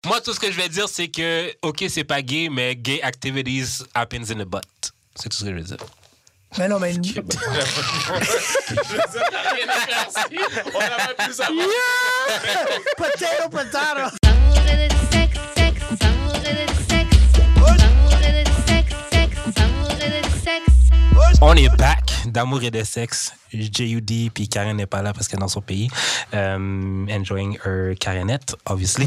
Moi, tout ce que je vais dire, c'est que, OK, c'est pas gay, mais gay activities happens in the butt. C'est tout ce que je vais dire. Mais non, mais... On a même plus à voir. Potato, potato! On est back d'amour et de sexe. J.U.D. puis Karen n'est pas là parce qu'elle est dans son pays. Enjoying her Karenette, obviously.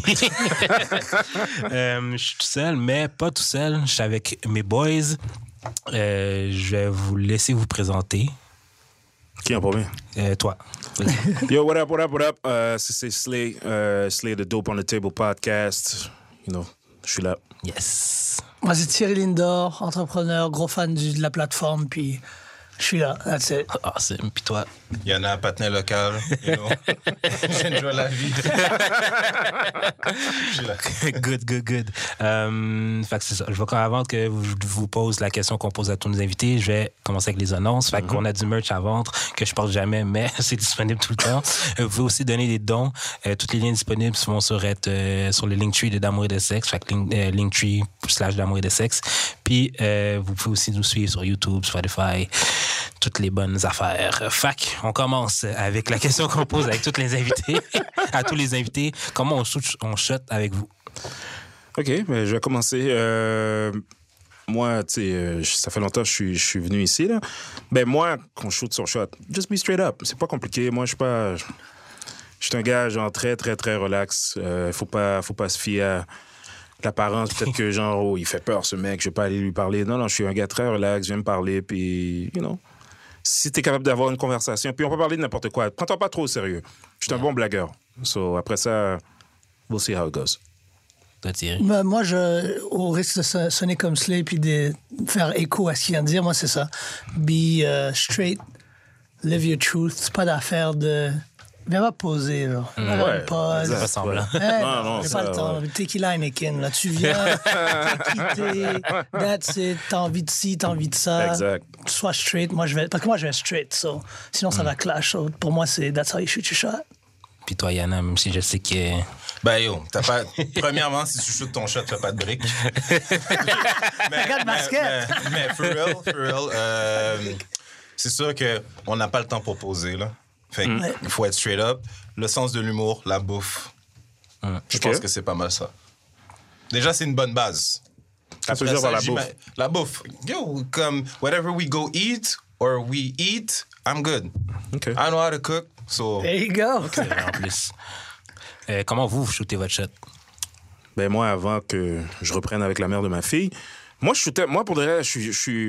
Je suis tout seul, mais pas tout seul. Je suis avec mes boys. Je vais vous laisser vous présenter. Qui en premier? Toi. Yo, what up, what up, what up? C'est Slay, Slay the Dope on the Table podcast. You know, je suis là. Yes. Moi, c'est Thierry Lindor, entrepreneur, gros fan de la plateforme, puis je suis là, that's it. Awesome. Puis toi? Il y en a un patin local, you know. J'enjoy la vie. Je suis là. Good. Fait que c'est ça. Avant que je vous pose la question qu'on pose à tous nos invités, je vais commencer avec les annonces. Fait qu'on a du merch à vendre que je porte jamais, mais c'est disponible tout le temps. Vous pouvez aussi donner des dons. Toutes les liens disponibles vont sur le Linktree de D'Amour et de Sexe. Fait que Linktree/D'Amour et de Sexe. Puis vous pouvez aussi nous suivre sur YouTube, Spotify, toutes les bonnes affaires. Fac, on commence avec la question qu'on pose avec tous les invités. À tous les invités, comment on shot avec vous? OK, ben, je vais commencer. Moi, tu sais, ça fait longtemps que je suis venu ici, là. Ben, moi, quand je shoot sur shot, just be straight up. C'est pas compliqué. Moi, je suis pas... Je suis un gars, genre, très, très, très relax. Faut pas se fier à l'apparence. Peut-être que, genre, oh, il fait peur, ce mec, je vais pas aller lui parler. Non, je suis un gars très relax, je viens me parler, puis, you know... Si t'es capable d'avoir une conversation, puis on peut parler de n'importe quoi. Prends-toi pas trop au sérieux. Je suis un bon blagueur. So, après ça, we'll see how it goes. Toi, Thierry? Ben, moi, au risque de sonner comme Slay puis de faire écho à ce qu'il vient de dire, moi, c'est ça. Be straight, live your truth. C'est pas d'affaire de... Viens pas poser, là. Ouais, pas... Ça ressemble. Non, j'ai ça, pas le temps. Tequila Heineken, là. Tu viens, t'es quitté, that's it. T'as envie de ci, t'as envie de ça. Exact. Sois straight. Parce que moi, je vais straight, so. Sinon, ça va clash. So. Pour moi, c'est that's how you shoot your shot. Puis toi, Yana, même si je sais que... Ben yo, t'as pas... Premièrement, si tu shoots ton shot, t'as pas de briques. Regarde basket. Mais for real, c'est sûr qu'on n'a pas le temps pour poser, là. Fait il faut être straight up. Le sens de l'humour, la bouffe. Je pense que c'est pas mal ça. Déjà, c'est une bonne base. Ça veut dire par la bouffe. La bouffe. Yo, comme whatever we go eat or we eat, I'm good. Okay. I know how to cook, so... There you go. C'est vrai, en plus. Comment vous shootez votre shot? Ben moi, avant que je reprenne avec la mère de ma fille, moi, pour de vrai, je suis...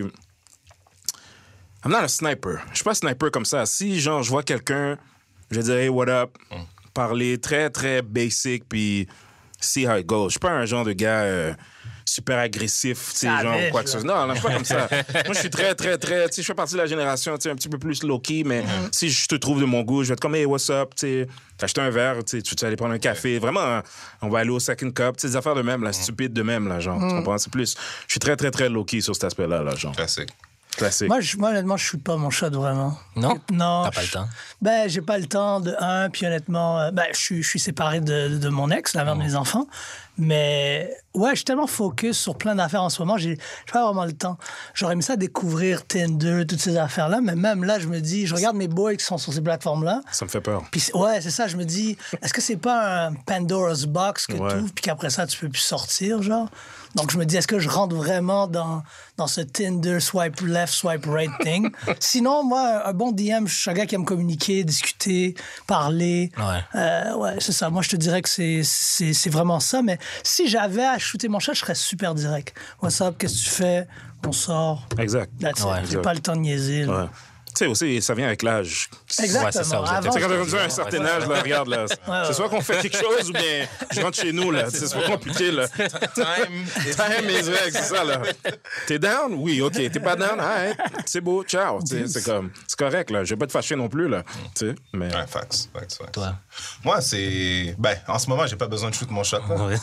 I'm not a sniper. Je suis pas sniper comme ça. Si, genre, je vois quelqu'un, je dirais, hey, what up? Parler très, très basic, puis see how it goes. Je suis pas un genre de gars super agressif, tu sais, genre, quoi que ce soit. Non, je suis pas comme ça. Moi, je suis très, très, très... Tu sais, je fais partie de la génération, tu sais, un petit peu plus low-key, mais si je te trouve de mon goût, je vais être comme, hey, what's up? Tu sais, t'achètes un verre, tu sais, tu vas aller prendre un café. Vraiment, on va aller au second cup. Tu sais, des affaires de même, là, stupides de même, là, genre. Tu comprends? C'est plus... Je suis très, très, très low-key sur cet aspect-là, là, genre. Classique. Moi, honnêtement, je shoot pas mon shot vraiment. Non? Non. T'as pas le temps? Ben, j'ai pas le temps de un, puis honnêtement, je suis séparé de mon ex, la mère de mes enfants. Mais ouais, je suis tellement focus sur plein d'affaires en ce moment, j'ai pas vraiment le temps. J'aurais aimé ça découvrir Tinder, toutes ces affaires-là, mais même là, je me dis, je regarde mes boys qui sont sur ces plateformes-là. Ça me fait peur. Puis ouais, c'est ça, je me dis, est-ce que c'est pas un Pandora's Box que tu ouvres, puis qu'après ça, tu peux plus sortir, genre? Donc, je me dis, est-ce que je rentre vraiment dans ce Tinder swipe left, swipe right thing? Sinon, moi, un bon DM, je suis un gars qui aime communiquer, discuter, parler. Ouais, c'est ça. Moi, je te dirais que c'est vraiment ça. Mais si j'avais à shooter mon chat, je serais super direct. What's up? Qu'est-ce que tu fais? On sort. Exact. J'ai pas le temps de niaiser. Là. Ouais. Tu sais, aussi, ça vient avec l'âge. Exactement. Ouais, c'est ça, Avant, C'est quand on a un certain âge, là, regarde, là. C'est soit qu'on fait quelque chose ou bien je rentre chez nous, là. C'est pas compliqué, là. Time is right, c'est ça, là. T'es down? Oui, OK. T'es pas down? Alright. C'est beau, ciao. C'est correct, là. Je vais pas te fâcher non plus, là. Tu sais, mais... Ouais, facts. Toi? Moi, c'est... Ben, en ce moment, j'ai pas besoin de shoot mon shot, là. Ouais.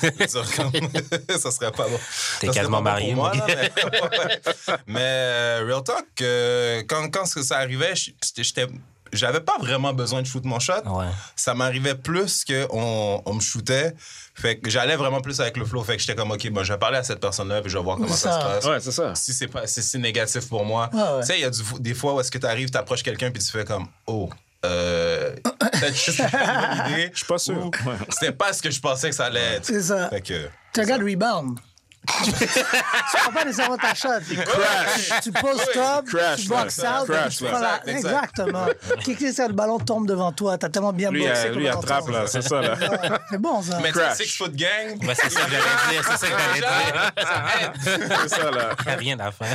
Ça serait pas bon. T'es Ça serait quasiment pas bon marié, pour moi, mon gars. là, mais real talk, quand ça arrivait, j'avais pas vraiment besoin de shoot mon shot. Ouais. Ça m'arrivait plus qu'on me shootait. Fait que j'allais vraiment plus avec le flow. Fait que j'étais comme, OK, bon, je vais parler à cette personne-là puis je vais voir comment ça se passe. Ouais, c'est ça. Si c'est négatif pour moi. Tu sais, il y a des fois où est-ce que tu arrives, tu approches quelqu'un puis tu fais comme, oh, peut-être que c'est une bonne idée. Je suis pas sûr. Ouais. C'était pas ce que je pensais que ça allait être. C'est ça. Fait que... Tu regardes rebound. Tu prends pas nécessairement ta shot. Tu post-up, tu box out, Crash, tu prends la... Exactement. Qui c'est le ballon tombe devant toi, t'as tellement bien boxé. Lui, il attrape, là, c'est ça, là. Ouais, c'est bon, ça. Mais tu sais, 6 foot gang. Ouais, c'est ça que j'allais dire. C'est ça que j'allais dire. Ça aide. C'est ça, là. Il n'y a rien à faire.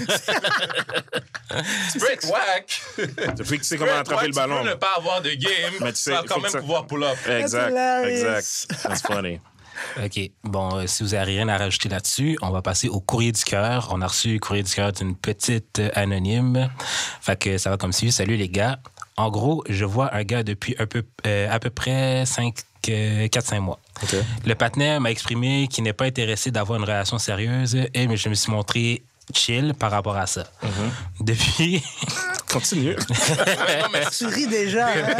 Tu peux être whack. Depuis que tu sais comment attraper le ballon. Tu peux ne pas avoir de game, Mais tu sais, sans faut quand que même ça- pouvoir pull up. Exact, hilarious. exact. That's funny. OK. Bon, si vous n'avez rien à rajouter là-dessus, on va passer au courrier du cœur. On a reçu le courrier du cœur d'une petite anonyme. Fait que ça va comme suit. Salut les gars. En gros, je vois un gars depuis à peu près 4-5 mois. OK. Le partenaire m'a exprimé qu'il n'est pas intéressé d'avoir une relation sérieuse et je me suis montré chill par rapport à ça. Depuis... Continue. Non, mais Tu ris déjà. Hein?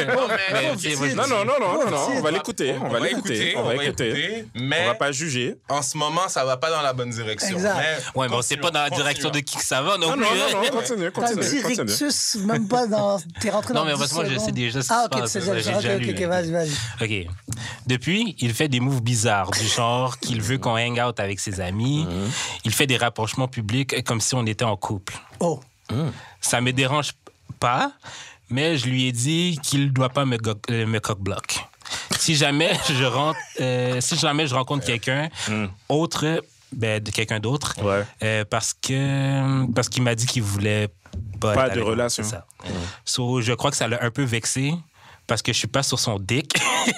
Non, on va l'écouter. On va l'écouter. mais On va pas juger. en ce moment, ça va pas dans la bonne direction. Exact. Mais Ouais, mais on sait pas dans la direction de qui que ça va non Non, plus. non, hein. continue, T'as un petit continue. rictus, même pas dans... T'es rentré dans Non, mais 10 parce que moi, je secondes. sais déjà ce qui Ah, se OK, passe. tu sais J'ai déjà. déjà OK, lu. vas-y. OK. Depuis, il fait des moves bizarres, du genre qu'il veut qu'on hang out avec ses amis. Il fait des rapprochements publics comme si on était en couple. Oh. Ça me dérange pas, mais je lui ai dit qu'il ne doit pas me cock-block. Si jamais je rencontre quelqu'un autre, de quelqu'un d'autre, Ouais. parce qu'il m'a dit qu'il voulait pas Pas être de avec moi, relation. c'est ça. So, je crois que ça l'a un peu vexé parce que je suis pas sur son dick.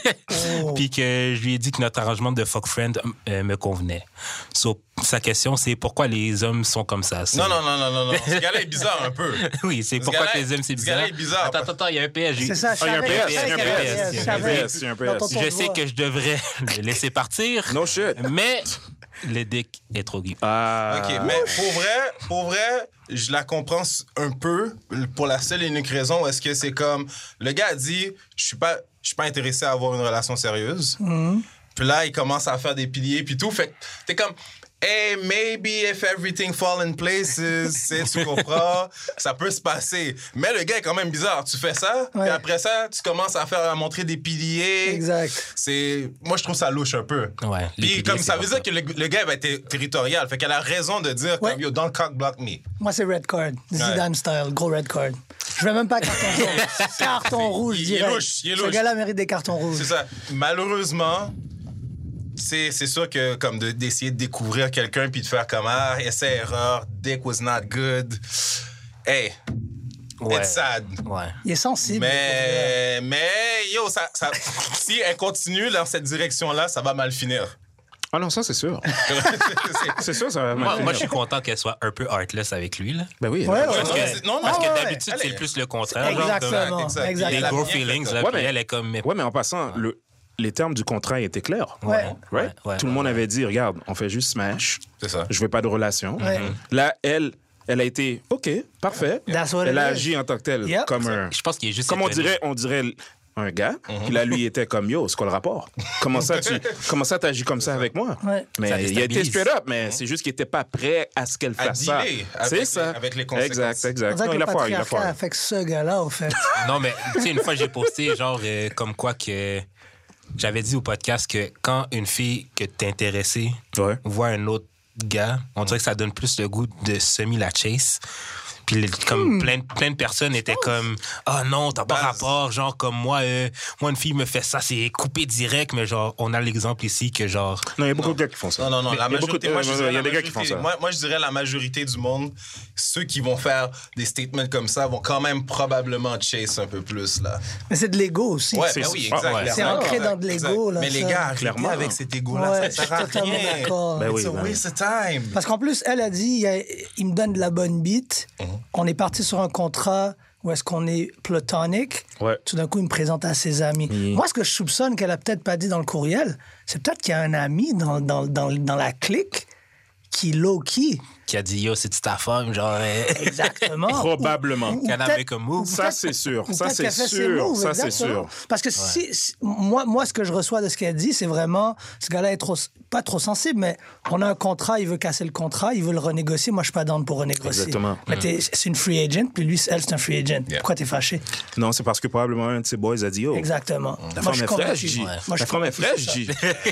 Puis que je lui ai dit que notre arrangement de fuck friend me convenait. So, sa question, c'est pourquoi les hommes sont comme ça. Non. Ce gars-là est bizarre un peu. Oui, c'est Ce pourquoi gars-là- que les hommes, c'est ce bizarre. gars-là est bizarre. Attends, il y a un PS. C'est ça, je Ah, il y a un savais, PS, je savais il y a un qu'il y avait PS, je il y a un savais. PS, il y a un PS. Dans ton Je ton sais doigt. que je devrais le laisser partir, No shit. mais le dick est trop gay. Ah. OK, mais pour vrai, je la comprends un peu pour la seule et unique raison où est-ce que c'est comme... Le gars a dit, je suis pas intéressé à avoir une relation sérieuse. Puis là, il commence à faire des piliers puis tout. Fait que t'es comme... Hey, maybe if everything fall in place, tu comprends, ça peut se passer. Mais le gars est quand même bizarre. Tu fais ça, Ouais. puis après ça, tu commences à montrer des piliers. Exact. Moi, je trouve ça louche un peu. Ouais, les Puis piliers, comme c'est ça comme veut ça. dire que le gars va être territorial. Fait qu'elle a raison de dire Ouais. comme, yo, don't cock block me. Moi, c'est red card. Zidane style, gros red card. Je veux même pas carton jaune. Carton rouge, Il est direct. louche, il est Ce louche. gars-là mérite des cartons rouges. C'est ça. Malheureusement, c'est sûr que comme d'essayer de découvrir quelqu'un puis de faire comme essai-erreur, dick was not good. Hey, Ouais. it's sad. Ouais. Il est sensible. Mais yo, si elle continue dans cette direction-là, ça va mal finir. Ah non, ça, c'est sûr. C'est sûr, ça va mal Moi, finir. je suis content qu'elle soit un peu heartless avec lui. Là. Ben oui. Ouais, ouais, Parce ouais. que, Non, parce non, que ouais, d'habitude, ouais. c'est plus le contraire. genre, Exactement. exact. Exact. Des Elle a gros bien fait feelings, ça. là, Ouais, puis mais- elle est comme... Ouais, mais en passant, les termes du contrat étaient clairs. Ouais. Right? Ouais, Tout le monde avait dit, regarde, on fait juste smash. C'est ça. Je veux pas de relation. Ouais. Là, elle a été, OK, parfait. That's what Elle a it is. agi en tant que telle, Yep. comme un... Je pense qu'il est juste... Comme on étonné. dirait un gars, qui là, lui, était comme, yo, c'est quoi le rapport? Comment ça, t'agis comme ça avec moi? Ouais. Ça Mais il a été déstabilise. straight up, mais c'est juste qu'il était pas prêt à ce qu'elle À fasse ça. dealer C'est ça. avec les conséquences. Exact. On dirait Non, que il le a foiré, patriarcat affecte ce gars-là, au fait. Non, mais tu sais, une fois, j'ai posté, genre, comme quoi que... J'avais dit au podcast que quand une fille que t'es intéressée Ouais. voit un autre gars, on dirait que ça donne plus le goût de semer la chase. Puis comme plein de personnes étaient comme « Ah non, t'as pas Base. rapport, genre comme moi une fille me fait ça, c'est coupé direct. » Mais genre, on a l'exemple ici que genre... Non, il y a beaucoup de gars qui font ça. Non, Mais la il y a beaucoup majorité, de- moi, je dirais il y a la des gars qui font ça. majorité- Moi, je dirais la majorité du monde, ceux qui vont faire des statements comme ça vont quand même probablement chase un peu plus, là. Mais c'est de l'ego aussi. Ouais, C'est- ben oui, ah, exact. ouais. C'est ancré dans de l'ego, là, Mais les ça. gars, arrêtez Clairement. avec cet ego-là, Ouais, ça je suis sert à totalement rien. d'accord. Ben oui, It's a ben oui. waste of time. Parce qu'en plus, elle a dit, il me donne de la bonne beat. On est parti sur un contrat où est-ce qu'on est platonique. Ouais. Tout d'un coup, il me présente à ses amis. Moi, ce que je soupçonne qu'elle a peut-être pas dit dans le courriel, c'est peut-être qu'il y a un ami dans la clique qui low-key qui a dit, yo, c'est ta femme, genre. Exactement. Probablement. Can I make a move? Ça, c'est sûr. Ça, Peut-être c'est qu'elle fait ses sûr. moves, Ça, c'est exactement. sûr. Parce que moi, ce que je reçois de ce qu'elle dit, c'est vraiment, ce gars-là est pas trop sensible, mais on a un contrat, il veut casser le contrat, il veut le renégocier. Moi, je suis pas down pour renégocier. Exactement. Mais c'est une free agent, puis lui, elle, c'est un free agent. Pourquoi t'es fâché? Non, c'est parce que probablement un de ses boys a dit, oh, Exactement. la Moi, femme je suis est fraîche, convaincu. G. Moi, je La suis femme est convaincu, fraîche, c'est G.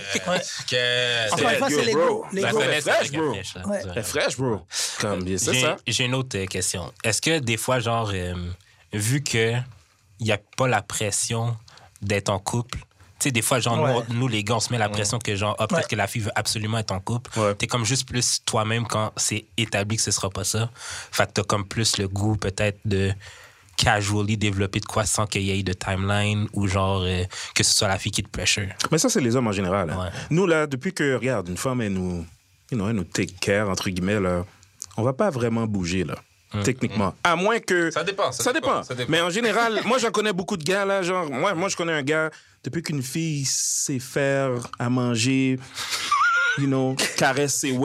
ça. Encore une fois, Yo, c'est l'ego. bro. La L'ego. Elle est finesse fraîche, avec bro. la flèche, là. Ouais. Elle est fraîche, bro. Comme, c'est ça. J'ai une autre question. Est-ce que des fois, genre, vu que il n'y a pas la pression d'être en couple, tu sais, des fois, genre, Ouais. nous, les gars, on se met la pression que, genre, peut-être que la fille veut absolument être en couple. Ouais. T'es comme juste plus toi-même quand c'est établi que ce sera pas ça. Fait que t'as comme plus le goût, peut-être, de casually développer de quoi sans qu'il y ait de timeline ou, genre, que ce soit la fille qui te pressure. Mais ça, c'est les hommes en général. Hein. Ouais. Nous, là, depuis que, regarde, une femme, elle nous take care, entre guillemets, là, on va pas vraiment bouger, là. Techniquement. À moins que... Ça dépend. Mais en général, moi, j'en connais beaucoup de gars, là, genre... Moi, je connais un gars, depuis qu'une fille sait faire à manger... caresse ses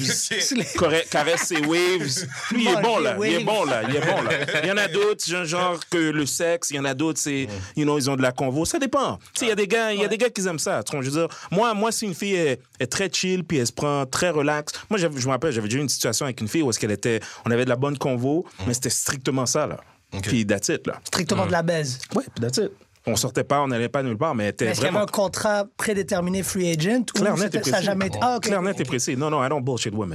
waves, caresse ses waves. Lui, il est bon, là. Il est bon, là. Il y en a d'autres, genre que le sexe, il y en a d'autres, c'est, ils ont de la convo. Ça dépend. Tu sais, il y a des gars qui aiment ça. Je veux dire, moi, si une fille est très chill, puis elle se prend très relax. Moi, je me rappelle, j'avais déjà eu une situation avec une fille où on avait de la bonne convo, mais c'était strictement ça, là. Puis that's it, là. Strictement de la baise. Ouais, puis that's it. On sortait pas, on n'allait pas nulle part, mais elle était Est-ce qu'il y avait vraiment... un contrat prédéterminé free agent Clair, ou net et précis. ça n'a jamais été... Ah, OK. Clair, net et précis. Non, I don't bullshit women.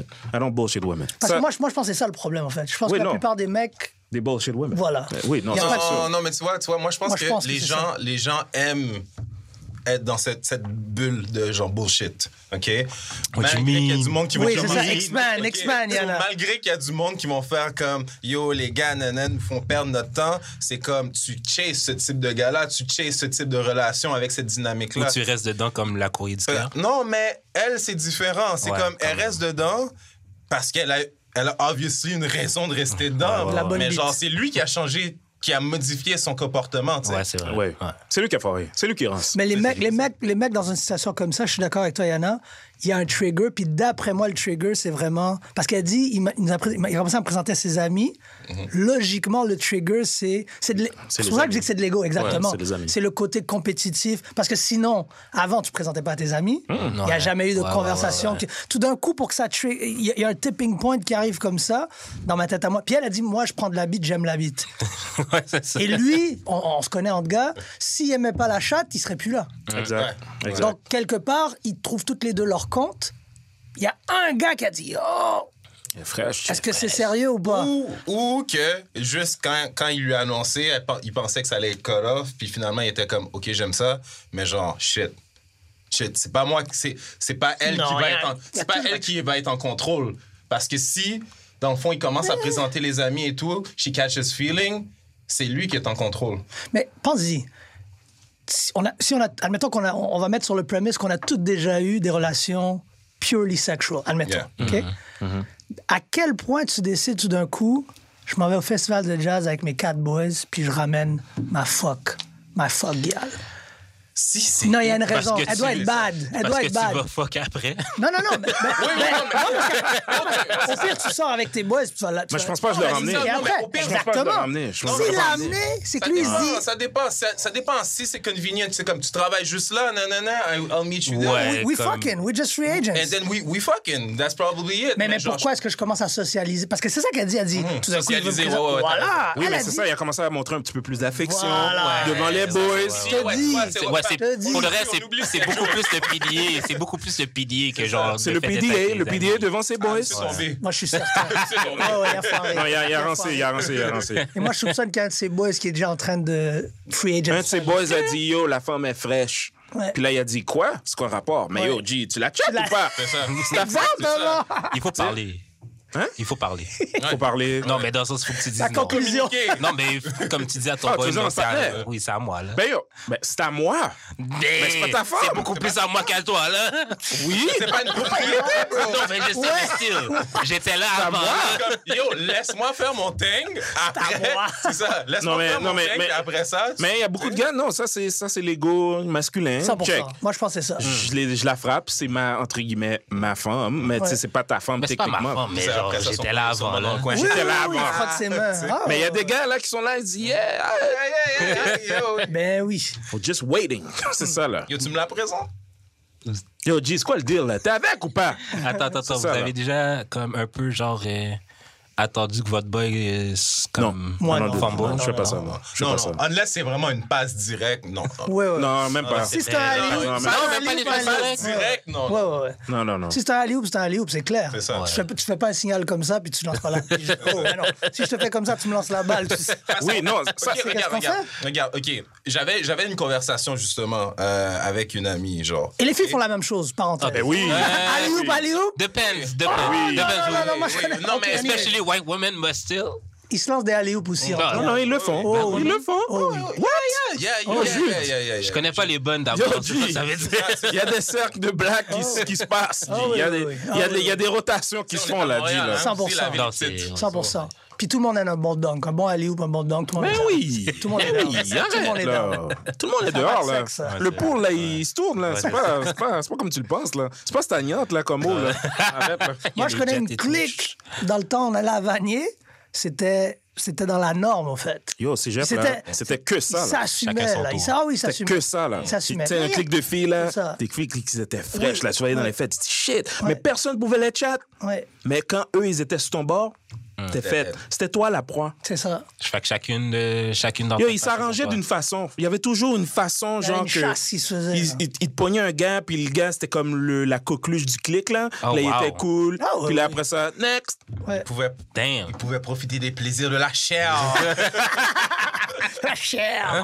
Parce que moi, je pense que c'est ça le problème, en fait. Je pense Oui, que la non. plupart des mecs... Des bullshit women. Voilà. Oui, non, Il y a ça, pas de- c'est sûr. Non, mais tu vois, moi, je pense Moi, que, je pense que les c'est gens aiment être dans cette bulle de genre bullshit, OK? Malgré qu'il y a du monde qui vont... Oui, c'est ça, Ok? X-Men, il y en a. Malgré qu'il y a du monde qui vont faire comme « Yo, les gars, nanan, nous font perdre notre temps », c'est comme tu chases ce type de gars-là, tu chases ce type de relation avec cette Ou dynamique-là. tu restes dedans comme la courrier du cœur. Non, mais elle, c'est différent. C'est Ouais, comme, quand elle reste dedans parce qu'elle a obviously une raison de rester dedans. La bonne Mais bite. genre, c'est lui qui a changé, qui a modifié son comportement, tu sais. Ouais, c'est vrai. Ouais. C'est lui qui a foiré. C'est lui qui rance. Mais les mecs dans une situation comme ça, je suis d'accord avec toi, Yana, il y a un trigger, puis d'après moi, le trigger, c'est vraiment... Parce qu'elle dit, il a commencé à me présenter à ses amis. Logiquement, le trigger, c'est pour les ça que je amis. dis que c'est de l'ego, exactement. Ouais, c'est les amis. C'est le côté compétitif. Parce que sinon, avant, tu présentais pas à tes amis. Il n'y a Ouais. jamais eu de Ouais, conversation. ouais. Tout d'un coup, pour que ça trigger... Il y a un tipping point qui arrive comme ça, dans ma tête à moi. Puis elle a dit, moi, je prends de la bite, j'aime la bite. Ouais, c'est ça. Et lui, on se connaît entre gars, s'il aimait pas la chatte, il serait plus là. Exact. Ouais. Exact. Donc, quelque part, ils trouvent toutes les deux leur compte. Il y a un gars qui a dit « Oh, Il est fraîche. est-ce que c'est sérieux ou pas? » Ou que, juste quand il lui a annoncé, il pensait que ça allait être cut-off, puis finalement, il était comme, OK, j'aime ça, mais genre, shit, c'est pas moi, c'est pas elle Non, qui y va a- être y a c'est pas toujours- elle qui va être en contrôle. Parce que si, dans le fond, il commence à présenter les amis et tout, she catches feeling, c'est lui qui est en contrôle. Mais pense-y. Admettons on va mettre sur le premise qu'on a toutes déjà eu des relations purely sexual, admettons. Yeah. OK? À quel point tu décides tout d'un coup, je m'en vais au festival de jazz avec mes 4 boys, puis je ramène ma fuck gal. Si, c'est... Non, il y a une Parce raison. que Elle doit tu- être bad. Elle Parce doit que être tu bad. vas fuck après. Non, mais au pire, tu sors avec tes boys, puis tu vas là. Moi, je pense pas que je l'ai ramené. Et Non, mais après, au pire, je pense pas que je l'ai ramené. Je pense S'il pas l'a que- amené, c'est que Ça lui, il se dépend, dit. ça dépend. Si c'est convenient, c'est comme tu travailles juste là, nanana, I'll meet you there. Ouais. We comme- fucking, we're just free agents. And then we fucking. That's probably it. Mais genre, pourquoi est-ce que je commence à socialiser? Parce que c'est ça qu'elle dit. Elle dit, tout d'un coup, il veut me socialiser, présenter- ouais, Voilà. Oui, Elle mais a c'est dit- ça, il a commencé à montrer un petit peu plus d'affection Voilà. devant les boys. Je te dis. Pour le reste, on oublie c'est beaucoup plus le PDA. C'est beaucoup plus le PDA que genre. C'est le le fait d'être PDA, avec le les PDA amis. devant ses boys. C'est tombé. Moi, je suis certain. C'est tombé. Ouais, il a foiré. Non, il a foiré. rancé, il a rancé. Et moi, je soupçonne qu'un de ses boys qui est déjà en train de free agent. Un de ses boys a dit, yo, la femme est fraîche. Ouais. Puis là, il a dit, quoi? C'est quoi le rapport? Mais yo, G, tu la chattes l'as- ou pas? C'est ça. C'est ta femme? Exactement. Il faut parler. Hein? Il faut parler. Faut parler. Non, mais dans le sens, il faut que tu dises La non. conclusion. Non, mais comme tu dis à ton Ah, boy, tu dis, non, on s'appelle. oui, c'est à moi, là. Ben yo, ben, c'est à moi. Mais c'est pas ta femme. C'est beaucoup plus à moi qu'à toi, là. Oui. C'est pas une propriété, bro. Non, mais je sais, mais still. J'étais là avant. moi. là. Comme, yo, laisse-moi faire mon thing. Après, moi. c'est ça. Laisse-moi faire mon thing. Et après ça, Mais il y a beaucoup de gars, non, ça c'est l'ego masculin. 100%. Check. Moi, je pense que c'est ça. Je la frappe, c'est entre guillemets, ma femme. Mais tu sais, c'est pas ta femme Mais c'est pas ma techniquement. femme, mais C'est genre, après ça, j'étais là avant, dans le là. coin. Oui, J'étais là oui, avant. il frotte ses mains. Ah, Mais il y a des gars là qui sont là, ils disent yeah, Ben oui. we're just waiting. C'est ça là. Yo, tu me la présentes? Yo, G, c'est quoi le deal là? T'es avec ou pas? Attends, C'est vous ça, là. avez déjà comme un peu genre attendu que votre boy comme Moi, non. fumble? Je fais pas ça. Non, je fais Non, pas ça. non. Unless c'est vraiment une passe directe, non. Ouais, ouais. Non, même pas. Si c'est un alley-oop, non, c'est mais- un même pas les alley-oop, passes alley-oop. Direct, non. Ouais, ouais, ouais. Non, non, non. Si c'est un alley-oop, c'est un alley-oop, c'est clair. C'est ça. Tu fais pas un signal comme ça, puis tu lances pas la balle. Oh, mais non. Si je te fais comme ça, tu me lances la balle. Tu sais. Oui, non, ça, Ok, qu'est-ce qu'on regarde, ok. J'avais une conversation justement avec une amie, genre. Et les filles font la même chose, parenthèse. ben oui. Alley-oop, alley-oop. Depends. oui. Depends. Non, moi, je connais. Non, mais Ok, especially white women, but still. Ils se lancent des alley-oop aussi. Non, Non, non, ils le font. Oh, Ils le font. Oh, oui. Yeah. Je connais pas les bonnes Yo, d'abord. G, C'est ça que ça veut dire. il y a des cercles de blagues qui se passent. G. oui, Il y a oui, des- oui. il y a Ah, des- oui, il y a des rotations qui se font là, G. là. 100%. Non, c'est 100%. Puis tout le monde a un bon dunk. Un bon alley-oop, un bon dunk. Tout le monde Mais est oui. Tout le monde est Mais down. oui, Tout le monde est arrête, down. là. Tout le monde est Ça dehors, va là. de sexe, ça. Le pool, là, il se tourne, là. C'est pas comme tu le penses, là. C'est pas stagnante, là, comme mot, là. Arrête, là. Moi, je des connais jets une et tout. clique. Dans le temps, on allait à Vanier. C'était dans la norme, en fait. Yo, c'est c'était que ça, Il là. s'assumait, Chacun son là. tour. Ah oui, il C'était s'assumait. que ça, là. Il Tu s'assumait. sais, un Mais clic de filles, là, c'est ça. des filles qui étaient fraîches, Oui. là, tu voyais dans les fêtes, tu dis shit. Mais personne pouvait les chat. Ouais, Mais quand eux, ils étaient sur ton bord, t'es fait. C'était toi la proie. c'est ça. Je fais que chacune d'entre Yo, eux ils fasse son s'arrangeaient choix. d'une façon. Il y avait toujours une façon, Il y avait genre une que. chasse qui se faisait, là. Il te pognait un gars, puis le gars, c'était comme la coqueluche du clic, là. Oh, là, il wow. était cool. Ah, ouais, puis là, oui. après ça, next. Ouais. Damn. Il pouvait profiter des plaisirs de la chair. La chair.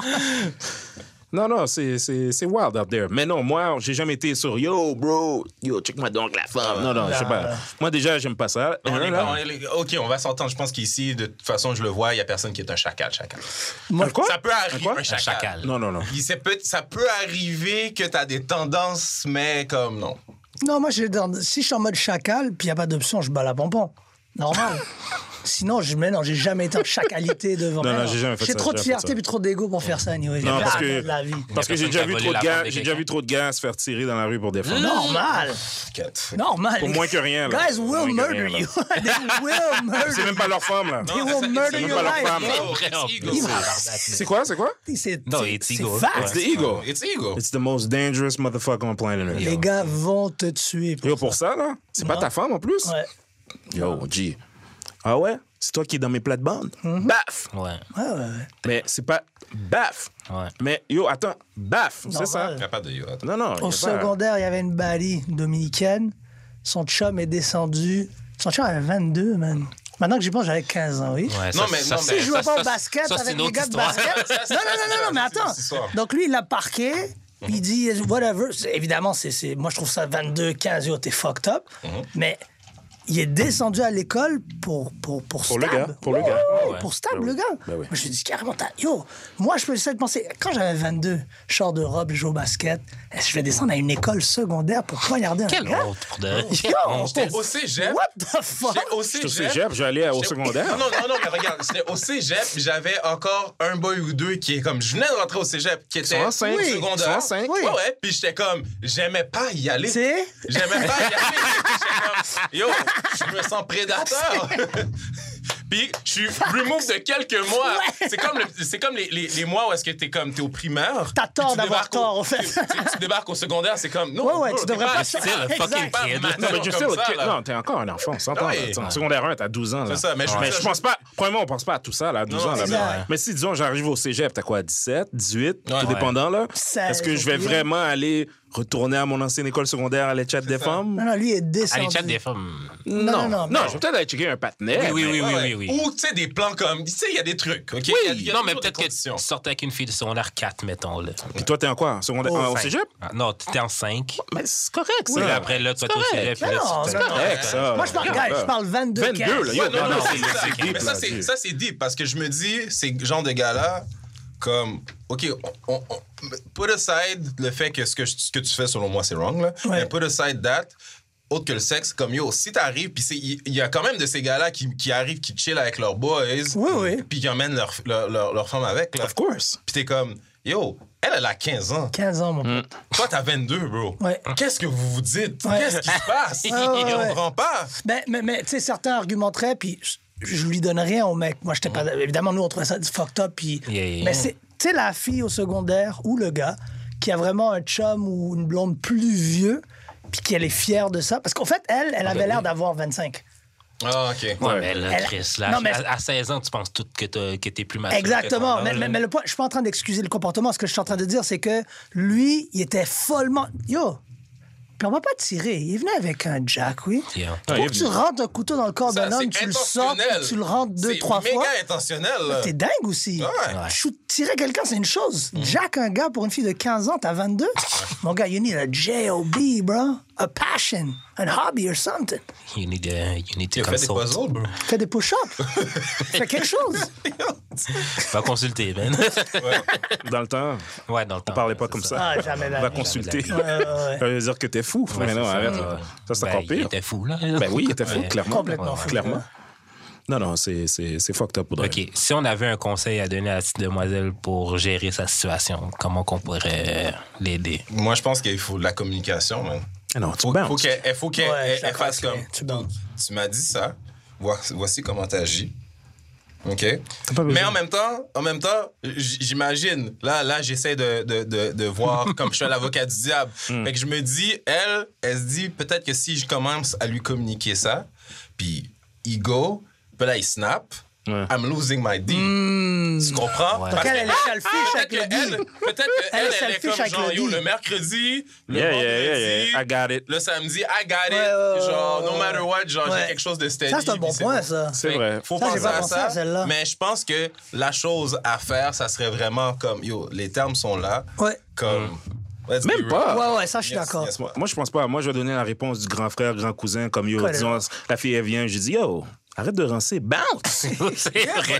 Non, non, c'est wild out there. Mais non, moi, j'ai jamais été sur yo, bro, yo, check-moi donc la femme. Non, non, je sais pas. Moi, déjà, j'aime pas ça. Ok, on va s'entendre. Je pense qu'ici, de toute façon, je le vois, il y a personne qui est un chacal. Moi, Quoi? Ça peut arriver, quoi? un chacal. chacal. Non, non, non. Ça peut arriver que tu as des tendances, mais comme non. non, moi, si je suis en mode chacal, puis il n'y a pas d'option, je bats la pompon. Normal. Sinon, j'ai jamais été en chacalité devant. Non, non, j'ai jamais fait ça, J'ai trop de j'ai jamais fait fierté ça. puis trop d'ego pour faire ça, anyway. Non, J'ai parce pas que, de la vie. parce que j'ai personne déjà qui vu a trop volé de la gars, femme de j'ai déjà quelqu'un. vu trop de gars se faire tirer dans la rue pour défendre. Normal. Normal. Pour moins que rien, là. Guys will Pour moins que murder rien, you. là. They will murder C'est même pas leur femme, là. They will murder même your pas leur life. femme. bro. C'est quoi, c'est quoi? Non, it's ego. fact. It's the ego. It's ego. It's the most dangerous motherfucker on planet Earth. Les gars vont te tuer. Yo, pour ça, là, c'est pas ta femme, en plus? Ouais. Yo, G. Ah ouais? C'est toi qui es dans mes plates-bandes? Baf! Ouais. Ouais. Mais c'est pas baf. Ouais. Mais yo, attends, baf, c'est ça? Normal. Il n'y a pas de yo. Attends. Non, non. y a Au pas- secondaire, il y avait une baddie dominicaine. Son chum est descendu. Son chum avait 22, man. Maintenant que j'y pense, j'avais 15 ans, oui. Ouais, Non, mais- non, Si je jouais pas au basket ça, c'est avec une les autre gars de histoire. basket. Non, mais attends. autre histoire. Donc lui, il l'a parqué. Puis il dit, whatever. Évidemment, moi, je trouve ça 22, 15, yo, t'es fucked up. Mais il est descendu à l'école pour stab. le gars, pour le gars. Ouais, pour stab, le gars. Ben oui. Moi, je lui dis carrément, yo, moi, je peux essayer de penser, quand j'avais 22, je sors de robe, je joue au basket, je vais descendre à une école secondaire pour poignarder un Quelle gars. honte pour de vrai. Yo, Quelle honte. J'étais au cégep. What the fuck? J'étais au J'étais au cégep. cégep, je vais aller au secondaire. Non, mais regarde, j'étais au cégep, puis j'avais encore un boy ou deux qui est comme, je venais de rentrer au cégep, qui était sont enceintes. au Oui, secondaire. ils sont enceintes. Oui. Ouais, puis j'étais comme, j'aimais pas y aller. Tu sais? J'aimais pas y aller. J'étais comme, yo, je me sens prédateur. Puis je suis remove de quelques mois. C'est comme les mois où est-ce que t'es au primaire. T'as tort puis tu d'avoir débarques tort, en fait. Tu débarques au secondaire, c'est comme, non, Ouais, bro, tu t'es devrais pas t'es Still a fucking Exact. kid. Non, mais juste comme ça, là. non, t'es encore un enfant, 100 ans. Ouais. là. En secondaire 1, t'as 12 ans. là. C'est ça, mais je mais veux je dire, pense pas. Premièrement, on pense pas à tout ça, là, à 12 Non, ans. Là, exact. mais si, disons, j'arrive au cégep, t'as quoi, 17, 18, tout Ouais. dépendant, là. 16, Est-ce que je vais oublié. vraiment aller retourner à mon ancienne école secondaire à les chats des femmes? Non, lui est descendu. Allez, chat des femmes. Non. Non, je vais peut-être aller checker un patinet. Oui. Ouais. Ou, tu sais, des plans comme, tu sais, il y a des trucs, OK? Il y a Non, mais toujours peut-être des que conditions. tu sortais avec une fille de secondaire 4, mettons. Là. Puis toi, t'es en quoi? Secondaire, Oh, au Cinq. cégep? Ah, non, t'étais en 5. Mais c'est correct, ça. Puis après, là, tu vas au cégep. puis là, Non, tu c'est te- correct, ça. Moi, je parle 22, 22, 15. là, yo, Ouais, non, 22, c'est ça. c'est deep, Mais là, ça, c'est deep parce que je me dis, ces genres de gars-là, comme, OK, on put aside le fait que ce que tu fais, selon moi, c'est wrong, là. Ouais. Mais put aside that, autre que le sexe, comme yo, si t'arrives, puis il y a quand même de ces gars-là qui arrivent, qui chill avec leurs boys, Oui. puis qui emmènent leur femme avec, là. Of course. Puis t'es comme, Yo, elle a 15 ans. 15 ans, mon pote. Toi, t'as 22, bro. Ouais. Qu'est-ce que vous vous dites? Ouais. Qu'est-ce qui se passe? ouais. Je comprends pas. Mais tu sais, certains argumenteraient, puis je lui donne rien au mec. Moi, j'étais pas... Évidemment, nous, on trouvait ça fucked up, puis... Yeah. Mais c'est... Tu sais, la fille au secondaire ou le gars qui a vraiment un chum ou une blonde plus vieux, puis qu'elle est fière de ça. Parce qu'en fait, elle avait l'air d'avoir 25. Ah, OK. Ouais, mais là, Elle- Chris, là, Non, mais- à 16 ans, tu penses tout que t'es plus mature. Exactement. que ton âge. Mais le point, je suis pas en train d'excuser le comportement. Ce que je suis en train de dire, c'est que lui, il était follement... Yo! Puis on va pas tirer. Il venait avec un jack, oui. Yeah. Pour que tu rentres un couteau dans le corps Ça, d'un homme, c'est tu le sors, intentionnel. puis tu le rentres 2-3 fois. C'est méga intentionnel. là. T'es dingue aussi. Ouais. Tirer quelqu'un, c'est une chose. Jack un gars pour une fille de 15 ans, t'as 22. Mon gars, you need a J.O.B., bro. A passion. An hobby or something. You need to Il a fait des consult. puzzles, bro. Fais des push-ups. Fais quelque chose. Va consulter, Ben. Dans le temps, Ouais, dans le temps. on parlait pas comme ça. Ah, jamais la Va vie. consulter. Jamais Ça veut dire que t'es fou. Ouais, mais non, c'est ça. arrête. Ça, c'est encore Il pire. était fou, là. Ben oui, il était fou, Ouais. clairement. Complètement fou. Clairement. Non, c'est fucked up pour de vrai. OK. Si on avait un conseil à donner à cette demoiselle pour gérer sa situation, comment qu'on pourrait l'aider? Moi, je pense qu'il faut de la communication, man. Ah non, tu Faut bounces. qu'elle Ouais, je suis elle fasse d'accord, comme... tu bounces. Tu m'as dit ça. Voici comment t'agis. OK? pas besoin. Mais en même temps, j'imagine, là, j'essaie de voir comme je suis l'avocat du diable. Fait que je me dis, elle se dit, peut-être que si je commence à lui communiquer ça, puis il go, puis là, il snap, Ouais. I'm losing my deal. Tu comprends? Ouais. Parce Donc, elle que- est selfish avec le deal. Peut-être Elle est qu'elle, elle est selfish comme avec genre, le yo, deal. le mercredi, le Yeah, vendredi, yeah. I got it. le samedi, I got it. Ouais, Genre, no matter what, genre, ouais. j'ai quelque chose de steady. Ça, c'est un bon puis point, bon. ça. C'est Fait vrai. que Faut Ça, j'ai penser pas à pensé ça. à celle-là. Mais je pense que la chose à faire, ça serait vraiment comme, yo, les termes sont là. Ouais. Comme, let's Même be pas. real. Ouais, ça, je suis Yes, d'accord. yes. Moi, je pense pas. Moi, je vais donner la réponse du grand frère, grand cousin, comme yo, Quoi, disons, la fille, elle vient, je dis, yo, arrête de rancer, bounce! C'est vrai.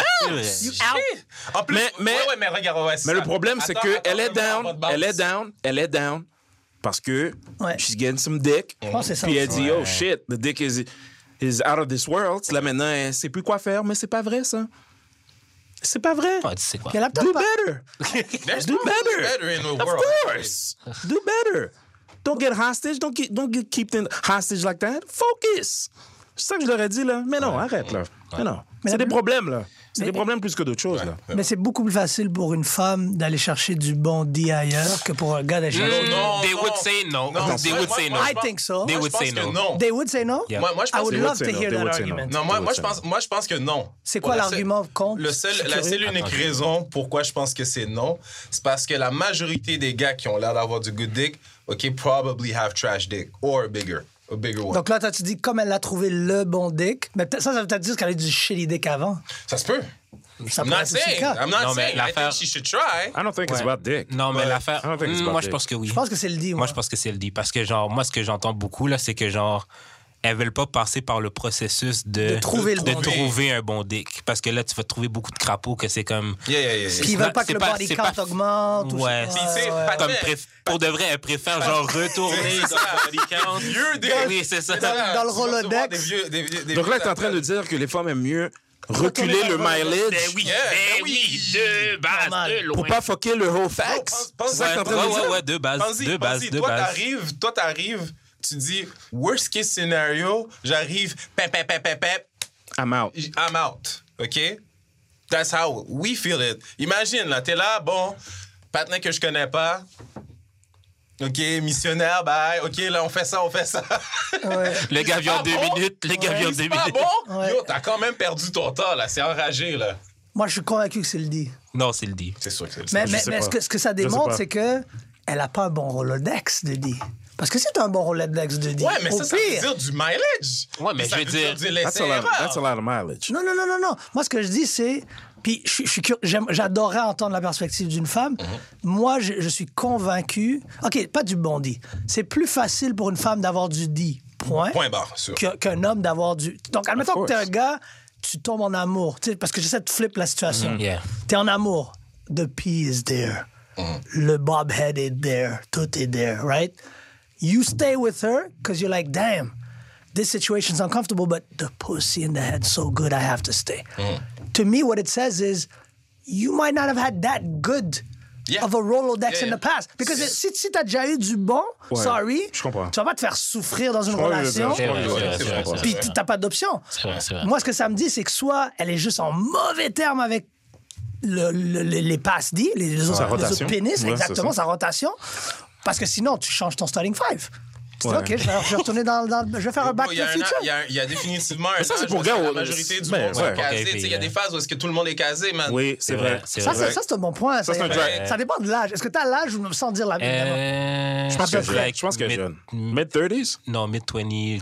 En plus, Mais- mais regarde, ouais, c'est Mais ça. le problème, c'est Attends, qu'elle est attends, down, on va te elle est bounce. down, elle est down, parce que Ouais. she's getting some dick. Je pense que c'est ça Puis elle aussi. dit, oh shit, the dick is out of this world. Là, maintenant, elle sait plus quoi faire, mais c'est pas vrai, ça. C'est pas vrai. Ouais, tu sais quoi? Puis elle a peut-être Do pas... better. There's Do no better. in the Of world. course. Do better. Don't get hostage. Don't keep them hostage like that. Focus. C'est ça que je leur ai dit, là. Mais non, arrête, là. Mais non. C'est des problèmes, là. C'est des problèmes plus que d'autres choses, là. Mais c'est beaucoup plus facile pour une femme d'aller chercher du bon dit ailleurs que pour un gars d'aller chercher... Non, They non. would say no. Non, They moi, would say no. moi, I think so. They Moi, would je pense say que no. non. They would say no? Yeah. Moi, je I pense would They love would say to no. hear They that would say argument. no. Non, moi, je pense que non. C'est quoi Pour l'argument contre? La Je suis seule curieux. unique raison pourquoi je pense que c'est non, c'est parce que la majorité des gars qui ont l'air d'avoir du good dick, OK, probably have trash dick or a bigger one. Donc là, toi, tu dis comme elle a trouvé le bon dick, mais ça veut peut-être dire qu'elle a eu du shitty dick avant. Ça se peut. Ça I'm pourrait not être aussi le saying. cas. I'm not Non, mais saying. I l'affaire- think she should try. I don't think it's Ouais. about dick. Non, mais l'affaire. I don't think it's about Moi, je dick. pense que oui. Je pense que c'est le dit, Moi, je pense que c'est le dit. Parce que, genre, moi, ce que j'entends beaucoup, là, c'est que, genre, elles veulent pas passer par le processus De trouver le bon dick. trouver un bon dick. Parce que là, tu vas trouver beaucoup de crapauds que c'est comme. Yeah. Puis ils veulent pas que le body c'est count augmente. ou Ouais. ça. Puis, tu sais, pas Comme Mais- pour de vrai, elles préfèrent, genre, retourner dans le body count. Vieux dick. Oui, c'est ça. Dans le Rolodex. Des vieux- des Donc là, vieux tu es en train de tatouages. dire que les femmes aiment mieux reculer le mileage Ben oui, Yeah, ben ben oui, oui. de base, Normal. de loin. pour pas fucker le whole facts. pense- C'est ça que t'es en train de dire? Ouais, de base, Pense-y, de base, pense-y. de Toi, base. t'arrives, tu dis, worst case scenario, j'arrive, pep, I'm out. I'm out. OK? That's how we feel it. Imagine, là, t'es là, bon, partenaire que je connais pas. OK, missionnaire, bye. OK, là, on fait ça. Le gars vient en 2 minutes, le gars vient en 2 C'est pas minutes. bon? Ouais. Yo, t'as quand même perdu ton temps, là. C'est enragé, là. Moi, je suis convaincu que c'est le dit. Non, c'est le dit. C'est sûr que c'est Mais, Je mais, sais mais pas. ce que ça Je sais démontre, pas. c'est que elle a pas un bon Rolodex de dit. Parce que c'est un bon Rolodex de dit. Ouais, mais Au ça veut pire. dire du mileage. Ouais, mais ça je veux dire, du That's a laisser-erreur. lot of mileage. Non. Moi, ce que je dis, c'est... Puis, j'adorerais entendre la perspective d'une femme. Moi, je suis convaincu... OK, pas du bon dit. C'est plus facile pour une femme d'avoir du dit, point barre, sûr. qu'un homme d'avoir du... Donc, admettons que course. t'es un gars, tu tombes en amour. Tu sais, parce que j'essaie de flip la situation. Yeah. T'es en amour. The pee is there. Le bobhead est there. Tout est there, right? You stay with her because you're like, damn, this situation's uncomfortable, but the pussy in the head's so good, I have to stay. To me, what it says is, you might not have had that good of a Rolodex in the past. Parce que si t'as déjà eu du bon, sorry, je comprends. Tu vas pas te faire souffrir dans une relation. Puis t'as pas d'option. C'est vrai. Moi, ce que ça me dit, c'est que soit elle est juste en mauvais termes avec les passes D, les autres pénis, exactement, sa rotation. Parce que sinon, tu changes ton starting five. Ouais. OK, je vais retourner je vais faire un back to the future. Il y a définitivement un ça, âge c'est pour où la majorité du monde sont casés. Il y a des phases où est-ce que tout le monde est casé, man. Oui, c'est vrai. Ça, c'est un bon point. Ça dépend de l'âge. Est-ce que tu as l'âge ou sans dire la je pense que jeune. Mid-30s? Non, mid-20.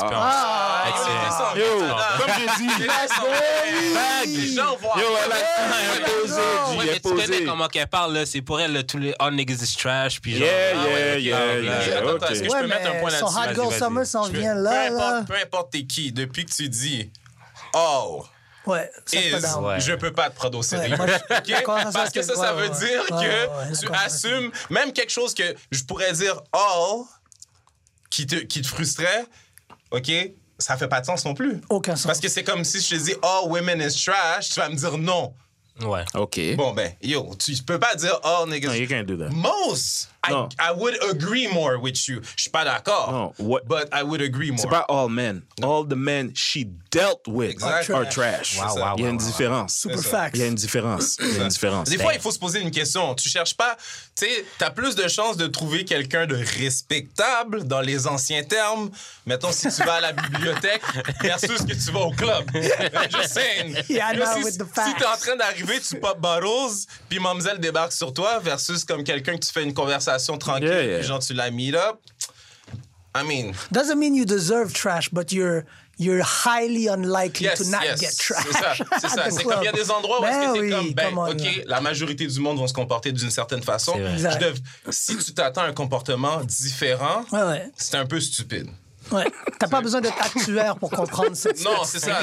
Yo, comme j'ai dit, les gens voient. Yo, elle a posé. Tu connais comment qu'elle parle, là. C'est pour elle, tous les all niggas is trash. Puis genre. Est-ce que je peux mettre un point là-dessus? Son Hot Girl Summer s'en vient là. Peu importe t'es qui, depuis que tu dis all je peux pas te prendre au sérieux. Parce que ça veut dire que tu assumes même quelque chose que je pourrais dire all qui te frustrait, OK? Ça fait pas de sens non plus. Aucun sens. Parce que c'est comme si je te dis all women is trash, tu vas me dire non. Ouais. OK. Bon, ben, yo, tu peux pas dire all niggas. No, you can't do that. Most, I would agree more with you. Je suis pas d'accord. No, but I would agree more. C'est pas all men. All the men she dealt with are trash. Wow, il y a une différence. Super facts. Il y a une différence. Des fois, il faut se poser une question. Tu cherches pas... Tu sais, t'as plus de chances de trouver quelqu'un de respectable dans les anciens termes. Mettons, si tu vas à la bibliothèque versus que tu vas au club. Just saying. Si t'es en train d'arriver, tu pop bottles, puis mademoiselle débarque sur toi versus comme quelqu'un que tu fais une conversation tranquille, puis genre tu la meet up. I mean... Doesn't mean you deserve trash, but you're highly unlikely to not get trash. C'est ça. C'est comme il y a des endroits où est-ce que t'es comme, OK, la majorité du monde vont se comporter d'une certaine façon. Si tu t'attends à un comportement différent, c'est un peu stupide. Ouais. T'as pas besoin d'être actuaire pour comprendre ça. Non, c'est ça.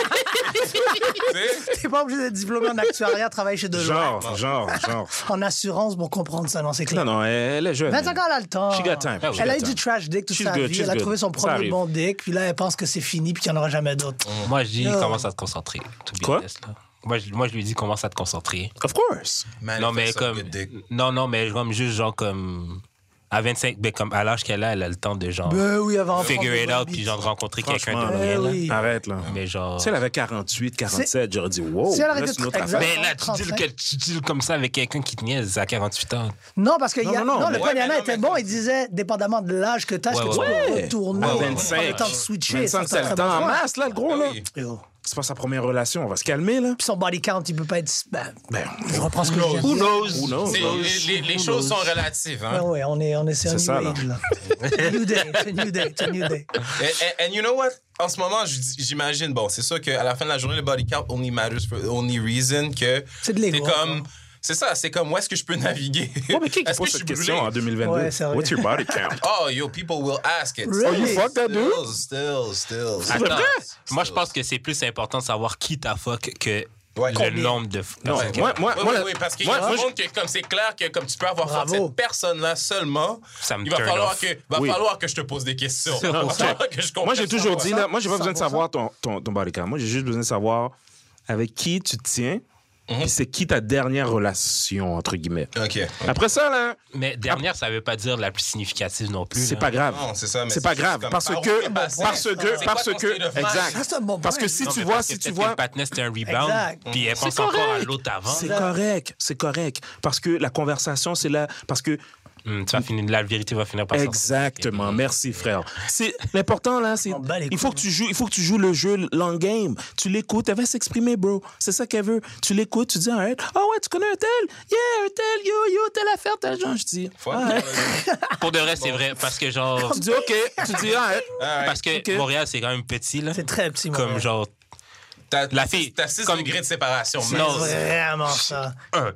T'es pas obligé d'être diplômé en actuariat, travailler chez Deloitte. Genre. En assurance pour comprendre ça, non, c'est clair. Non, elle est jeune. 25 ans, elle a le temps. She got time. Elle a eu du trash dick toute sa vie. Elle a trouvé son premier bon dick, puis là, elle pense que c'est fini, puis qu'il n'y en aura jamais d'autre. Moi, je dis, commence à te concentrer. Quoi? Moi, je lui dis, commence à te concentrer. Of course. Non, mais comme... Non, mais comme juste genre comme... À 25, ben comme à l'âge qu'elle a, elle a le temps de genre figure it out puis genre de rencontrer quelqu'un de bien. Oui. Arrête là. Mais genre si elle avait 48, 47, j'aurais dit wow. Si elle aurait c'est une autre affaire. Mais là tu deals comme ça avec quelqu'un qui te niaise à 48 ans. Non, parce que le Poignana était bon, il disait dépendamment de l'âge que t'as, est-ce que tu peux retourner, 25, le temps de switcher. 25, c'est le temps en masse là, le gros là. C'est pas sa première relation, on va se calmer, là. Puis son body count, il peut pas être... je reprends ce que je viens de dire. Who knows? Les choses sont relatives, hein? Oui, c'est un new age, là. It's a new day. And you know what? En ce moment, j'imagine, bon, c'est sûr qu'à la fin de la journée, le body count only matters for the only reason que... C'est de l'ego. C'est ça, c'est comme où est-ce que je peux naviguer? Mais qui pose cette question en 2022? Ouais, what's your body count? Oh, yo, people will ask it. Really? Oh, you fuck that dude? Still. Attends, moi, je pense que c'est plus important de savoir qui t'a fuck que le nombre de... Non, oui, parce qu'il y a du monde que comme c'est clair que comme tu peux avoir fuck cette personne-là seulement, il va falloir que je te pose des questions. Moi, j'ai toujours dit, là, moi, j'ai pas besoin de savoir ton body count. Moi, j'ai juste besoin de savoir avec qui tu te tiens. Puis c'est qui ta dernière relation, entre guillemets. OK. Après ça, là... Mais dernière, ça veut pas dire la plus significative non plus. C'est pas grave. Non, c'est ça. C'est pas grave. Parce que... Exact. C'est un bon point. Parce que si tu vois... Le patinet, c'était un rebound, puis elle pense encore à l'autre avant. C'est correct. Parce que la conversation, c'est là... Parce que... la vérité va finir par sortir. Exactement. Merci, frère. L'important, là, c'est... Il faut que tu joues le jeu long game. Tu l'écoutes, elle va s'exprimer, bro. C'est ça qu'elle veut. Tu l'écoutes, tu dis, arrête. Ah ouais, tu connais un tel? Yeah, un tel, yo, telle affaire, tel genre. Je dis, pour de vrai, c'est vrai. Parce que genre... Tu dis, OK. Tu dis, arrête. Parce que Montréal, c'est quand même petit, là. C'est très petit, comme genre... La fille, t'as 6 degrés de séparation. C'est vraiment ça. Non,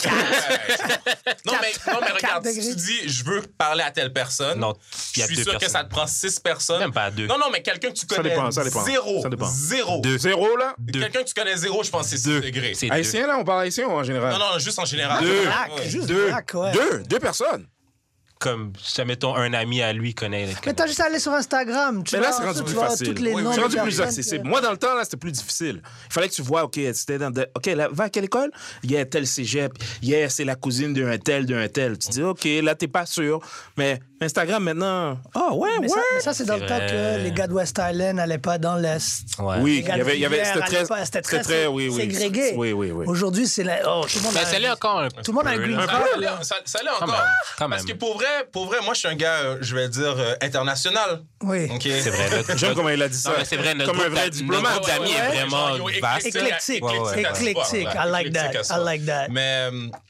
mais regarde, si tu dis, je veux parler à telle personne, non, je suis sûr que ça te prend 6 personnes. Même pas 2. Non, mais quelqu'un que tu connais ça dépend. Zéro. 0, là? Quelqu'un que tu connais 0, je pense que c'est 6 degrés. Haïtien, là, on parle haïtien ou en général? Non, juste en général. 2 personnes. comme, si, mettons, un ami à lui connaît. Mais t'as juste à aller sur Instagram. Mais là, c'est rendu plus facile. C'est rendu plus accessible. Moi, dans le temps, là, c'était plus difficile. Il fallait que tu vois, OK, c'était OK, là, va à quelle école? Yeah, tel cégep. Yeah, c'est la cousine d'un tel. Tu dis, OK, là, t'es pas sûr. Mais Instagram, maintenant, mais ça, c'est dans le temps que les gars de West Island n'allaient pas dans l'Est. Ouais. Oui, c'était très ségrégué. Oui. Aujourd'hui, c'est tout le monde. Mais ça l'est encore. Tout le monde a un green card. Ça l'est encore. Parce que pour vrai, moi, je suis un gars, je vais dire, international. Oui. Okay. C'est vrai. J'aime comment il a dit ça. C'est vrai. Comme un vrai diplomate. Notre d'amis est vraiment vaste. Éclectique. I like that. Mais,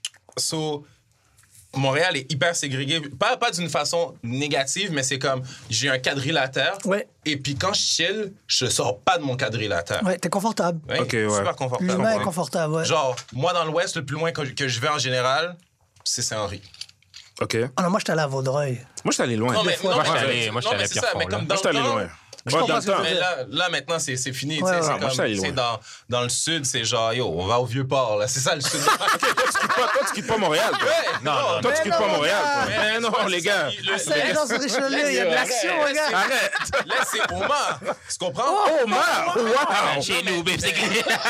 Montréal est hyper ségrégé. Pas d'une façon négative, mais c'est comme, j'ai un quadrilatère. Ouais. Et puis quand je chill, je sors pas de mon quadrilatère. Ouais, t'es confortable. Ouais, super confortable. L'humain est confortable, ouais. Genre, moi, dans l'Ouest, le plus loin que je vais en général, c'est Saint-Henri. OK. Ah non, moi, j'étais allé à Vaudreuil. Moi, j'étais allé loin. Moi, j'étais allé à Pierrefonds. Mais comme dans moi, j'étais allé loin. Mais là, maintenant, c'est fini. C'est dans le sud, c'est genre, yo, on va au Vieux-Port. Là. C'est ça, le sud. Toi, tu quittes pas Montréal. Non, toi, tu quittes pas Montréal. Mais non, les gars. Saint-Jean-sur-Richelieu, il y a de l'action, les gars. Arrête. Là, c'est Omar. Tu comprends? Omar! Wow! Chez nous, bébé, c'est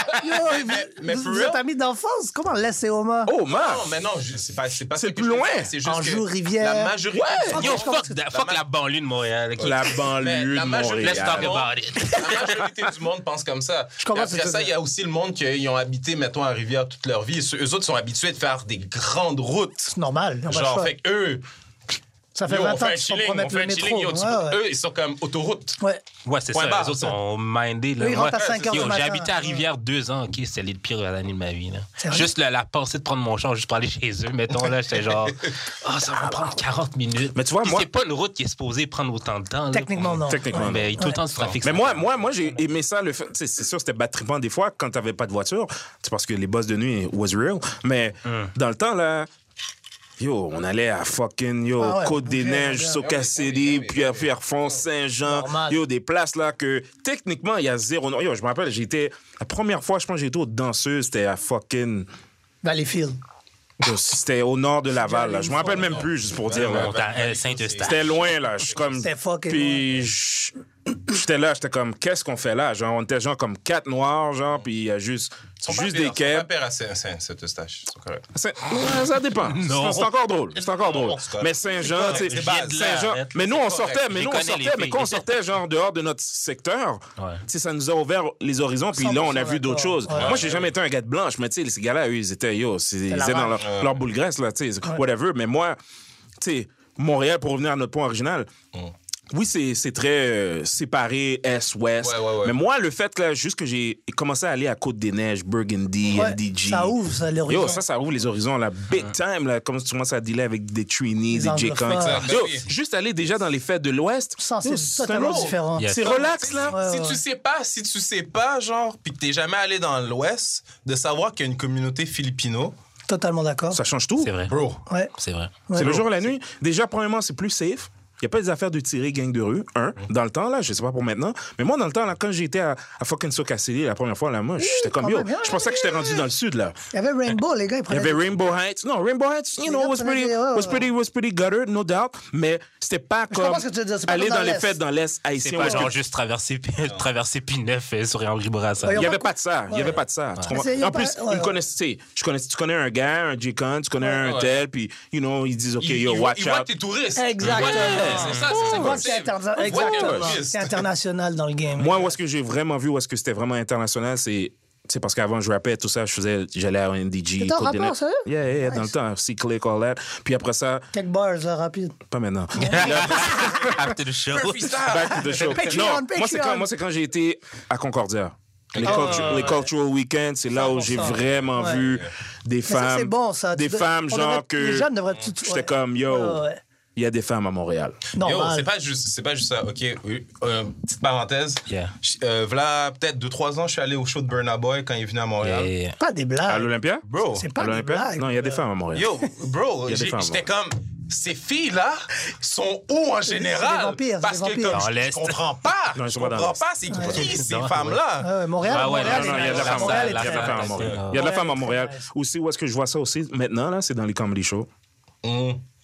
Mais vous êtes amis d'enfance. Comment laisser Omar? Omar! Non, mais non, c'est pas c'est plus loin. C'est juste Anjou, Rivière. La majorité. Yo, fuck la banlieue de Montréal. La banlieue de Montréal. Let's talk about it. La majorité du monde pense comme ça. Après ça, il y a aussi le monde qui ont habité, mettons, à Rivière toute leur vie. Eux autres sont habitués de faire des grandes routes. C'est normal. Genre, fait qu'eux... Ça fait 20 ans qu'ils sont pour mettre le métro. Eux, ils sont comme autoroute. Ouais, c'est ça. Les autres sont mindés. Ils rentrent à 5 heures du matin. J'ai habité à Rivière 2 ans. OK, c'était les pires années de ma vie. Juste la pensée de prendre mon char juste pour aller chez eux. Mettons, là, j'étais genre, ça va prendre 40 minutes. Mais tu vois, moi... c'est pas une route qui est supposée prendre autant de temps. Techniquement, non. Mais il y a tout le temps du trafic. Mais moi, j'ai aimé ça. C'est sûr, c'était battrippant des fois quand t'avais pas de voiture. C'est parce que les boss de nuit was real. Mais dans le temps, là... Yo, on allait à fucking, Côte-des-Neiges, Socacélie, puis à Pierrefonds, Saint-Jean. Yo, des places là que, techniquement, il y a zéro... Yo, je me rappelle, la première fois, je pense que j'étais aux danseuses, c'était à fucking... Valleyfield. C'était au nord de Laval, là. Je me rappelle même plus, juste pour dire. Saint-Eustache. C'était loin, là. Je suis comme... C'était fucking puis j'étais là, j'étais comme, qu'est-ce qu'on fait là? Genre, on était genre comme 4 noirs, genre, puis il y a juste des quais. Ils sont pas pires à Saint-Eustache. Ils sont corrects. Ça dépend. C'est encore drôle. Mais Saint-Jean, tu sais, Saint-Jean. Mais nous, on sortait, mais quand on sortait, genre, dehors de notre secteur, tu sais, ça nous a ouvert les horizons, puis là, on a vu d'autres choses. Moi, j'ai jamais été un gars de blanche, mais tu sais, ces gars-là, eux, ils étaient dans leur boule graisse, là, tu sais, whatever. Mais moi, tu sais, Montréal, pour revenir à notre point original, oui, c'est très séparé, Est-Ouest. Mais moi, le fait que, là, juste que j'ai commencé à aller à Côte-des-Neiges, Burgundy, MDG. Ça ouvre, ça, les horizons. Yo, ça ouvre les horizons, là, big time, là, comme tu commences à dealer avec des Trini, des J-Con. Juste aller déjà dans les fêtes de l'Ouest. C'est totalement différent. C'est relax, là. Si tu sais pas, genre, puis que t'es jamais allé dans l'Ouest, de savoir qu'il y a une communauté filipino. Totalement d'accord. Ça change tout. C'est vrai. Bro. Ouais. C'est vrai. C'est le jour et la nuit. Déjà, premièrement, c'est plus safe. Il n'y a pas des affaires de tirer gang de rue, dans le temps, là, je sais pas pour maintenant. Mais moi, dans le temps, là, quand j'étais à fucking Socacélie la première fois, là, moi, j'étais comme, je pensais que j'étais rendu dans le sud, là. Il y avait Rainbow, les gars, ils prenaient... Il y avait Rainbow Heights. Non, Rainbow Heights, was pretty guttered, no doubt. Mais c'était pas comme aller dans les fêtes dans l'Est haïtien. C'est pas genre juste traverser P9 sur Henri Bourassa. Il n'y avait pas de ça. En plus, tu connais un gars, un J-Con, tu connais un tel, puis, ils disent, OK, yo, watch out. Ils voient que t'es touriste. Exactement. C'est ça, exactement. C'est international dans le game. Moi, où est-ce que j'ai vraiment vu où est-ce que c'était vraiment international, c'est parce qu'avant, je rappais, tout ça, j'allais à NDG. T'es en rapport, sérieux? Yeah, nice. Dans le temps, C-Click, all that. Puis après ça... Quelques bars, là, rapide. Pas maintenant. After the show. Back to the show. Patreon. Moi, c'est quand j'ai été à Concordia. Les cultural weekends, c'est là où j'ai vraiment vu des femmes. Ça, c'est bon, ça. Des femmes, genre que... Les jeunes devraient tout... J'étais comme, yo... Il y a des femmes à Montréal. Yo, c'est pas juste ça. OK, petite parenthèse. Yeah. Voilà, peut-être 2-3 ans, je suis allé au show de Burna Boy quand il est venu à Montréal. Yeah. Pas des blagues. À l'Olympia? Bro. C'est pas des blagues. Non, il y a des femmes à Montréal. Yo, bro, j'étais comme... Ces filles-là sont où en général? Des vampires. Parce que comme je comprends pas. Non, je comprends pas c'est qui ces femmes-là. Montréal, il y a de la femme à Montréal. Il y a de la femme à Montréal. Aussi, où est-ce que je vois ça aussi maintenant, là, c'est dans les comedy shows.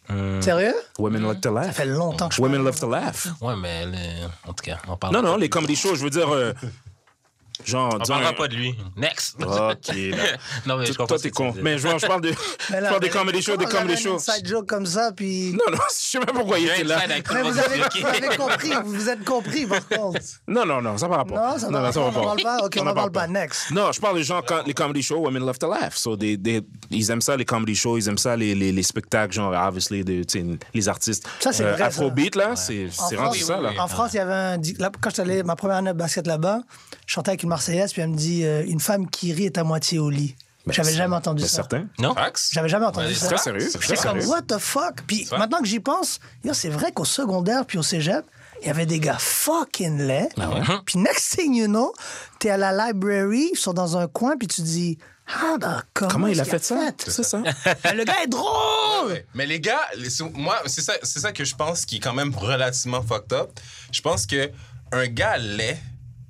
Sérieux? Women Love to Laugh. Ça fait longtemps que je Women Love to Laugh. Ouais, mais en tout cas, on parle. Non, les comedy shows, je veux dire... genre, On parlera pas de lui. Next. OK, là. Non, mais je comprends. Toi, t'es con. Mais je parle de... Je parle des comedy shows, des comedy shows. Un inside joke comme ça, puis... Non, je sais même pas pourquoi il était là. Mais vous avez compris, vous êtes compris, par contre. Non, ça va pas. Non, ça va pas. OK, on n'en parle pas. Next. Non, je parle des gens, quand les comedy shows, Women Love to Laugh. So, ils aiment ça, les comedy shows, ils aiment ça, les spectacles, genre, obviously, les artistes. Ça, c'est vrai, Afrobeat, là, c'est rendu ça, là. En France, il y avait quand j'étais allé ma première année de basket là-bas, je chantais avec une Marseillaise, puis elle me dit une femme qui rit est à moitié au lit. J'avais jamais entendu ça. Certain. Non? J'avais jamais entendu ça. C'est très sérieux. J'étais comme, what the fuck? Puis maintenant que j'y pense, c'est vrai qu'au secondaire puis au cégep, il y avait des gars fucking laids. Puis next thing you know, t'es à la library, ils sont dans un coin, puis tu dis, comment il a fait ça? C'est ça. Le gars est drôle! Ouais. Mais les gars, moi, c'est ça que je pense qui est quand même relativement fucked up. Je pense que un gars laid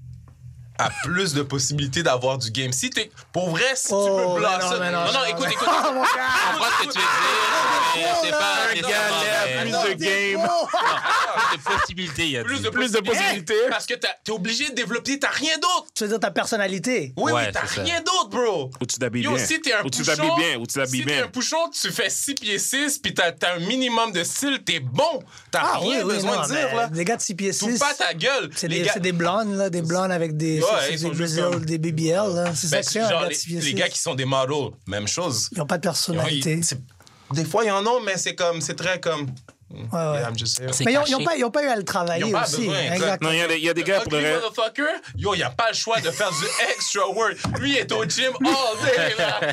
a plus de possibilités d'avoir du game. Si t'es... Pour vrai, si tu veux blosser... Non, écoute. Je comprends ce que tu veux dire. C'est pas... Un gars laid a plus de game. Des possibilités, il y a Plus de possibilités. Parce que t'es obligé de développer, t'as rien d'autre. Tu veux dire ta personnalité? Oui, Ouais, t'as c'est ça. rien d'autre, bro. Ou tu t'habilles Yo, bien. si t'es un Ou tu pouchon... t'habilles bien. Si t'es un pouchon, tu fais 6 pieds 6, puis t'as un minimum de style, t'es bon. T'as rien besoin de dire, là. Des gars de 6 pieds 6. Tout pas ta gueule. C'est des blondes, là. Des blondes avec des... ils sont des juste Brazil, comme... des BBL, là. C'est ça que c'est, un genre gars de 6 pieds 6. les gars qui sont des models, même chose. Ils n'ont pas de personnalité. Des fois, il y en a, mais c'est très comme... Ouais. I'm just here. Mais ils n'ont pas eu à le travailler Ils ont pas aussi. besoin, exact. Non, il y a des gars pour Ugly de vrai. motherfucker, yo, il a pas le choix de faire du extra work. Lui, il est au gym all day,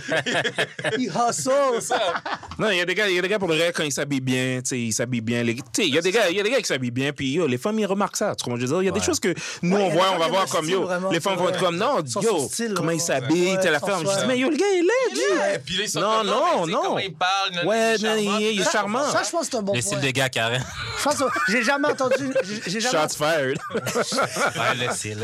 là. Il hustle. Non, il y a des gars pour de vrai, quand ils s'habillent bien, tu sais, ils s'habillent bien. Tu sais, il y a des gars qui s'habillent bien, puis yo, les femmes, ils remarquent ça. Tu comprends, je veux dire? Il y a des choses que nous, on va voir comme yo. Les femmes vont être comme, non, yo, comment ils s'habillent, telle affaire. Je dis, mais yo, le gars, il est Et puis là, ils sont Non, comme, non, mais non. comment il parle, Ouais, il est charmant. il est charmant. Ça, je pense que c'est un bon Le point. style de gars, Karen. Je pense que j'ai jamais entendu... Shots fired. Ouais, le style.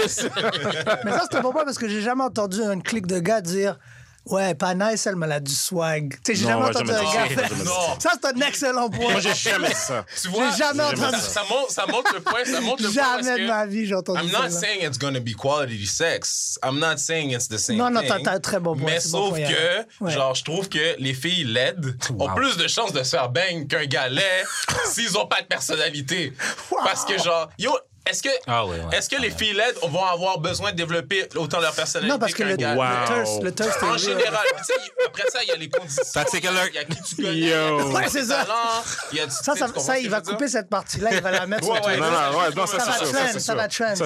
Mais ça, c'est un bon point parce que j'ai jamais entendu un clic de gars dire... Ouais, pas nice, elle, mais elle a du swag. Tu sais, j'ai Non, jamais ouais, entendu jamais un dit gars ça. faire... Non. Ça, c'est un excellent point. Moi, j'ai jamais dit ça. Tu vois, J'ai jamais entendu ça montre le point, Jamais de ma vie, j'ai entendu I'm ça. not saying it's gonna be quality sex. I'm not saying it's the same Non, thing. t'as un très bon point. Mais c'est bon sauf point, que, ouais. genre, je trouve que les filles laides ont plus de chances de se faire bang qu'un gars laid s'ils ont pas de personnalité. Parce que, genre, yo, est-ce que les filles laides vont avoir besoin de développer autant leur personnalité Non, parce que qu'un le gars le thirst En est général, tu sais, après ça, il y a les conditions. Il y a qui tu connais. Yo. Ouais, c'est ça. Il y a Ça, il va couper cette partie-là, il va la mettre sur Ouais, Twitter. Non, ça, c'est sûr. Ça va trend,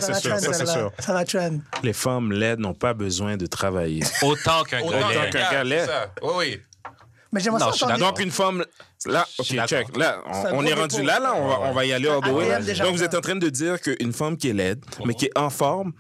ça va trend. Les femmes laides n'ont pas besoin de travailler. Autant qu'un gars Autant laid. qu'un gars laid. Oui. Mais j'aimerais Non, ça je suis entendre... Donc, une femme... Là, OK, suis d'accord. check. Là, C'est un on gros est rendu dépôt. là, on va y aller hors de way. ATM déjà. Donc, vous êtes en train de dire qu'une femme qui est laide, mais qui est en forme,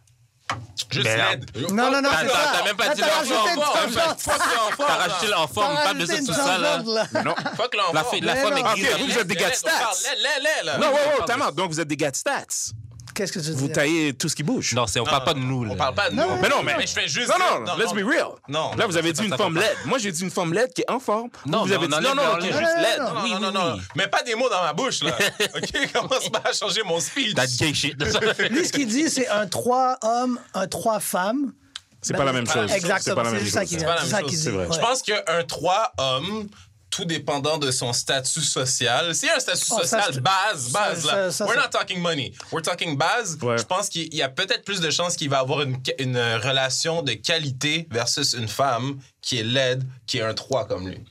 Juste Ben, laide. Non, c'est ça. T'as même pas dit T'as l'enfant. rajouté une tangente. T'as rajouté en forme, pas besoin de tout ça, là. non. Fuck La l'enfant. femme est Ok, grise. vous êtes des gars de stats. Là. Non, tellement. Donc, vous êtes des gars de stats. Qu'est-ce que tu Vous dis? taillez tout ce qui bouge. Non, on parle pas de nous, là. On parle pas de nous. Mais non, mais... je fais juste. Non, let's be real. Non. Là, vous avez dit ça, une ça femme fait pas. laide. Moi, j'ai dit une femme laide qui est en forme. Non, vous avez dit non, non, qui est non, juste laide. Non. Mets pas des mots dans ma bouche, là. OK, commence pas à changer mon speech. That gay shit. Lui, ce qu'il dit, c'est un 3 hommes, un 3 femmes. C'est pas la même chose. Exactement, C'est pas la c'est même juste ça chose. qu'il C'est pas la dit. même C'est ça chose, qu'il dit. c'est vrai. Ouais. Je pense qu'un 3 hommes, tout dépendant de son statut social. C'est un statut Oh, ça, social base, là. ça, We're ça. not talking money. We're talking base. Ouais. Je pense qu'il y a peut-être plus de chances qu'il va avoir une relation de qualité versus une femme qui est laide, qui est un 3 comme lui.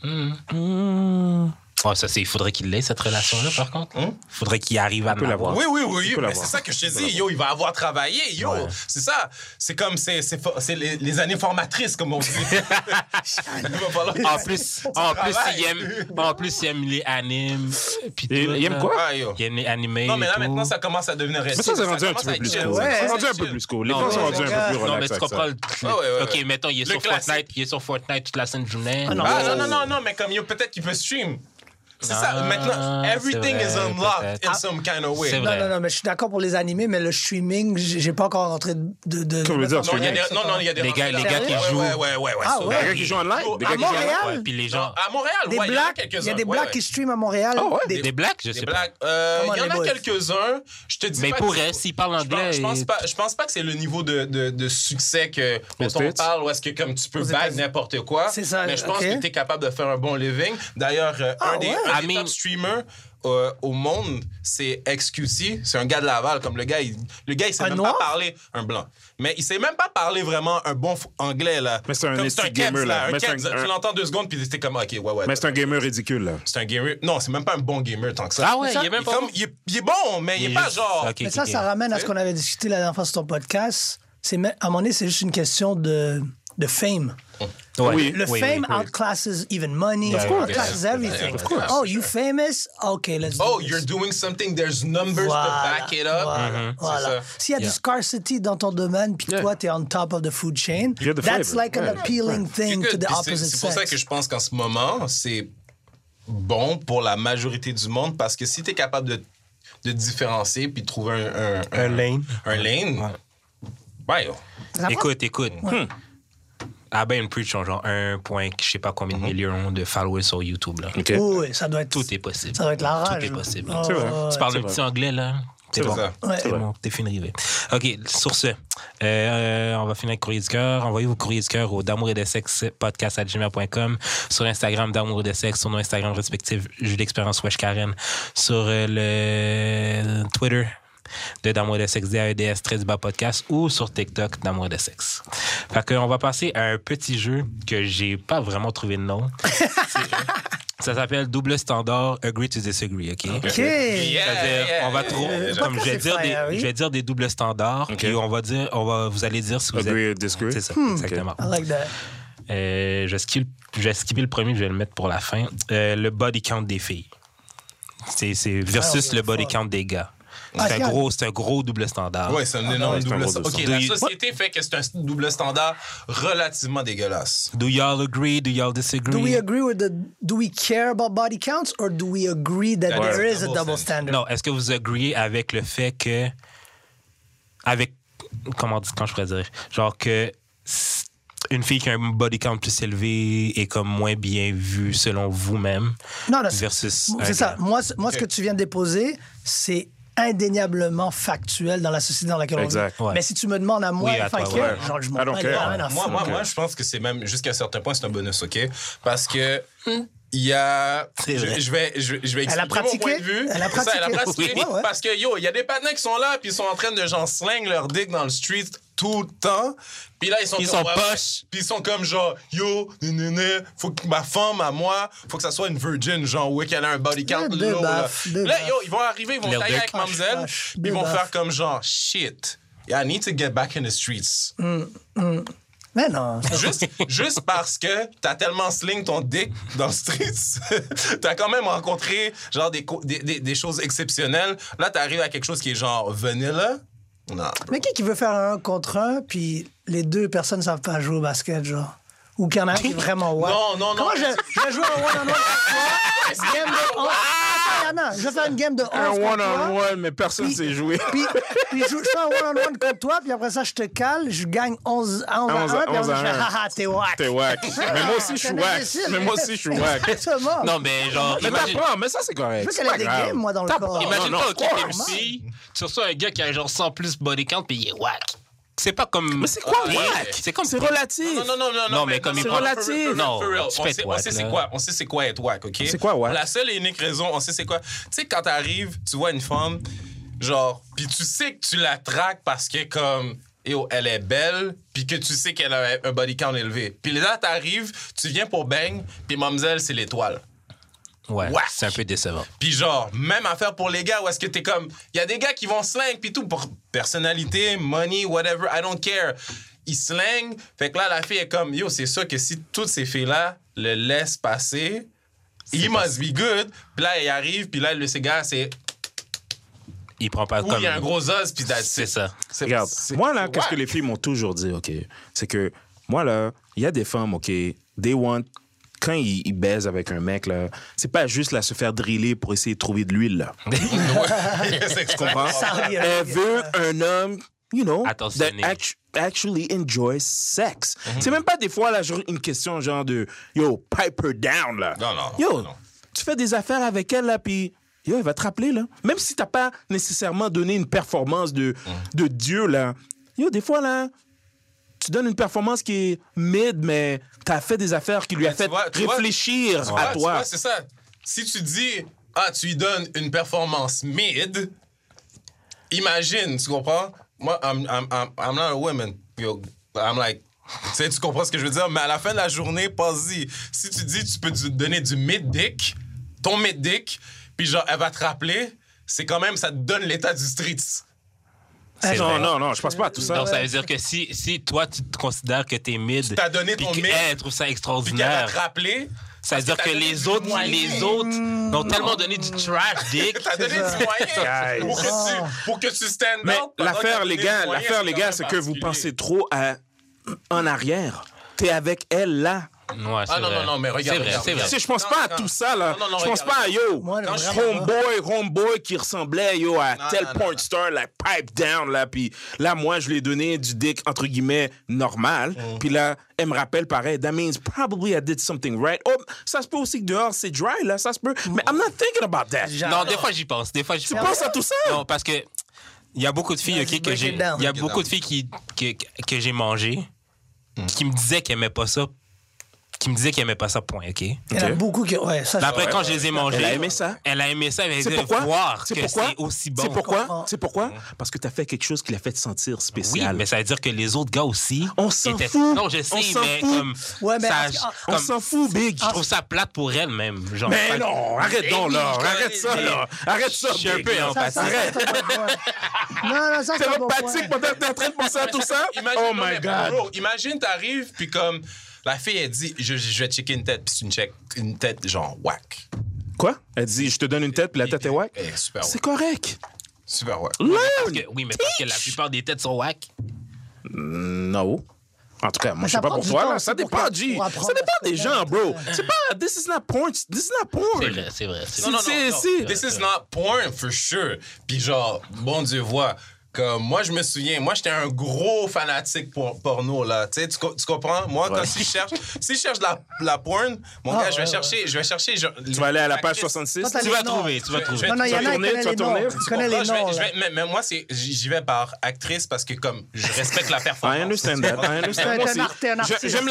Oh, il faudrait qu'il l'ait, cette relation-là, par contre. Il faudrait qu'il arrive à peut l'avoir. l'avoir. Oui, peux mais l'avoir. c'est ça que je te dis. Yo, il va avoir travaillé. Yo, c'est ça. C'est comme, c'est les années formatrices, comme on dit. Il va falloir... En plus, il aime les animes. Puis tout, Il aime là. quoi? Ah, yo. Il aime les animés. Non, mais là, et tout. maintenant, ça commence à devenir Mais ça, c'est rendu un petit peu plus cool. C'est rendu un peu plus cool. Les gens sont rendus un peu plus Non, mais relax tu avec comprends ça. le... Ouais. OK, mettons, il est sur Fortnite toute la semaine journée. Ah, non. Ah, non, mais comme yo, peut-être qu'il peut stream. C'est ça. Maintenant, everything is unlocked in some kind of way. Non, mais je suis d'accord pour les animés, mais le streaming, j'ai pas encore rentré de Comment dire, non, il y a des les gars qui jouent. Ouais. Ah ouais? Les gars qui jouent online. À Montréal? Puis les gens. À Montréal, Des il y en a blacks, quelques-uns. il y a des blacks qui streament à Montréal. Des blacks, je sais pas. Il y en a quelques-uns. Je te dis mais pas pourrait, s'ils parlent anglais. Je pense pas que c'est le niveau de succès que on parle, où est-ce que comme tu peux bag n'importe quoi. C'est ça. Mais je pense que tu es capable de faire un bon living. D'ailleurs, un des top streamers au monde, c'est XQC. C'est un gars de Laval. Comme le gars, il sait même pas parler un blanc. Mais il sait même pas parler vraiment un bon anglais, là. Mais c'est un gamer, là. Mais tu l'entends 2 secondes, puis t'es comme, OK, ouais. Mais c'est un gamer ridicule, là. C'est un gamer. Non, c'est même pas un bon gamer tant que ça. Ah ouais, il est même pas bon. Il est bon, mais il est pas genre. Mais ça ramène à ce qu'on avait discuté la dernière fois sur ton podcast. À un moment donné, c'est juste une question de fame. Oui, le fame outclasses even money. Outclasses everything. Oh, you famous? Okay, let's do this. You're doing something. There's numbers to back it up. Voilà. S'il y a du scarcity dans ton domaine, puis toi, t'es on top of the food chain, that's like an appealing thing to the opposite sex. C'est pour ça que je pense qu'en ce moment, c'est bon pour la majorité du monde, parce que si t'es capable de différencier puis de trouver un lane. Écoute. Abba and Preach ont genre 1 point, je sais pas combien de millions de followers sur YouTube. Là. Okay. Oui, ça doit être... Tout est possible. Ça doit être la rage. Tout est possible. C'est vrai. Tu parles un petit anglais, là? C'est bon. C'est bon. T'es fini rivé. OK, sur ce, on va finir avec Courrier du cœur. Envoyez vos courriers du cœur au d'amour et de sexe podcast@gmail.com, sur Instagram d'amour et de sexe, sur nos Instagram respectifs J'ai l'expérience Wesh Karen, sur le Twitter de D'amour et de sexe DAEDS podcast ou sur TikTok D'amour et de sexe. Fait qu'on va passer à un petit jeu que j'ai pas vraiment trouvé de nom. Ça s'appelle Double Standard Agree to Disagree, OK? C'est-à-dire, on va comme je vais dire des doubles standards, et vous allez dire si vous Agree êtes... disagree? C'est ça, exactement. I like that. Je vais skipper le premier, je vais le mettre pour la fin. Le body count des filles. C'est versus le body count des gars. C'est un gros double standard. Oui, c'est un énorme double standard. OK, la société fait que c'est un double standard relativement dégueulasse. Do y'all agree? Do y'all disagree? Do we care about body counts or do we agree that there is a double standard? Non, est-ce que vous agreez avec le fait que... Quand je pourrais dire? Genre que... Une fille qui a un body count plus élevé est comme moins bien vue selon vous-même versus... C'est ça. Moi, ce que tu viens de déposer, c'est indéniablement factuel dans la société dans laquelle on vit. Ouais. Mais si tu me demandes à moi, genre, je m'en Moi, je pense que c'est même, jusqu'à un certain point, c'est un bonus, OK? Parce que... Il y a... Je vais expliquer mon point de vue. Elle a pratiqué. Ouais. Parce que, il y a des patins qui sont là, puis ils sont en train de, genre, sling leur dick dans le street tout le temps. Puis là, ils sont poches. Puis ils sont comme, genre, faut que ma femme, à moi, faut que ça soit une virgin, genre, qu'elle a un body count low. Là, ils vont arriver, ils vont tailler avec mademoiselle, puis ils vont faire comme, genre, shit, I need to get back in the streets. Mais non. Juste parce que t'as tellement sling ton dick dans le streets, t'as quand même rencontré genre des choses exceptionnelles. Là, t'arrives à quelque chose qui est genre vanilla. Non. Mais qui veut faire un 1 contre 1 puis les 2 personnes savent pas jouer au basket, genre? Ou qu'il y en a un qui est vraiment wack? Non. Comment je vais jouer un one-on-one avec toi? Game de 11. Attends, je vais faire une game de 11 un contre toi. one-on-one, mais personne ne sait jouer. Puis je fais un one-on-one contre toi, puis après ça, je te cale, je gagne 11 à 1, puis après ça, je fais haha, t'es wack. T'es wack. Mais moi aussi, je suis wack. Exactement. Non, mais genre... Mais t'apprends, mais ça, c'est correct. Je veux qu'elle ait des games, moi, dans le corps. Imagine pas, OK, t'es une fille, tu reçois un gars qui a genre 100 plus body count, puis il est wack. C'est pas comme... Mais c'est quoi, wack? C'est relatif. Non, mais comme c'est relatif. Non, on sait c'est quoi être wack, OK? C'est quoi, wack? La seule et unique raison, on sait c'est quoi. Tu sais, quand t'arrives, tu vois une femme, genre, puis tu sais que tu la traques parce que, comme... elle est belle, puis que tu sais qu'elle a un body count élevé. Puis là, t'arrives, tu viens pour bang, puis mademoiselle, c'est l'étoile. Ouais, c'est un peu décevant. Puis genre, même affaire pour les gars, où est-ce que t'es comme... Il y a des gars qui vont slang, puis tout, pour personnalité, money, whatever, I don't care. Ils slang, fait que là, la fille est comme, c'est sûr que si toutes ces filles-là le laissent passer, he must be good. Puis là, il arrive, puis là, ces gars, c'est... Il prend pas comme... il y a un gros os, puis c'est ça. Regarde, moi, là, qu'est-ce que les filles m'ont toujours dit, OK? C'est que, moi, là, il y a des femmes, OK, they want quand il baise avec un mec, là, c'est pas juste là, se faire driller pour essayer de trouver de l'huile. Là. Tu comprends? Elle veut un homme, you know, that actually enjoys sex. C'est même pas des fois là, genre, une question genre de yo, pipe her down. Là. Non. Tu fais des affaires avec elle, là, puis yo, elle va te rappeler. Là. Même si t'as pas nécessairement donné une performance de Dieu, là. Yo, des fois, là, tu donnes une performance qui est mid, mais t'as fait des affaires qui lui a fait réfléchir à toi. Tu vois, c'est ça. Si tu dis, tu lui donnes une performance mid, imagine, tu comprends? Moi, I'm not a woman. Yo, I'm like, tu comprends ce que je veux dire? Mais à la fin de la journée, pas-y. Si tu dis, tu peux te donner du mid-dick, ton mid-dick, puis genre, elle va te rappeler, c'est quand même, ça te donne l'état du street. Non, je pense pas à tout ça. Donc, ça veut dire que si toi, tu te considères que t'es mid, tu t'as donné ton mid, elle trouve ça extrastraordinaire. Puis qu'elle va te rappeler, ça veut dire que les autres ont tellement donné du trash dick. T'as donné du moyen pour que tu stand mais out. L'affaire, les gars, c'est que vous pensez trop en arrière. T'es avec elle, là. Ouais, non, mais regarde. C'est vrai. Je pense pas à tout ça, là. Je pense pas à yo. Homeboy qui ressemblait, yo, à tel porn star, like, pipe down, là. Puis là, moi, je lui ai donné du dick, entre guillemets, normal. Puis là, elle me rappelle pareil. That means probably I did something right. Oh, ça se peut aussi que dehors, c'est dry, là. Ça se peut. Mais I'm not thinking about that. Non, des fois, j'y pense. Tu penses à tout ça? Non, parce que il y a beaucoup de filles, OK, que j'ai... Il y a beaucoup de filles que j'ai mangé qui me disaient qu'elles aimaient pas ça. Point, OK? Il y en a beaucoup qui... Ouais, ça, après, quand je les ai mangés... Elle a aimé ça. Elle a aimé ça. Elle c'est a pourquoi? voir que c'est aussi bon. C'est pourquoi? Parce que t'as fait quelque chose qui l'a fait te sentir spécial. Oui, mais ça veut dire que les autres gars aussi... On s'en fout. Non, je sais, mais comme... Ouais, mais on s'en fout, Big. Je trouve ça plate pour elle, même. Genre, mais non, arrête donc, là. Arrête ça, là. Arrête ça, je suis un peu empathique. Arrête. Non, ça, c'est pas bon. T'es empathique pendant que t'es en train de penser à tout ça? Oh my God. Bro, imagine, t'arrives, puis comme... La fille, elle dit, je vais checker une tête, puis c'est une tête genre whack. Quoi? Elle dit, je te donne une tête, puis la tête est whack? Super c'est correct. Super whack. Oui, mais parce que la plupart des têtes sont whack. Non. En tout cas, moi, je sais pas pour toi, là. Ça dépend, G. Ça dépend des gens, bro. C'est pas, this is not porn. C'est vrai. Non. This is not porn, for sure. Puis genre, bon Dieu voit. Comme moi, je me souviens, moi, j'étais un gros fanatique porno, là. Tu sais, tu comprends? Moi, quand si je cherche la porn, mon gars, je vais chercher. Tu vas aller à la page 66? Tu vas trouver. Non, il y en a qui connaissent les noms. Mais moi, j'y vais par actrice parce que, comme, je respecte la performance. I understand that. J'aime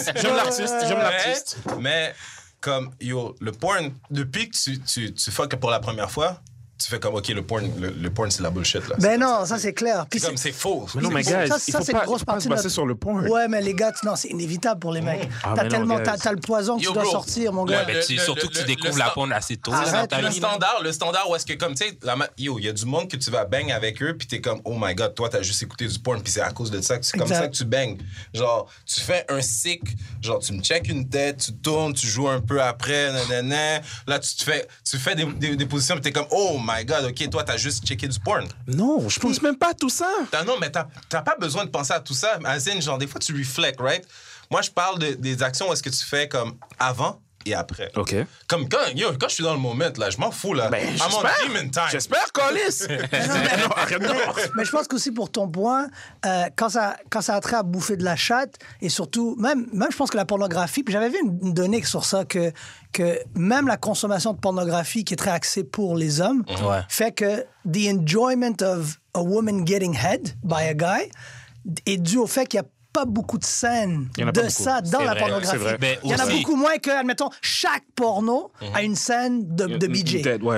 l'artiste. Mais, comme, yo, le porn, depuis que tu fuck pour la première fois, tu fais comme, OK, le porn, c'est la bullshit, là. Ben non, ça, c'est clair. Puis comme, c'est faux. Mais non, mais gars, il faut pas se baser sur le porn. Ouais, mais les gars, non, c'est inévitable pour les mecs. T'as le poison que tu dois sortir, mon gars. Ouais, mais surtout que tu découvres la porn assez tôt. Le standard où est-ce que, comme, tu sais, il y a du monde que tu vas bang avec eux, puis t'es comme, oh my God, toi, t'as juste écouté du porn, puis c'est à cause de ça que c'est comme ça que tu bangs. Genre, tu fais un sick, genre, tu me check une tête, tu tournes, tu joues un peu après, nanana. Là, tu fais des positions, puis t'es comme, oh my God, OK, toi, t'as juste checké du porn. Non, je pense même pas à tout ça. Non, mais t'as pas besoin de penser à tout ça. Genre, des fois, tu reflects, right? Moi, je parle des actions où est-ce que tu fais comme avant et après. OK. Comme quand je suis dans le moment, là, je m'en fous, là. Ben, j'espère, Colis. Mais je pense qu'aussi pour ton point, quand ça a trait à bouffer de la chatte, et surtout, même je pense que la pornographie, puis j'avais vu une donnée sur ça, que même la consommation de pornographie qui est très axée pour les hommes, fait que the enjoyment of a woman getting head by a guy est dû au fait qu'il y a pas beaucoup de scènes de ça dans la pornographie. Il y en a beaucoup moins que, admettons, chaque porno a une scène de BJ.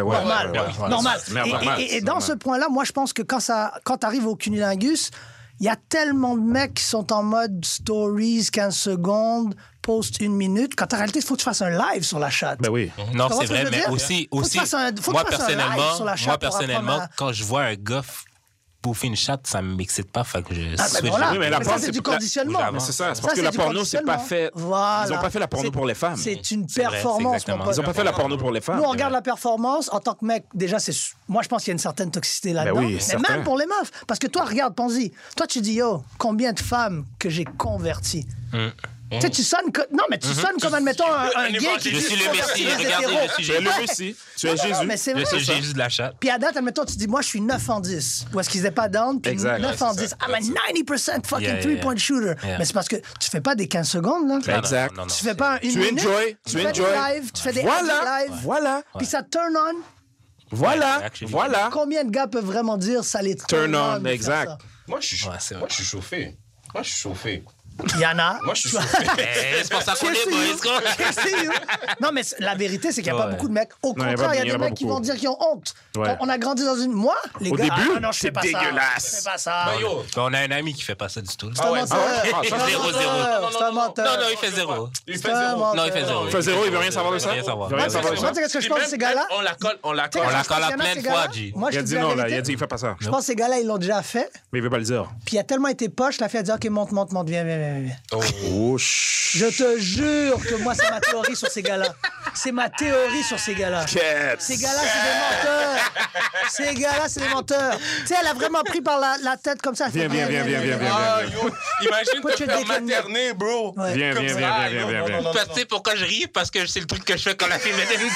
Normal. Et dans ce point-là, moi, je pense que quand t'arrives au cunilingus, il y a tellement de mecs qui sont en mode stories, 15 secondes, post 1 minute, quand en réalité, il faut que tu fasses un live sur la chatte. Ben oui. Non, c'est vrai, mais aussi moi, personnellement, quand je vois un gars bouffer une chatte, ça m'excite pas. Fait que je switch. Mais ça, c'est du conditionnement. C'est ça. C'est parce que la porno, c'est pas fait. Ils ont pas fait la porno pour les femmes. C'est une performance, mon pote. Ils ont pas fait la porno pour les femmes. Nous, on regarde la performance. En tant que mec, déjà, moi, je pense qu'il y a une certaine toxicité là-dedans. Oui, mais même pour les meufs. Parce que toi, regarde, pense-y. Toi, tu dis, yo, combien de femmes que j'ai converties? Tu sais, tu sonnes non, mais tu sonnes comme, admettons, un gay qui Je dit suis le Messie, regardez, je suis Tu es Jésus. le Messie. Tu es Jésus. mais c'est Je vrai. suis Jésus de la chatte. Puis à date, admettons, tu dis, moi, je suis 9 en 10. Ou est-ce qu'ils étaient pas down? Puis Exact. 9 en 10. I'm a 90% fucking Yeah, three-point shooter. Yeah. Mais c'est parce que tu fais pas des 15 secondes, là. Exact. Non, Tu fais pas une Tu minute. enjoy. Tu fais des lives, tu fais des live. Voilà. Puis ça turn on. Voilà. actually. Voilà. Combien de gars peuvent vraiment dire ça les Turn on, de faire exact. ça? Moi, je suis Ouais, c'est vrai. moi, je suis chauffé. Moi, je suis chauffé. Il y en a. Moi, je suis chauffé. C'est pour ça qu'on est boys. Non, mais la vérité, c'est qu'il n'y a pas Ouais. beaucoup de mecs. Au Non, il y a contraire, pas- il y a il y en des a pas mecs qui beaucoup. vont dire qu'ils ont honte. Ouais. On a grandi dans une. Moi, les Au gars. début, ah, non, je fais c'est pas ça. dégueulasse. Je fais pas ça. Ben, yo, On a un ami qui fait pas ça du tout. C'est un ouais. menteur. Ah, C'est un 0-0. menteur. C'est un menteur. Non, il fait 0. il fait C'est un 0. menteur. Non, il fait 0. Il fait 0, il veut rien savoir de ça. Rien savoir. Il veut rien Ouais, savoir de Moi, ça. tu sais qu'est-ce que je pense de ces gars-là? On la colle, on la Tu sais colle. On la qu'est-ce que je pense colle à qu'il y en a, plein ces de fois, gars-là? G. Moi, Il je a te dit dis la non, là. vérité. Il a dit il fait pas ça. Je pense que ces gars-là, ils l'ont déjà fait. Mais il veut pas le dire. Puis il a tellement été poche, la fille a dit, OK, monte, viens. Oh, chut. Je te jure que moi, c'est ma théorie sur ces gars-là. C'est ma théorie sur ces gars-là. Quête. Ces gars-là, c'est des menteurs. Ces gars-là, c'est des menteurs. Tu sais, elle a vraiment pris par la tête comme ça. Viens. Ah, yo, imagine Put te your faire dick in me. materner, bro. Ouais. Viens. Comme ça. Ah, yo, non, non, non, Parce que tu sais pourquoi je ris? Parce que c'est le truc que je fais quand la fille me dit.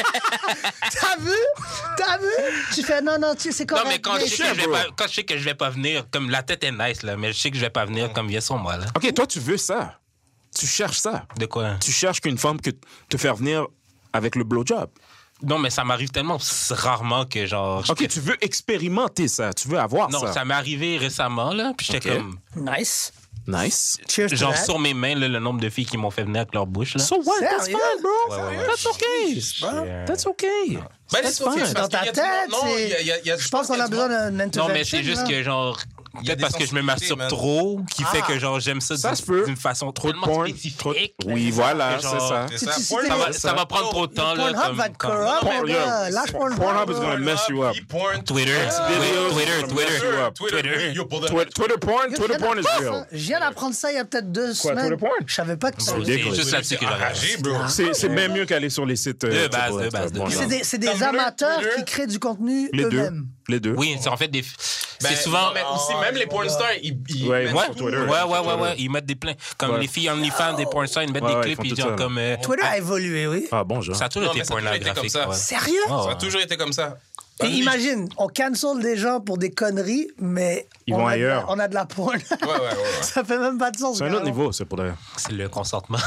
T'as vu? Tu fais non, tu sais, c'est Non, correct. mais quand je, sais viens. que je vais pas, quand je sais que je vais pas venir, comme la tête est nice, là, mais je sais que je vais pas venir comme viens sur moi, là. OK, toi, tu veux ça. Tu cherches ça. De quoi? Tu cherches qu'une femme que te faire venir avec le blowjob. Non, mais ça m'arrive tellement rarement que genre. OK, tu veux expérimenter ça. Tu veux avoir Non, ça. ça m'est arrivé récemment, là, puis j'étais Ok. comme. Nice. Nice. Cheers to Genre that. sur mes mains, là, le nombre de filles qui m'ont fait venir avec leur bouche, là. So what? That's Sérieux? fine, bro. ouais. That's okay. That's okay. Ben, That's c'est pas fine. fine, Dans parce ta qu'il y a du- tête, non, c'est- il y a- Je pense qu'on a besoin d'une intervention. Non, mais c'est juste que, genre, Il y a peut-être des parce que je me masturbe sensibilités, trop, qui fait Ah. que, genre, j'aime ça, Ça se peut. d'une façon Trop de tellement porn. spécifique. trop de- Oui, voilà, que c'est genre- ça. C'est Si ça. tu- si Porn, t'es- Ça va prendre trop de temps, là. Pornhub va te corrupt, mon Porn- gars. yo, Lâche Pornhub Pornhub. is gonna mess you up. Twitter. Videos, Twitter. Yo, pour de- Twitter porn is real. Je viens d'apprendre ça il y a peut-être 2 Quoi, semaines. Twitter porn? Je savais pas que ça. C'est juste là-dessus que enragé, j'aurais. bro. C'est bien mieux qu'aller sur les sites. De base, pour de être base, de bon, base. genre. C'est des Tumblr, amateurs Twitter. qui créent du contenu Les deux. eux-mêmes. Les deux. Oui, c'est en fait des. Ben, C'est souvent. Mais aussi, même les porn stars, ils Ouais, mettent ouais. tout. Twitter. Ouais. Ils mettent des pleins. Comme Ouais. les filles OnlyFans, des pornstars, ils mettent Ouais, des ouais, clips, ils font ils tout disent ça, comme. Twitter a évolué, oui. Ah, bon, genre. Ça a toujours Non, été mais ça a toujours été pornographique. comme ça. ouais. Sérieux? Oh, Ça a ouais. toujours été comme ça. Et imagine, on cancel des gens pour des conneries, mais Ils on vont a de la- ailleurs. on a de la porn. Ouais. Ça fait même pas de sens. C'est un autre carrément. niveau, c'est pour d'ailleurs. C'est le consentement.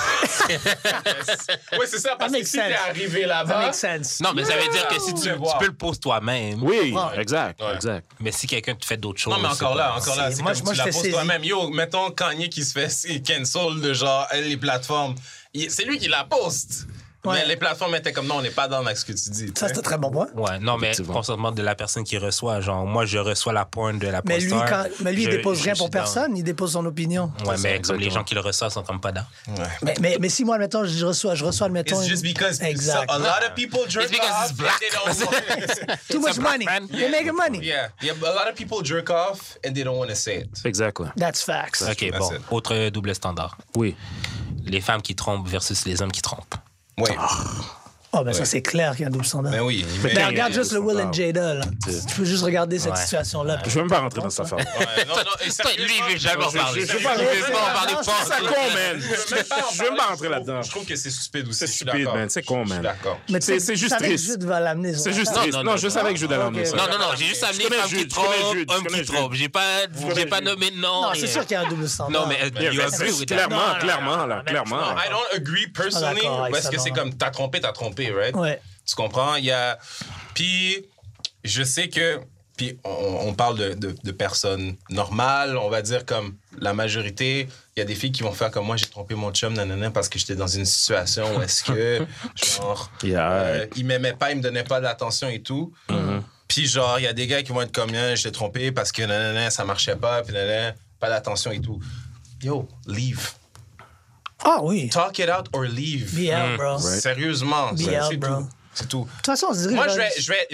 Ouais, c'est ça, parce que makes si t'es sense. arrivé Ça là-bas. make sense. Non, mais ça veut dire que si Tu tu veux voir. peux le poser toi-même. Oui, Ouais. exact, Ouais. exact. Mais si quelqu'un te fait d'autres choses. Non, mais c'est encore là, pas- c'est Moi, comme moi, tu je la fais poses saisie. toi-même. Yo, mettons Kanye qui se fait cancel de genre les plateformes. C'est lui qui la poste. Ouais. Mais les plateformes étaient comme non, on n'est pas dans avec ce que tu dis. Ça, c'est un très bon point. Ouais, non, mais Effectivement. consentement de la personne qui reçoit. Genre, moi, je reçois la porn de la Mais lui, posteur. il dépose rien pour suis down. personne, il dépose son opinion. Ouais, C'est mais ça, comme les exactement. gens qui le reçoivent sont comme pas dans. Mais si moi, admettons, je reçois, admettons. It's just because Exact. a lot of people jerk It's because off. it's black. and they don't Too much It's a black money. man. They're making money. yeah, a lot of people jerk off and they don't want to say it. Exact, quoi. That's facts. OK, That's bon. it. Autre double standard. Oui. Les femmes qui trompent versus les hommes qui trompent. Oui. Oh, ben ça, c'est clair qu'il y a un double standard. Ben oui. Mais regarde juste le Will and Jada, là. C'est- Tu peux juste regarder cette Ouais. situation-là. Je veux même pas rentrer dans cette affaire. Ouais, non, et Toi, lui, il veut jamais en parler. je veux pas- Il veut pas en parler Non, pas. C'est con, man. Je veux même pas rentrer là-dedans. Je trouve que c'est stupide aussi. C'est je suis stupide, d'accord. man. C'est con, Je suis man. d'accord. Mais tu sais, C'est tu juste savais que triste. Jude va l'amener sur C'est la juste table. triste. Non, je savais que je voulais l'emmener ça. Non, j'ai juste amené connais femmes qui Jude, je connais trompent, Jude, je hommes connais qui Jude. trompent. J'ai pas nommé de nom. Non, rien. c'est sûr qu'il y a un double standard. Non, mais you agree with that. Clairement, là, clairement. Non, I don't agree personally. d'accord avec Parce ça, que c'est non. comme t'as trompé, right? Ouais. Tu comprends? Il y a. Puis, je sais que. Puis, on parle de personnes normales, on va dire comme la majorité. Il y a des filles qui vont faire comme moi, j'ai trompé mon chum, nanana, parce que j'étais dans une situation où est-ce que, genre, Yeah. il m'aimait pas, il me donnait pas d'attention et tout. Puis, genre, il y a des gars qui vont être comme, j'étais trompé parce que nanana, ça marchait pas, puis nanana, pas d'attention et tout. Yo, leave. Ah oui. Talk it out or leave. Be out, bro. Right. Sérieusement, Be c'est out, bro. tout. C'est tout. De toute façon, on se dirige Moi, vers-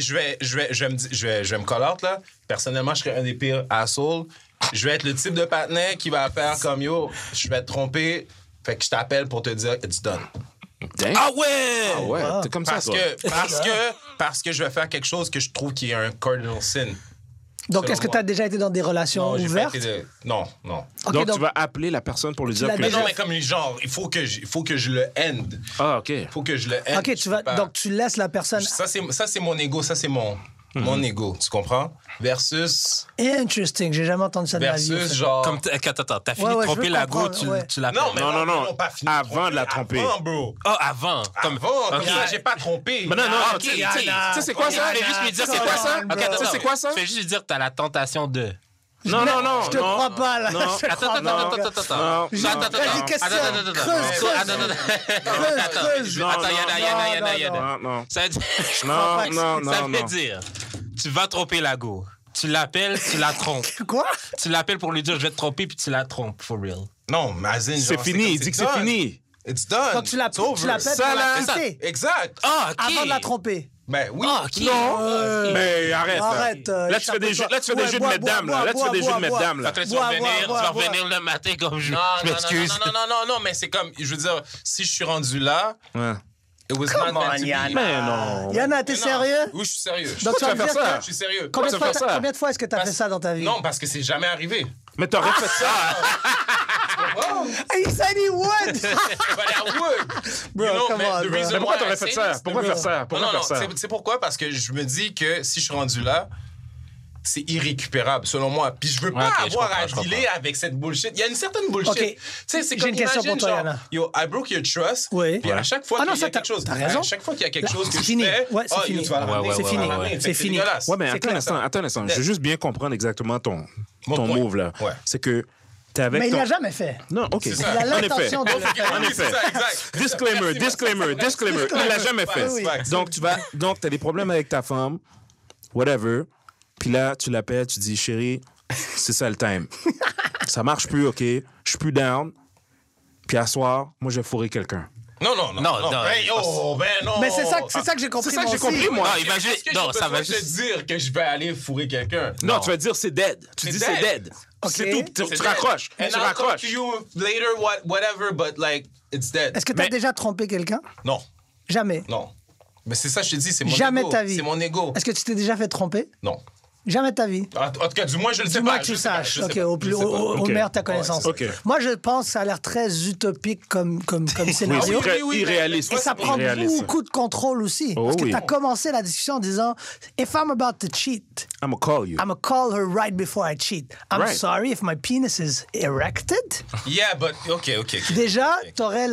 je vais me call out, là. Personnellement, je serais un des pires assholes. Je vais être le type de partenaire qui va faire comme yo, je vais te tromper, fait que je t'appelle pour te dire it's done. Dang. Ah ouais! Ah ouais, t'es comme ça, Parce toi. que je vais faire quelque chose que je trouve qui est un cardinal sin. Donc, est-ce que tu as déjà été dans des relations ouvertes? Non. Okay, donc, tu vas appeler la personne pour lui dire... Mais non, mais comme genre, il faut que je le end. Ah, OK. Il faut que je le end. OK, donc tu laisses la personne... Ça, c'est mon ego. Ça, c'est mon ego. Tu comprends? Versus... Interesting. J'ai jamais entendu ça de ma vie. Versus, genre... Comme attends, t'as fini de tromper la go, tu l'appelles. Non, pas fini. Avant de la tromper. Avant, bro. Oh, avant. Comme ça, j'ai pas trompé. Mais non, tu sais c'est quoi ça? Je vais juste lui dire, c'est quoi ça? Tu sais c'est quoi ça? Je vais juste lui dire que t'as la tentation de... Non. Je te crois pas, là. Attends. Ça veut dire, tu vas tromper la go. Tu l'appelles, tu la trompes. Quoi? Tu l'appelles pour lui dire, je vais te tromper, puis tu la trompes, for real. Non, Mazin, c'est fini, il dit que c'est fini. It's done. Donc tu l'appelles pour la tromper. Exact. Ah, OK. Avant de la tromper. Ben oui. Ah, OK. Non. Mais arrête. Là, tu fais des jeux de mesdames, là. Là, tu fais des jeux de mesdames, là. Tu vas revenir le matin comme je m'excuse. Non, mais c'est comme, je veux dire, si je suis rendu là... It was Come not meant on, to be. Yana. Mais non. Yana, t'es sérieux? Oui, je suis sérieux. Donc tu vas faire ça? Je suis sérieux. Combien de fois est-ce que t'as fait ça dans ta vie? Non, parce que c'est jamais arrivé. Mais t'aurais fait ça. He said he would! But I would. Bro, come on, bro. Mais pourquoi t'aurais fait ça? Pourquoi faire ça? Non, c'est pourquoi? Parce que je me dis que si je suis rendu là, c'est irrécupérable, selon moi. Puis je veux pas avoir à dealer avec cette bullshit. Il y a une certaine bullshit. Okay. Tu sais, c'est J'ai comme, une question pour toi, Yana. Yo, I broke your trust. Oui. Puis à chaque fois qu'il y a quelque chose... T'as raison. À chaque fois qu'il y a quelque chose que je fini. fais... Ouais, c'est fini. C'est fini. C'est fini. Ouais, mais attends un instant. Je veux juste bien comprendre exactement ton move, là. Ouais. C'est que t'es avec Mais il l'a jamais fait. Non, OK. Il a l'intention de le faire. En effet. Disclaimer. Il l'a jamais fait. Oui. Donc, t'as des problèmes avec ta femme, whatever. Puis là, tu l'appelles, tu dis, chérie, c'est ça le time. Ça marche plus, OK. Je suis plus down. Puis à soir, moi, je vais fourrer quelqu'un. Non. Ben non. Mais c'est ça que j'ai compris. C'est ça que j'ai compris, moi. Non, imagine. Non, ça va juste. te dire que je vais aller fourrer quelqu'un. Non, tu vas dire c'est dead. Tu dis c'est dead. C'est tout. Tu raccroches. And Tu I'll talk raccroches. to you later, whatever, but like, it's dead. Est-ce que t'as déjà trompé quelqu'un? Non. Jamais. Non. Mais c'est ça, je te dis, c'est mon Jamais ego. de ta vie. C'est mon ego. Est-ce que tu t'es déjà fait tromper? Non. Jamais de ta vie. En tout cas, du moins, je le sais Du pas. moins que tu saches. OK, au meilleur de ta connaissance. OK. Moi, je pense que ça a l'air très utopique comme scénario. C'est très irréaliste. Et ça prend beaucoup de contrôle aussi. Parce que tu as commencé la discussion en disant « If I'm about to cheat, I'm gonna call you. I'm gonna call her right before I cheat. I'm sorry if my penis is erected. » Yeah, but... OK. Déjà, t'aurais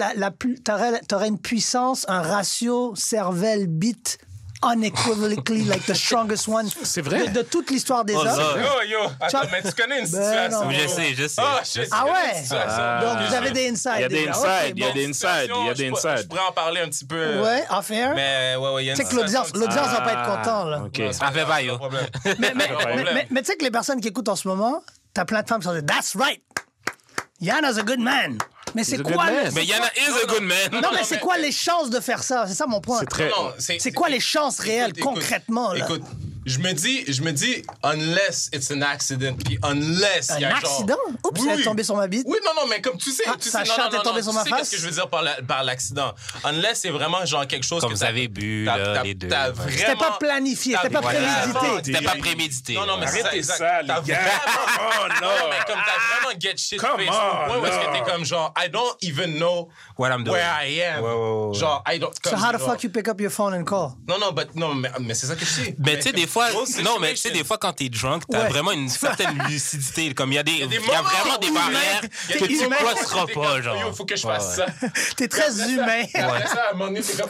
une puissance, un ratio cervelle-bite unequivocally like the strongest one. C'est vrai? De toute l'histoire des hommes. Yo. Attends, mais tu connais une situation. non. Je sais. Ah, shit. Ah ouais? Donc, vous avez des insides. Il y a des déjà. insides. Ok, Il y a bon. des insides. Il y a des Je insides. pourrais en parler un petit peu. Ouais, off-air. Mais ouais, il y a une Tu sais que l'audience va pas être content, là. OK. Ça fait pas, yo. Mais tu sais que les personnes qui écoutent en ce moment, t'as plein de femmes qui sont dit « That's right! Yana's a good man! » Mais c'est quoi... Mais Yana is a good man. Non, mais c'est quoi les chances de faire ça? C'est ça mon point. C'est très... C'est quoi les chances réelles, concrètement, là? Écoute, je me dis, unless it's an accident, puis unless il y a Un accident? Oups, elle est tombée sur ma bite. Oui, non, mais comme tu sais... sa chatte est tombée sur ma face? Qu'est-ce que je veux dire par l'accident? Unless c'est vraiment genre quelque chose Comme que vous avez bu, là, les deux. C'était pas planifié, c'était pas prémédité. C'était pas prémédité. Non, mais Arrêtez c'est ça, les gars. Oh non, mais comme t'as vraiment get shit face au point où est-ce que t'es comme genre, I don't even know What I'm doing. where I am. Ouais. Genre, I don't... So how the fuck you pick up your phone and call? Non, mais c'est ça que je dis. Mais tu sais, des fois, des fois, quand t'es drunk, t'as vraiment une certaine lucidité. Comme il y a vraiment des barrières que tu ne passeras pas, genre. Il faut que je fasse ça. T'es très humain. Après ça, à un moment donné, c'est comme...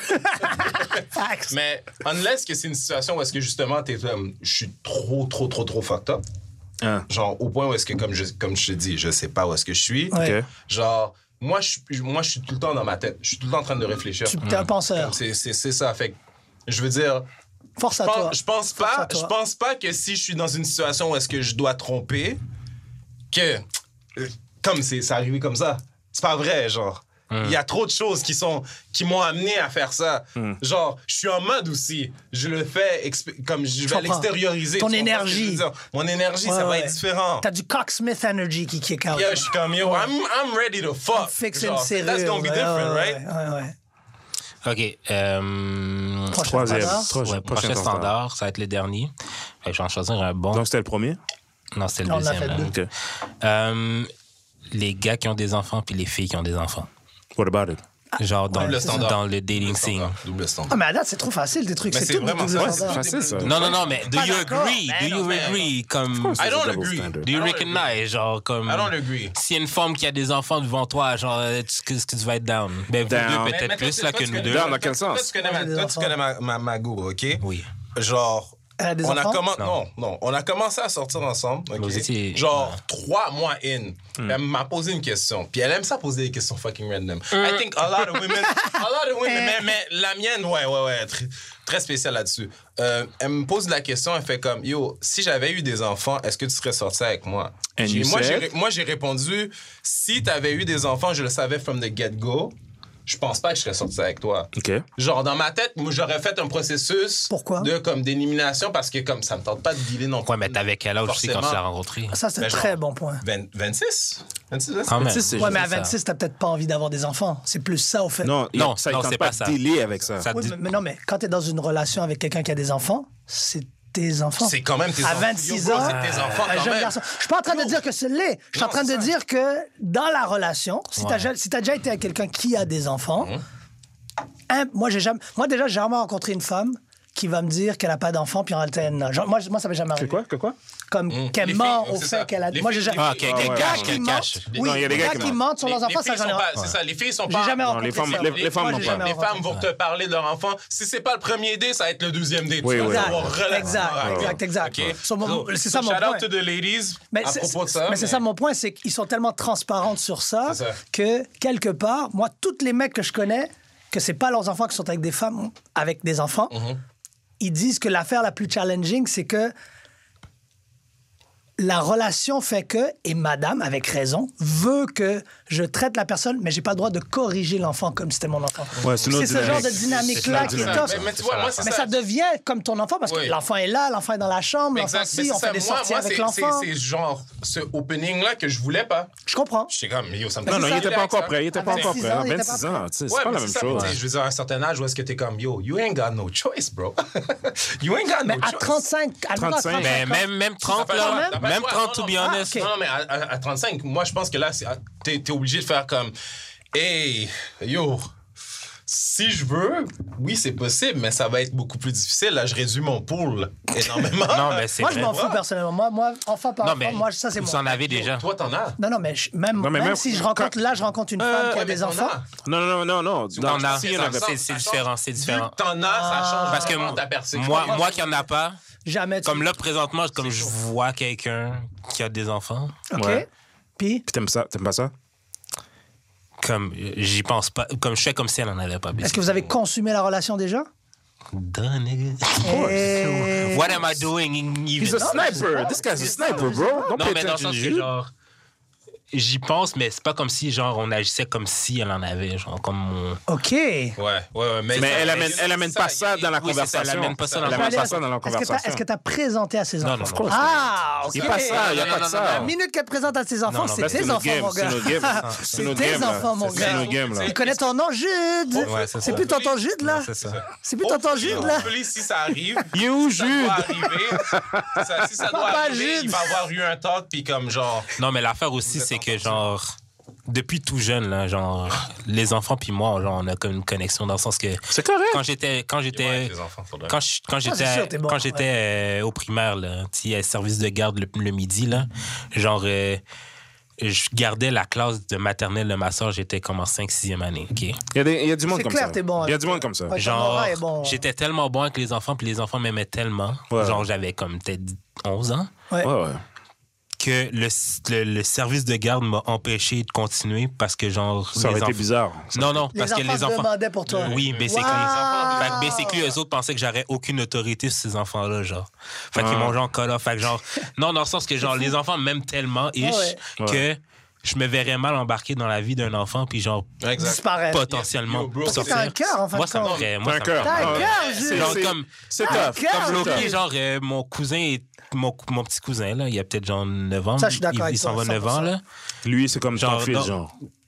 Mais unless que c'est une situation où est-ce que justement, t'es comme, je suis trop fucked up. Genre, au point où est-ce que, comme je te dis, je sais pas où est-ce que je suis. Ouais. Genre, moi, je suis tout le temps dans ma tête. Je suis tout le temps en train de réfléchir. T'es un penseur. C'est ça. Fait que, je veux dire... Force à toi. Je pense pas que si je suis dans une situation où est-ce que je dois tromper, que... Comme c'est arrivé comme ça. C'est pas vrai, genre. Il y a trop de choses qui m'ont amené à faire ça. Genre, je suis en mode aussi. Je le fais comme je vais l'extérioriser. Ton énergie. Mon énergie, ça va être différent. T'as du Cocksmith energy qui kick out. Yo, je suis comme, I'm ready to fuck. Fixer une genre, serrure. That's gonna be different, right? Ouais. OK. Troisième. Prochain standard, ça va être le dernier. Fait que je vais en choisir un bon. Donc, c'était le premier? Non, c'était le Non, on a deuxième. fait Là. OK. Les gars qui ont des enfants puis les filles qui ont des enfants. What about it? Genre dans, Double standard. dans le dating scene. Double Ah, standard. mais à date, c'est trop facile, des trucs. Mais C'est c'est tout vraiment double ça, standard. C'est facile, ça. Non, mais do Pas you d'accord. agree? Ben Do non, you mais- agree? Comme, course. I don't Double agree. standard. do you I don't recognize? Genre, comme. I don't agree. S'il y a une femme qui a des enfants devant toi, genre, est-ce que tu vas être down? Ben, vous Down. deux, Mais peut-être toi, plus là toi, que tu nous connais- deux. Down dans quel toi, sens? tu connais ma go, OK? Oui. Genre, Elle a des on a enfants? on a commencé à sortir ensemble, OK? Vous étiez- Genre 3 mois in. Elle m'a posé une question. Puis elle aime ça poser des questions fucking random. I think a lot of women, mais la mienne, ouais, très spéciale là-dessus. Elle me pose la question, elle fait comme, yo, si j'avais eu des enfants, est-ce que tu serais sorti avec moi? And you said? Moi, j'ai répondu, si t'avais eu des enfants, je le savais from the get-go, je pense pas que je serais sorti avec toi. OK. Genre, dans ma tête, moi, j'aurais fait un processus Pourquoi? d'élimination parce que comme ça me tente pas de dealer non plus. Ouais, mais t'avais quel âge aussi quand tu l'as Forcément. rencontré? Ça, c'est un Mais genre- très bon point. 26? 26, Quand même. 26, c'est Ouais, mais à ça. 26, t'as peut-être pas envie d'avoir des enfants. C'est plus ça, au fait. Non, Non, ça, non, il tente c'est pas pas de ça. dealer avec ça. Ça Oui, dit- mais non, mais quand t'es dans une relation avec quelqu'un qui a des enfants, c'est tes enfants. C'est quand même tes à enfants. 26 Yo, bro, ans, c'est tes enfants un quand jeune même. garçon. Je suis pas en train de dire que c'est laid. Je suis en Non, train de c'est ça. dire que dans la relation, si Ouais. t'as déjà été avec quelqu'un qui a des enfants, moi déjà, j'ai jamais rencontré une femme qui va me dire qu'elle a pas d'enfants puis en réalité elle en a. Genre, moi, ça m'est jamais C'est arrivé. quoi? Que quoi? Comme qu'elle Les ment filles, au c'est fait ça. qu'elle a. Les Moi, j'ai filles- jamais. Ah, ouais, quelqu'un ouais. cache, qui quelqu'un mentent, cache. oui, Non, il y a des les gars gars qui qui mentent. mentent sur leurs enfants, ça filles j'en ai sont pas. pas- C'est ça, les filles sont J'ai pas... jamais Non, rencontré les femmes- ça. les femmes Moi, n'ont j'ai pas. jamais Les rencontré femmes vont ça. te parler de leur enfant. Si c'est pas le premier date, ça va être le deuxième date. Oui, Tu vas oui. savoir Exact. OK? So, c'est ça So, mon shout point. out to the ladies Mais à propos de ça. c'est ça mon point, c'est qu'ils sont tellement transparents sur ça, C'est ça. que quelque part, moi, tous les mecs que je connais, que c'est pas leurs enfants qui sont avec des femmes avec des enfants, ils disent que l'affaire la plus challenging, c'est que la relation fait que, et madame, avec raison, veut que je traite la personne, mais j'ai pas le droit de corriger l'enfant comme si c'était mon enfant. Ouais, c'est une autre ce genre de dynamique. dynamique-là qui est dynamique. tough. Mais tu vois, moi, c'est Mais ça. ça devient comme ton enfant parce que Oui. l'enfant est là, l'enfant est dans la chambre, l'enfant Exact. Mais si, c'est on ça. fait des sorties avec c'est- l'enfant. C'est genre ce opening-là que je voulais pas. Je comprends. J'étais comme, yo, ça me Non, tente il de était dealer pas avec encore ça. prêt. Il était pas À encore 26 prêt. ans, il était 26 pas ans, tu sais, c'est Ouais, pas mais la même ça, chose. tu sais, je veux dire, à un certain âge où est-ce que t'es comme, yo, you ain't got no choice, bro. You ain't got Mais no à choice. 35, à 35. Mais ans, même 30, T'as pas le là. choix, t'as pas le Même choix. 30, to be Non, non, honest. ok. Non, mais à 35, moi, je pense que là, t'es obligé de faire comme, hey, yo, si je veux, oui, c'est possible, mais ça va être beaucoup plus difficile. Là, je réduis mon pool énormément. Non, mais c'est moi, je vrai. m'en fous personnellement. Moi, enfant par Non, enfant, mais moi, ça, c'est vous moi. en avez déjà. Toi, t'en as. Non, mais Non, mais même- si je rencontre, là, je rencontre une femme qui a Ouais, mais des t'en enfants. as. Non. T'en as. s'il y en avait- C'est différent, c'est différent. Vu que t'en as, ça change Parce que vraiment ta perception. moi qui en a pas, Jamais. comme là, présentement, comme je vois quelqu'un qui a des enfants, OK. Ouais. Puis, Puis t'aimes pas ça? comme j'y pense pas, comme je fais comme si elle en avait pas. est-ce que vous avez consumé la relation déjà? Duh, nigga. Et- What am I doing even? He's a sniper. This guy's a sniper, bro. Don't Non, pay mais dans le attention sens to que, you. genre, j'y pense, mais c'est pas comme si, genre, on agissait comme si elle en avait, genre, comme on... OK. Ouais. Mais elle amène pas ça dans la Oui, c'est ça, conversation. elle amène pas ça dans Elle la amène pas conversation. ça dans la conversation. Est-ce que tu as présenté à ses Non, enfants? non, non. Ah, OK. Il n'y a pas ça, il n'y a pas de La ça. minute qu'elle présente à ses enfants, non, c'est là, tes c'est notre enfants, game, mon c'est gars. notre game. C'est C'est notre tes game, là. enfants, mon C'est gars. notre game, là. Il connaît ton nom, Jude. Ouais, c'est C'est ça. plus tonton Jude, là. Non, c'est ça. C'est plus tonton Jude, là. Hopefully, si ça arrive, You, si ça doit Jude. arriver, si ça doit Papa arriver, Jude. il va avoir eu un talk, puis comme genre... Non, mais l'affaire aussi, c'est que, genre, depuis tout jeune, là, genre, les enfants puis moi, genre, on a comme une connexion dans le sens que... C'est correct. Quand j'étais Ouais, les enfants, faudrait. quand c'est sûr, t'es bon, j'étais au primaire là, tu sais, service de garde le midi là, genre je gardais la classe de maternelle de ma soeur, j'étais comme en 5-6e année, OK. Il y a du monde C'est comme clair, ça. t'es bon. Il y a du monde comme ça. Ouais. Ton Genre aura est bon. j'étais tellement bon avec les enfants puis les enfants m'aimaient tellement, Ouais. genre j'avais comme peut-être 11 ans Ouais. Ouais. que le service de garde m'a empêché de continuer parce que genre Ça aurait les été enfants- bizarre. Non, Les parce que enfants les enfants demandaient pour toi. Oui, basically. Wow. Fait que basically, eux autres pensaient que j'aurais aucune autorité sur ces enfants-là, genre. Fait qu'ils Ah. m'ont genre call off. Fait que genre, non, dans le sens que genre, les enfants m'aiment tellement, ish, Ouais. que je me verrais mal embarquer dans la vie d'un enfant, puis genre, Exact. Disparaître. potentiellement Yo, bro, sortir. t'as un cœur, en fin Moi, de ça me compte. ferait. T'as Moi, un ça me cœur. T'as un Ah, cœur, c'est- Jules. Genre c'est- comme. C'est Ah, tough. cœur, Comme Bloqué, tough. genre, mon cousin est. Mon petit cousin, là, il a peut-être genre 9 ans. Ça, je suis d'accord il avec s'en toi, va 9 ans, 100%. là. Lui, c'est comme ton Genre, fils, non. genre.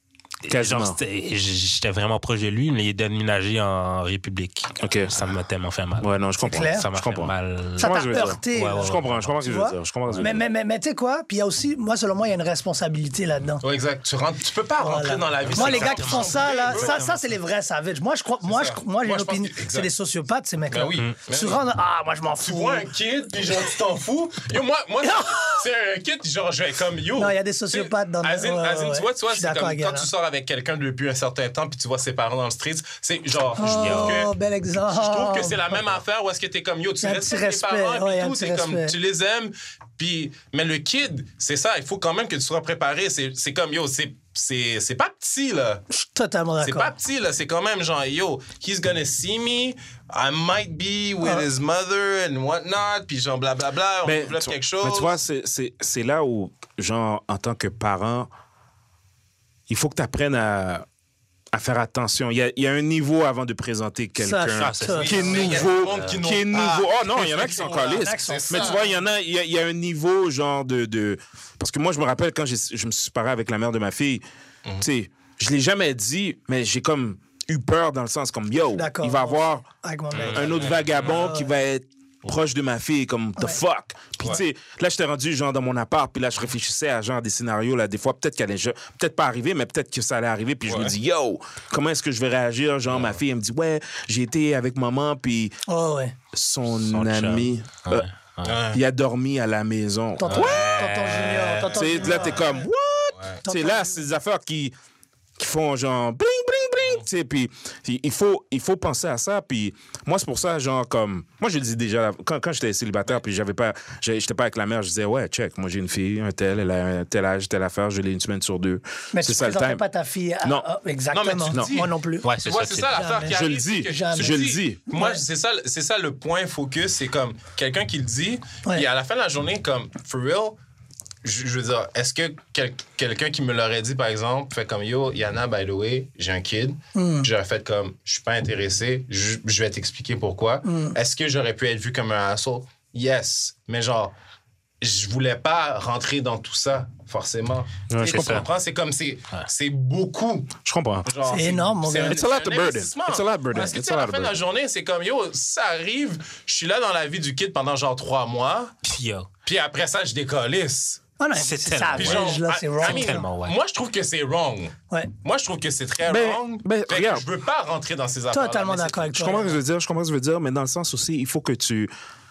Quasiment. Genre, j'étais vraiment proche de lui, mais il est déménagé en République. OK. Ça m'a tellement fait mal. Ouais, non, je comprends. clair. Ça m'a Je fait comprends. mal. Ça t'a je veux dire. heurté. Ouais, là. ouais, Je comprends ce que Tu je veux vois? dire. Je comprends ce que je veux dire. Mais tu sais quoi? Puis il y a aussi, moi, selon moi, il y a une responsabilité là-dedans. Ouais, exact. Tu peux pas rentrer Voilà. dans la vie. Moi, c'est les gars qui exactement font ça, là, ça. ça c'est les vrais savages. Moi, j'ai ça. une Moi, je pense opinion. que- exact. C'est des sociopathes, ces mecs-là. Ben oui. Ben Tu oui. rentres, moi, je m'en Tu fous. vois un kid, puis genre, tu t'en fous. Yo, moi c'est un kid, genre, je vais comme, yo. Non, il y a des sociopathes dans le- As in, ouais, ouais. tu vois, Je suis c'est d'accord comme avec quand elle, tu hein. sors avec quelqu'un depuis un certain temps, puis tu vois ses parents dans le street, c'est genre, je trouve Oh, que. bel exemple. Je trouve que c'est la même affaire où est-ce que t'es comme, yo, tu Il y a un respectes petit tes parents, respect, ouais, il y puis a un tout, petit c'est comme, respect. tu les aimes, puis. Mais le kid, c'est ça, il faut quand même que tu sois préparé. C'est comme, yo, c'est pas petit, là. Je suis totalement C'est d'accord. pas petit, là. C'est quand même genre, yo, he's gonna see me. I might be with his mother and whatnot. Puis genre, blablabla, on développe quelque chose. Mais tu vois, c'est là où, genre, en tant que parent, il faut que tu apprennes à faire attention. Il y a un niveau avant de présenter quelqu'un qui est Mais il y a du nouveau. monde qui n'ont Qui est pas. nouveau. Oh non, il y en a qui sont calistes. Mais tu vois, il y a un niveau, genre, de... Parce que moi, je me rappelle quand je me suis séparé avec la mère de ma fille, tu sais, je l'ai jamais dit, mais j'ai comme eu peur dans le sens comme, yo, D'accord. il va y avoir Avec mon mec. un autre vagabond qui va être proche de ma fille, comme the fuck. Puis tu sais, là, j'étais rendu genre dans mon appart, puis là, je réfléchissais à genre des scénarios, là, des fois, peut-être qu'elle allait peut-être pas arriver, mais peut-être que ça allait arriver, puis je me dis, yo, comment est-ce que je vais réagir? Genre, ma fille, elle me dit, ouais, j'ai été avec maman, puis Oh, ouais. son ami, Ouais. il a dormi à la maison. Tonton Junior. Tonton Tu sais, Junior. là, t'es comme, what? Tu sais, là, c'est des affaires qui font genre, bling, bling, bling. Tu sais, puis il faut penser à ça. Puis moi, c'est pour ça, genre, comme, moi, je le dis déjà, quand j'étais célibataire, puis j'étais pas avec la mère, je disais, ouais, check, moi, j'ai une fille, elle a un tel âge, telle affaire, je l'ai une semaine sur deux. Mais c'est tu ça le présenterais time. pas ta fille à... Non. Exactement. Non, mais tu dis- Moi non plus. Ouais, Tu c'est vois, ça. c'est ça l'affaire qui Je arrive. le dis. c'est que Jamais. Je le dis. Moi, c'est ça le point focus. C'est comme quelqu'un qui le dit. Ouais. Puis à la fin de la journée, comme, for real, je veux dire, est-ce que quelqu'un qui me l'aurait dit, par exemple, fait comme, yo, Yana, by the way, j'ai un kid. J'aurais fait comme, je suis pas intéressé. Je vais t'expliquer pourquoi. Est-ce que j'aurais pu être vu comme un asshole? Yes. Mais genre, je voulais pas rentrer dans tout ça, forcément. Ouais, Tu je comprends. comprends? C'est comme, c'est beaucoup. Je comprends. Genre, C'est énorme, mon gars. It's a lot to burden. investissement. It's a lot burden. Parce que, tu It's sais, a à la lot fin de la burden. journée, c'est comme, yo, ça arrive, je suis là dans la vie du kid pendant genre 3 mois, Puis, yo, puis après ça, je décalisse. Ah non, C'est c'est tellement- ça. Puis Là, c'est wrong. I mean, tellement, ouais. moi, je trouve que c'est wrong. Ouais. Moi, je trouve que c'est très Ben, wrong. ben, Fait que regarde. je veux pas rentrer dans ces affaires. Totalement d'accord avec Je toi. comprends ce que je veux dire, mais dans le sens aussi, il faut que tu...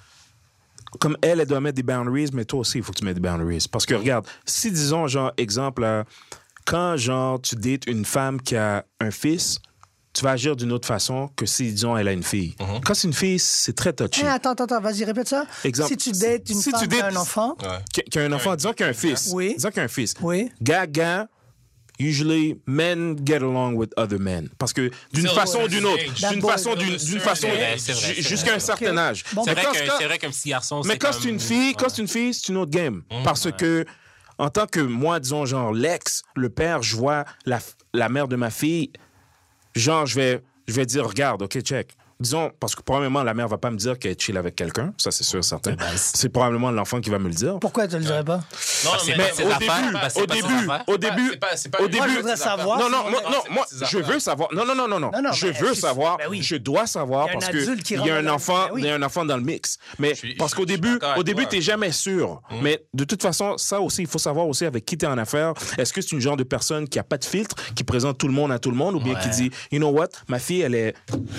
Comme elle doit mettre des boundaries, mais toi aussi, il faut que tu mettes des boundaries. Parce que, regarde, si, disons, genre, exemple, quand, genre, tu dates une femme qui a un fils, tu vas agir d'une autre façon que si, disons, elle a une fille. Quand c'est une fille, c'est très touchy. Attends, vas-y, répète ça. Exemple, Si tu dates une si femme tu qui a dates- un enfant, Qui a un enfant, disons qu'il y a un fils. Oui. Disons qu'il y a un fils. Oui. Gaga, usually, men get along with other men. Parce que d'une Zero façon ou d'une autre, age. d'une That façon, boy. d'une façon, C'est vrai. jusqu'à un certain âge. Bon, c'est Mais vrai quand- qu'un petit garçon, Mais quand c'est une fille, c'est une autre game. Parce que, en tant que moi, disons, genre, l'ex, le père, je vois la mère de ma fille, genre, je vais dire, regarde, OK, check. Disons, parce que probablement, la mère va pas me dire qu'elle chill avec quelqu'un. Ça, c'est sûr, certain. C'est probablement l'enfant qui va me le dire. pourquoi tu le dirais pas? Non, Mais au début, au début, Moi, je voudrais savoir. non, non, sinon, moi, je veux savoir. Non, Non, je mais veux si- savoir. ben oui. Je dois savoir Il y a un parce adulte qui que il y a rentre un dans- enfant, ben oui. il y a un enfant dans le mix. Mais parce qu'au début, t'es jamais sûr. Mais de toute façon, ça aussi, il faut savoir aussi avec qui t'es en affaire. Est-ce que c'est une genre de personne qui a pas de filtre, qui présente tout le monde à tout le monde, ou bien qui dit, you know what, ma fille, elle est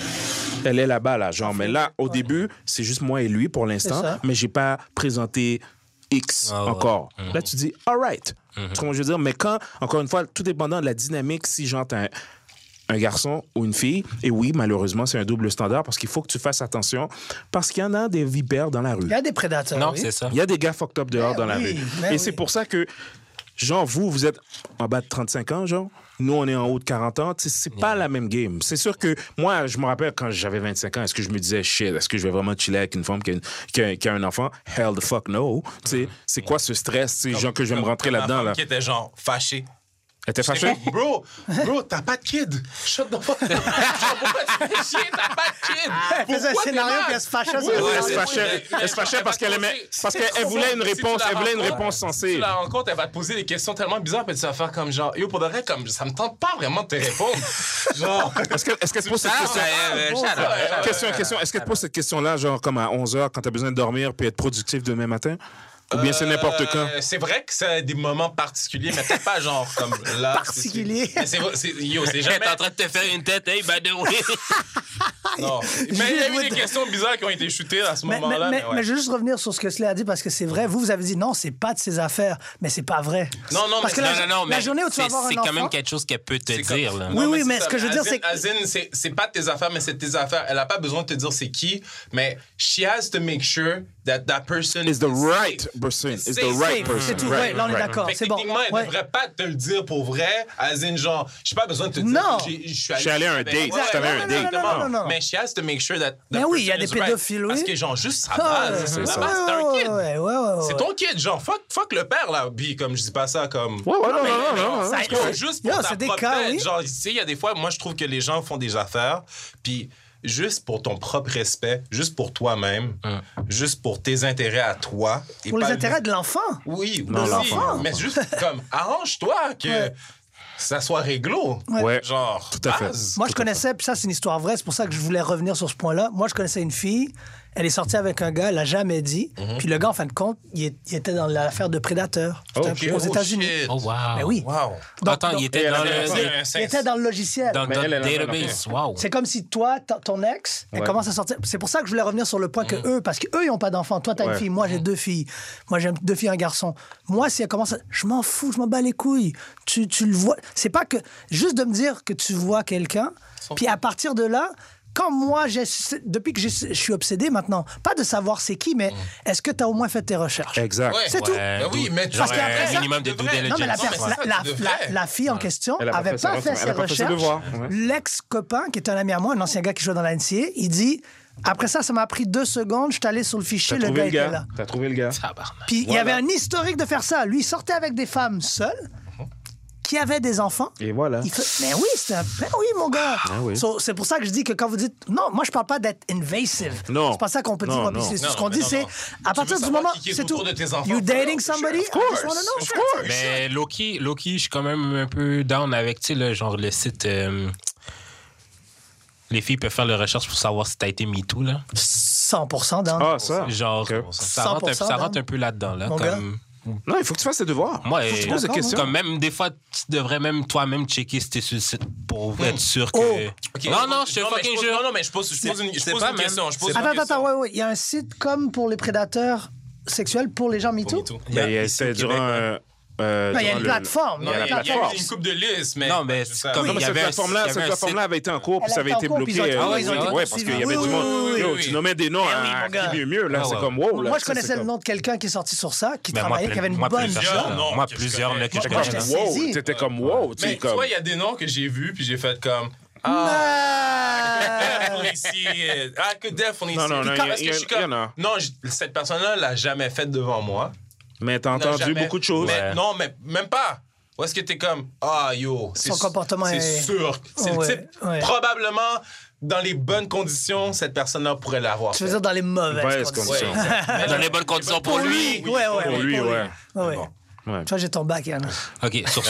là-bas, là, genre. Mais là, au début, c'est juste moi et lui pour l'instant, C'est ça. mais j'ai pas présenté X Ah ouais. encore. Là, tu dis, all right. Tu vois ce que je veux dire? Mais quand, encore une fois, tout dépendant de la dynamique, si genre t'as un garçon ou une fille, et oui, malheureusement, c'est un double standard parce qu'il faut que tu fasses attention parce qu'il y en a des vipères dans la rue. Il y a des prédateurs. Non, oui. c'est ça. Il y a des gars fucked up dehors Ben dans la oui, rue. ben Et oui. c'est pour ça que, genre, vous êtes en bas de 35 ans, genre. Nous, on est en haut de 40 ans. Tu sais, c'est pas la même game. C'est sûr que moi, je me rappelle quand j'avais 25 ans, est-ce que je me disais, shit, est-ce que je vais vraiment chiller avec une femme qui a un enfant? Hell the fuck no. Tu sais, c'est quoi ce stress, tu sais, genre que je vais me rentrer là-dedans, là? Qui était genre fâchée. Elle était fâchée? Bro, t'as pas de kid. Shut the fuck up. Genre, pourquoi tu fais chier? T'as pas de kid. Elle faisait un scénario puis elle se fâchait. Elle se fâchait parce qu'elle voulait une réponse, elle voulait une réponse sensée. Tu la rencontres, elle va te poser des questions tellement bizarres, puis tu vas faire comme genre, yo, pour de vrai, comme, ça me tente pas vraiment de te répondre. Genre. Est-ce qu'elle te pose cette question? Est-ce qu'elle te pose cette question-là, genre, comme à 11h, quand t'as besoin de dormir puis être productif demain matin? Ou bien c'est n'importe quand? C'est vrai que c'est des moments particuliers, mais peut-être pas genre comme là. Particulier. Mais c'est jamais. T'es en train de te faire une tête, hey, by the way. Non. Mais il y a eu des questions bizarres qui ont été shootées à ce moment-là. Mais je veux juste revenir sur ce que Slay a dit parce que c'est vrai. Vous avez dit non, c'est pas de ses affaires, mais c'est pas vrai. Non, parce que la journée où tu vas avoir un enfant, c'est quand même quelque chose qu'elle peut te dire. Là. Oui, mais ce que je veux dire, c'est que Azine, c'est pas de tes affaires, mais c'est de tes affaires. Elle a pas besoin de te dire c'est qui, mais she has to make sure that person is the right person. Is the right person. C'est tout vrai. Là, on est d'accord. C'est bon. Techniquement, elle devrait pas te le dire pour vrai. Azine, genre, j'ai pas besoin de te dire. Non. Je suis allé à un date. Je allé à un date. Non. Mais she has to make sure that. Mais oui, il y a des pédophiles, oui. Parce que, genre, juste sa base. c'est La ça. base, c'est un kid. Ouais. C'est ton kid. Genre, fuck le père, là. Puis, comme je dis pas ça, comme. Ouais, non. C'est juste pour ta c'est des propre cas, tête. oui. Genre, tu sais, il y a des fois, moi, je trouve que les gens font des affaires. Puis, juste pour ton propre respect, juste pour toi-même, juste pour tes intérêts à toi. Et pour les pas intérêts de l'enfant. Oui, de aussi. l'enfant. Mais juste comme, arrange-toi que ça soit réglo. Ouais. Genre, Tout à fait. base. Moi, je connaissais, puis ça, c'est une histoire vraie, c'est pour ça que je voulais revenir sur ce point-là. Moi, je connaissais une fille, elle est sortie avec un gars, elle l'a jamais dit. Puis le gars, en fin de compte, il était dans l'affaire de prédateur. C'était aux États-Unis. Shit. Oh, wow. Ben oui. Wow. Attends, il était dans Il était dans le logiciel. le database. Wow. C'est comme si toi, ton ex, elle commence à sortir. C'est pour ça que je voulais revenir sur le point que eux, parce qu'eux, ils n'ont pas d'enfants. Toi, t'as une fille, moi, j'ai 2 filles. Moi, j'ai 2 filles et un garçon. Moi, si elle commence à. Je m'en fous, je m'en bats les couilles. Tu le vois. C'est pas que. Juste de me dire que tu vois quelqu'un, puis à partir de là. Quand moi, depuis que je suis obsédé maintenant, pas de savoir c'est qui, mais est-ce que tu as au moins fait tes recherches? Exact. C'est tout. Ben oui, mais Parce qu'après ça, minimum de due Non, mais diligence. la fille en question Elle a avait pas fait ses recherches. devoirs. L'ex-copain, qui est un ami à moi, un ancien gars qui jouait dans la NCA, il dit... Après ça m'a pris 2 secondes, je suis allé sur le fichier, le gars était là. T'as trouvé le gars. Puis il y avait un historique de faire ça. Lui, il sortait avec des femmes seules, qui avaient des enfants. Et voilà. Mais oui, oui, mon gars. Ah oui. C'est pour ça que je dis que quand vous dites... Non, moi, je parle pas d'être invasive. Non. C'est pas ça qu'on peut Non, dire. non. C'est ce Non, qu'on mais dit, non, c'est... non. À partir du savoir moment... qui est C'est autour tout. de tes enfants. You dating Sure, somebody? of I course, just wanna know. of Sure. course. Mais Loki, je suis quand même un peu down avec, tu sais, le site... les filles peuvent faire les recherches pour savoir si t'as été MeToo, là. 100% dans... Ah, ça. Genre, Ok. ça rentre 100% un peu là-dedans, là. Mon Comme... Non, il faut que tu fasses tes devoirs. Moi, faut que tu poses des questions. comme même des fois, tu devrais même toi-même checker si t'es sur le site pour être sûr que. Ok, Non, je te fucking jure. Non, mais je pose une question. Attends, ouais. Il y a un site comme pour les prédateurs sexuels pour les gens MeToo? C'était durant... Il y a une plateforme. Non, il y a une coupe de liste, mais... Non, mais ça. comme Non, mais il y cette avait plateforme-là avait été en cours, puis Elle ça a avait été en été cours, bloqué. puis ils ont été Ouais, parce qu'il y avait du monde. Yo, tu nommais des noms à qui mieux, là. C'est comme wow. Moi, je connaissais le nom de quelqu'un qui est sorti sur ça, qui travaillait, qui avait une bonne job. Moi, plusieurs là, que je Moi, connais. j'étais Wow, saisi. t'étais comme wow. Mais tu vois, il y a des noms que j'ai vus, puis j'ai fait comme... definitely see it. I could definitely see it. Non, Parce que je suis il y en comme... a. Non, cette personne-là l'a jamais fait devant moi. Mais t'as entendu beaucoup de choses. Mais, non, mais même pas. Où est-ce que t'es comme, yo, Son comportement c'est est... sûr. C'est le type, probablement, dans les bonnes conditions, cette personne-là pourrait l'avoir. Tu veux dire dans les mauvaises conditions. Ouais, Dans les bonnes conditions pour lui. Pour lui, ouais. Tu vois, j'ai ton bac, Yann. OK, sur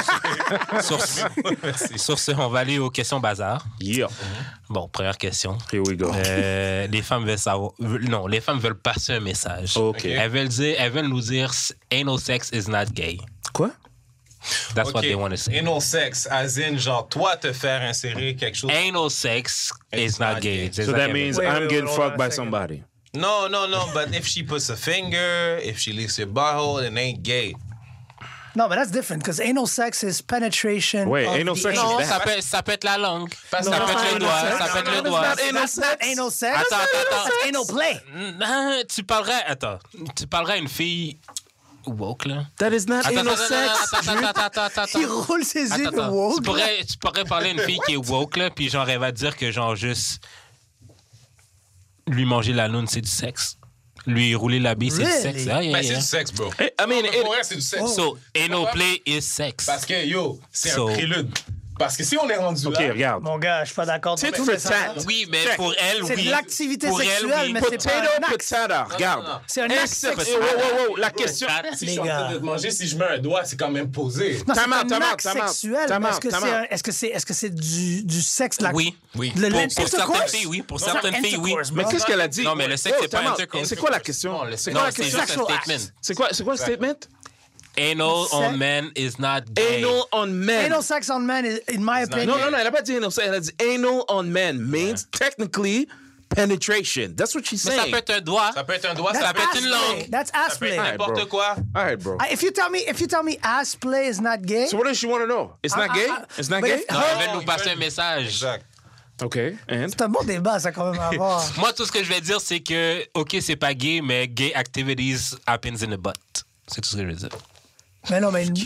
ce, on va aller aux questions bazar. Yeah. Bon, première question. Here we go. Les femmes veulent savoir... Non, les femmes veulent passer un message. OK. Elles veulent nous dire « Anal sex is not gay Quoi? ». That's what they want to say. Anal sex, as in, genre, toi, te faire insérer quelque chose. Anal sex is not gay. So that means I'm getting fucked by somebody. No, but if she puts a finger, if she licks your butthole, it ain't gay. No, but that's different, because anal sex is penetration. Wait, of anal the sex is anus. that. Ça peut être la langue. No, Ça peut être le doigt. Ça peut être le doigt. That's not anal sex. Attends. It's anal play. Tu parlerais à une fille woke, là. That is not anal sex. Attends. Il roule ses yeux, Attends. woke. Tu pourrais parler à une fille qui est woke, là, puis genre, elle va te dire que, genre, juste lui manger la lune, c'est du sexe. Lui rouler la bille, c'est du Really? sexe. Ben, c'est du sexe, bro. I mean, Pour vrai, c'est du sexe. So, anal play is sex. Parce que, yo, c'est So- un prélude. Parce que si on est rendu OK, là... regarde. Mon gars, je suis pas d'accord. Tit avec for ça. tat. Oui, mais Check. pour elle, C'est oui. de l'activité Pour elle, sexuelle, oui. mais c'est pas un acte. Potato, regarde. C'est un Eh, acte c'est sexuel. Wow, la question... Si Les je suis en train gars. de te manger, si je mets un doigt, c'est quand même posé. Non, c'est Time out, un time out, acte time out, sexuel, time mais out, time out. est-ce que c'est du sexe là? Oui. Oui. Le Pour intercourse? certaines filles, oui. Pour certaines filles, oui. Intercourse, Mais bro. qu'est-ce qu'elle a dit? Non, mais le sexe, c'est pas time out. intercourse. C'est quoi la question? C'est Non, quoi la c'est question? juste un Sexual statement. C'est quoi le statement? Anal on men is not gay. Anal on men. Anal sex on men, in my opinion. Non, elle a pas dit anal sex. Elle a dit anal on men means technically penetration. That's what she's Mais saying. ça peut être un doigt. Ça peut être un doigt, That's ça peut être ass une play. langue. That's ass Ça peut être play. n'importe bro. quoi. All right, bro. If you tell me ass play is not gay, So what does she want to know? It's not gay? It's not but gay? if- Non, elle veut Non, nous passer un ils message. Exact. OK. And? c'est un bon débat, ça, quand même, à avoir. Moi, tout ce que je vais dire, c'est que, OK, c'est pas gay, mais gay activities happens in the butt. C'est tout ce que je vais dire. Mais non, mais...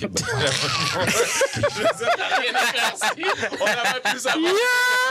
On a même plus à voir.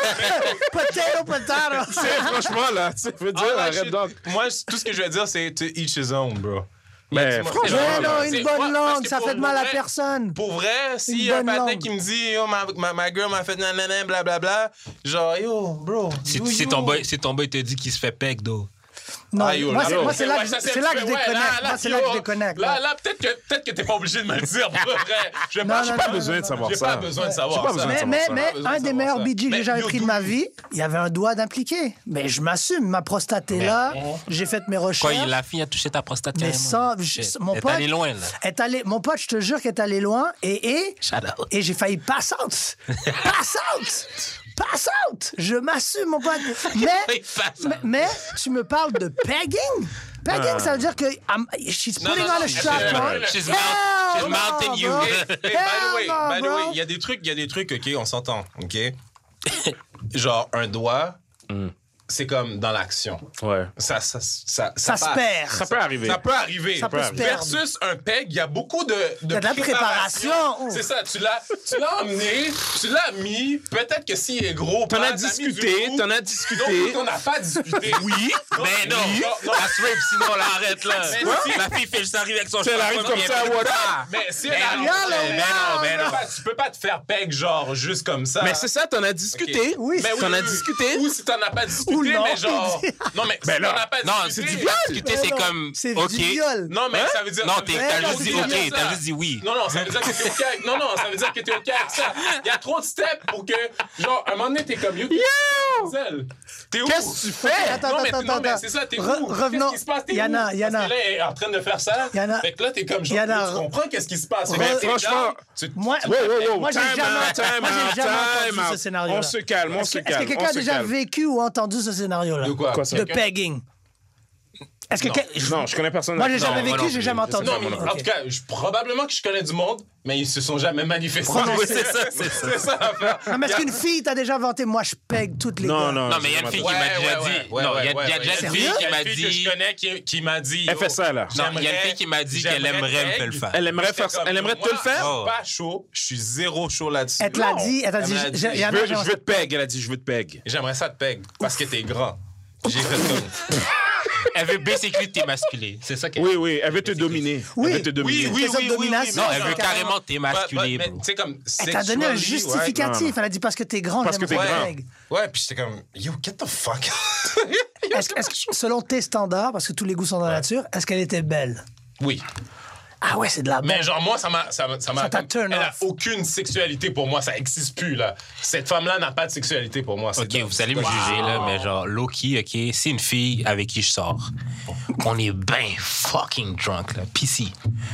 Potato. Franchement, là, tu veux dire, Ah, arrête shit. donc. Moi, tout ce que je vais dire, c'est to each his own, bro. Mais Moi, franchement, Mais non, C'est- une bonne moi, parce langue, que ça pour fait de mal à vrai- personne. Pour vrai, si Une un bonne patin langue. qui me dit, yo, ma girl m'a fait nanana, blablabla, genre, yo, bro. Si, yo, si yo. ton boy te dit qu'il se fait peg, d'eau. Non, Ah, yo, moi, là, c'est là ouais, que ça, c'est là que je ouais, déconnecte. Moi, c'est là que je déconnecte. Là, peut-être que t'es pas obligé de me le dire, pour vrai. J'ai Non, pas, non, j'ai non, pas non, besoin non, de savoir J'ai ça. pas besoin de savoir J'ai pas ça. besoin de Mais, savoir ça. mais, Pas besoin un de des savoir meilleurs ça. BG que Mais j'ai jamais yo, pris de ma vie, il y avait un doigt d'impliqué. Mais je m'assume, ma prostate est là, j'ai fait mes Quoi, recherches. la fille a touché ta prostate Mais carrément. ça, Shit. mon Elle est pote... allée loin, là. Mon pote, je te jure qu'elle est allée loin et Shout out. j'ai failli pass out. Pass out! Pass out! Je m'assume, mon pote. failli pass out. Mais tu me parles de pegging? Pegging, ça veut dire que she's Non, putting non, on a non, strap on. She's Hell mounting no, you. bro. Hey, by Hell the no, way, bro. il y a des trucs, OK, on s'entend, OK? Genre, un doigt, c'est comme dans l'action. Ouais. Ça Ça passe. se perd. Ça peut arriver. Ça peut arriver. Ça peut se perdre. Versus un peg, il y a beaucoup de y a de la préparation. C'est ça, tu l'as emmené, tu l'as mis. Peut-être que s'il est gros, T'en as mis du discuté, goût. t'en as Donc, discuté. on n'a pas discuté. Oui, mais non. non. That's rape, sinon on l'arrête là. Mais si- La fille fait juste arriver avec son Elle arrive comme ça, what up? Mais si Mais elle arrive, non, mais non. tu peux pas te faire peg genre juste comme ça. Mais c'est ça, t'en as discuté. Oui. Mais T'en as discuté. Ou si t'en as pas discuté, Ou non. mais genre. Non, mais si là, t'en as pas Non, discuté. c'est du viol. Discuter, c'est Non, comme. c'est OK. du viol. Non, mais ça veut dire. Non, ça veut dire- t'as non, juste dit c'est OK. bien T'as juste dit oui. Non, ça veut dire que t'es OK avec. Non, ça veut dire que t'es OK avec ça. Il y a trop de steps pour que. Genre, à un moment donné, t'es comme yo. T'es où? Qu'est-ce que tu fais? Attends, Non, mais attends. c'est ça, t'es où? Revenons. Qu'est-ce qui se passe? T'es Yana, où? Yana. Parce que là, elle est en train de faire ça. Yana. Fait que là, t'es comme genre. Yana. Tu comprends qu'est-ce qui se passe? Mais T'es franchement, down, Moi, Wow, moi, j'ai time jamais, out, time moi, j'ai out, jamais time entendu ce out. scénario-là. On se calme, on se Est-ce que calme. quelqu'un a déjà vécu ou entendu ce scénario-là? De quoi? Quoi, ça? De pegging. Est-ce que... Non, je connais personne. Moi, j'ai jamais moi non vécu, j'ai plus. jamais entendu. Non, mais en Ok. tout cas, probablement que je connais du monde, mais ils se sont jamais manifestés. Oui, c'est ça, c'est ça. C'est ça l'affaire. Non, mais est-ce qu'une fille t'a déjà vanté, moi, je peg toutes les Non, gars? non. Non, mais il y a une fille qui m'a déjà dit. Non, il y a déjà une fille qui m'a que dit. je connais qui m'a dit. Elle fait ça, là. Non, il y a une fille qui m'a dit qu'elle aimerait me le faire. Elle aimerait faire ça. Elle aimerait te le faire? Je suis pas chaud. Je suis zéro chaud là-dessus. Elle te l'a dit, elle t'a Elle dit, me l'a dit. il y en a, Je veux te peg. Elle a dit, je veux te peg. J'aimerais ça te peg parce que t'es grand. J'ai fait comme. Elle veut basically t'émasculer. C'est ça qu'elle Oui, elle veut te dominer. Oui. Elle veut te dominer. oui. Question de domination. Non, elle veut Carrément. carrément t'émasculer, Mais bro. tu sais, comme. Elle t'a donné un sexually, justificatif. Elle a dit parce que t'es grand, Parce que j'aime t'es ça grand. peg. Ouais, puis j'étais comme. Yo, get the fuck. Est-ce que, selon tes standards, parce que tous les goûts sont dans la nature, est-ce qu'elle était belle? Oui. Ah ouais, c'est de la Mais bonne. genre, moi, ça m'a Ça t'a comme- turn elle a off. aucune sexualité pour moi. Ça n'existe plus, là. Cette femme-là n'a pas de sexualité pour moi. c'est OK, dingue. vous allez me juger, là, mais genre, low-key, OK, c'est une fille avec qui je sors. On est ben fucking drunk, là. Pis si,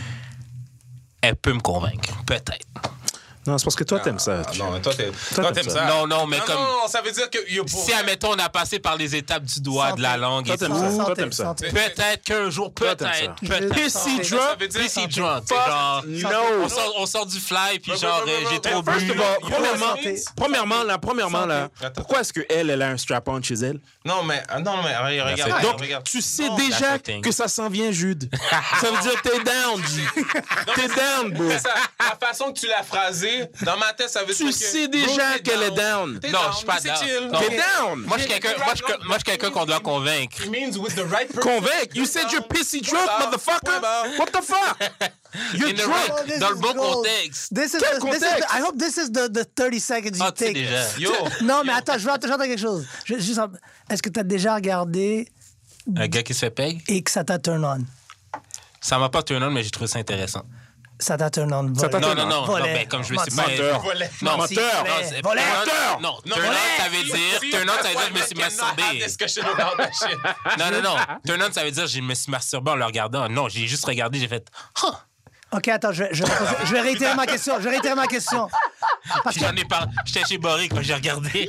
elle peut me convaincre, peut-être. Non, c'est parce que toi, t'aimes ça. Ah, non, toi, t'aimes t'aimes ça. Non, mais comme... Non, ça veut dire que. Yo, pour- Si, admettons, on a passé par les étapes du doigt, de la langue Toi, et t'aimes tout. ça. Toi, Santé, t'aimes ça. santé. Peut-être qu'un jour, Toi, t'aimes peut-être, ça. peut-être. Pissy Ça drunk. veut dire- Pissy drunk, c'est genre... No. On sort du fly, puis genre, j'ai trop bu. First of all, Santé. premièrement, là, Attends. pourquoi est-ce qu'elle a un strap-on chez elle? Non, mais regarde. c'est- Donc, regarde. tu sais that's déjà the thing. que ça s'en vient, Jude. Ça veut dire que t'es down, G. T'es down, bro. C'est ça. La façon que tu l'as phrasé, OK? Dans ma tête, ça veut dire Tu que... sais déjà t'es qu'elle est down. down. T'es Non, down, je suis pas c'est down. chill. Non. T'es down. Moi, je suis quelqu'un qu'on doit convaincre. It means with the right person. Convainc. You said you're pissy drunk, motherfucker. What the fuck? You're In the drunk. right, this dans le is bon gold. contexte. This is Quel the, contexte? I hope this is the 30 seconds you Ah, tu sais take. déjà. Yo. Non, mais attends, je veux entendre quelque chose. Est-ce que tu as déjà regardé Un gars qui se fait peg, et que ça t'a turn on? ça m'a pas turn on, mais j'ai trouvé ça intéressant. Ça t'a turn on. Ça t'a Non, turn non, on. non, Volet. ben, comme je me suis pas... Menteur. Non, Menteur. non, c'est- Volet. turn on- Non, turn on, ça veut dire... Turn on, ça veut dire je me suis masturbé. Discussion about that shit. Non. Turn on, ça veut dire je me suis masturbé en le regardant. Non, j'ai juste regardé, j'ai fait... Huh. OK, attends, je vais réitérer ma question. Parce Puis que j'en ai parlé. J'étais chez Boris quand j'ai regardé.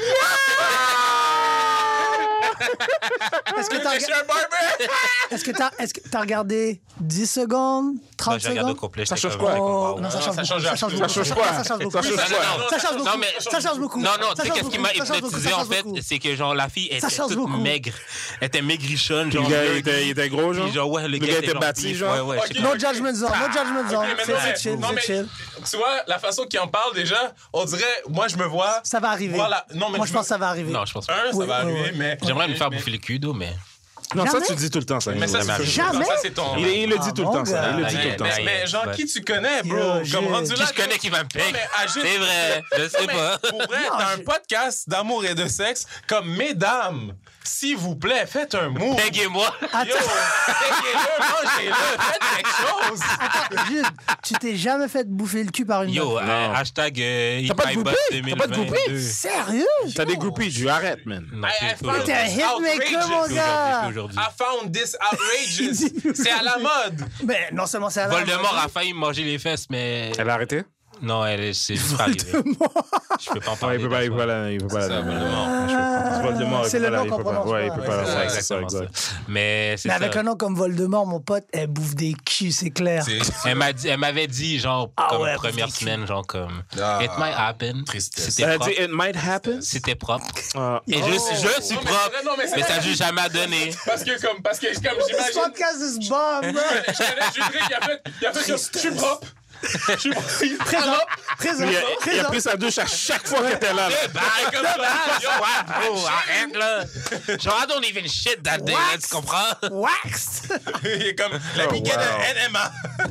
est-ce que t'as regardé 10 secondes, 30 Non, j'ai regardé au secondes? complet. Ça j'étais change comme, quoi? Oh, wow. non, ça change beaucoup. change Ça change absolument beaucoup. Ça change quoi? Ça change beaucoup. Ça change Ça quoi? Ça change beaucoup. Non, mais- Ça change beaucoup. Non, tu Ça sais change qu'est-ce qui m'a beaucoup. Ça change beaucoup. hypnotisé, Ça en change fait, beaucoup. c'est que, genre, la fille Ça était change toute beaucoup. maigre. Elle était maigrichonne, Puis genre. le gars, il était gros, genre? Puis genre, ouais, Le gars était genre bâti, beef. genre? Ouais, j'étais No comme- judgment zone. No judgment zone. Mais non, C'est chill. non, C'est mais chill. tu vois, la façon qu'il en parle déjà, on dirait, moi je me vois. Ça va arriver. Voilà. Non, mais Moi, je pense que ça va arriver. Non, je pense pas. Ça Oui, va oui, arriver, oui. mais. J'aimerais me faire bouffer le cul d'eau, mais. Non, ça, Jamais? tu le dis tout le temps, ça. Mais ça, c'est Jamais? Ça, c'est ton. Il le dit tout le mon temps, ça. Il le gars. dit tout le temps, ça. Mais genre, qui tu connais, bro? Yo, Comme j'ai- rendu Qui là. je connais qui va me payer? mais agite. C'est vrai, je sais pas. Pour vrai, Non, t'as un j'ai- podcast d'amour et de sexe. Comme, mesdames, s'il vous plaît, faites un move. Peguez-moi. Yo, payez-le, mangez-le, faites quelque chose. Attends, Jude, tu t'es jamais fait bouffer le cul par une Yo, meuf? hashtag T'as pas de groupie? T'as pas de groupie? Sérieux? T'as des groupies, tu arrêtes, man. Non, I plus found T'es un this hitmaker, mon outrageous. gars! aujourd'hui. I found this outrageous. C'est à la mode. Mais non seulement c'est à la Voldemort a failli me manger les fesses, mais. Elle a arrêté? Non, c'est juste pas arrivé. Je peux pas en parler. Il peut pas la Voldemort, C'est le nom qu'on prononce Ouais, il pas. peut pas Ouais, la C'est faire, exactement c'est ça, ça. exact. Mais c'est Mais ça. avec un nom comme Voldemort, mon pote, elle bouffe des culs, c'est clair. Elle m'avait dit, genre, Ah comme ouais, première putain. semaine, genre, comme. Ah, It might happen. tristesse. C'était Elle a propre. dit, it might happen. C'était propre. Ah. Et je suis Non, mais propre. c'est vrai, non, mais c'est Mais ça vrai. n'a juste jamais donné. Parce que This j'imagine. podcast is bomb, bro. Je connais Judric, il a fait comme, je suis propre. Je suis propre. Présent. Il a pris sa douche à chaque fois qu'elle était là. là. Bye, comme ça. Bro, arrête, là. Genre, I don't even shit that day, là, tu comprends? Waxed. Il est comme la piquette de NMA.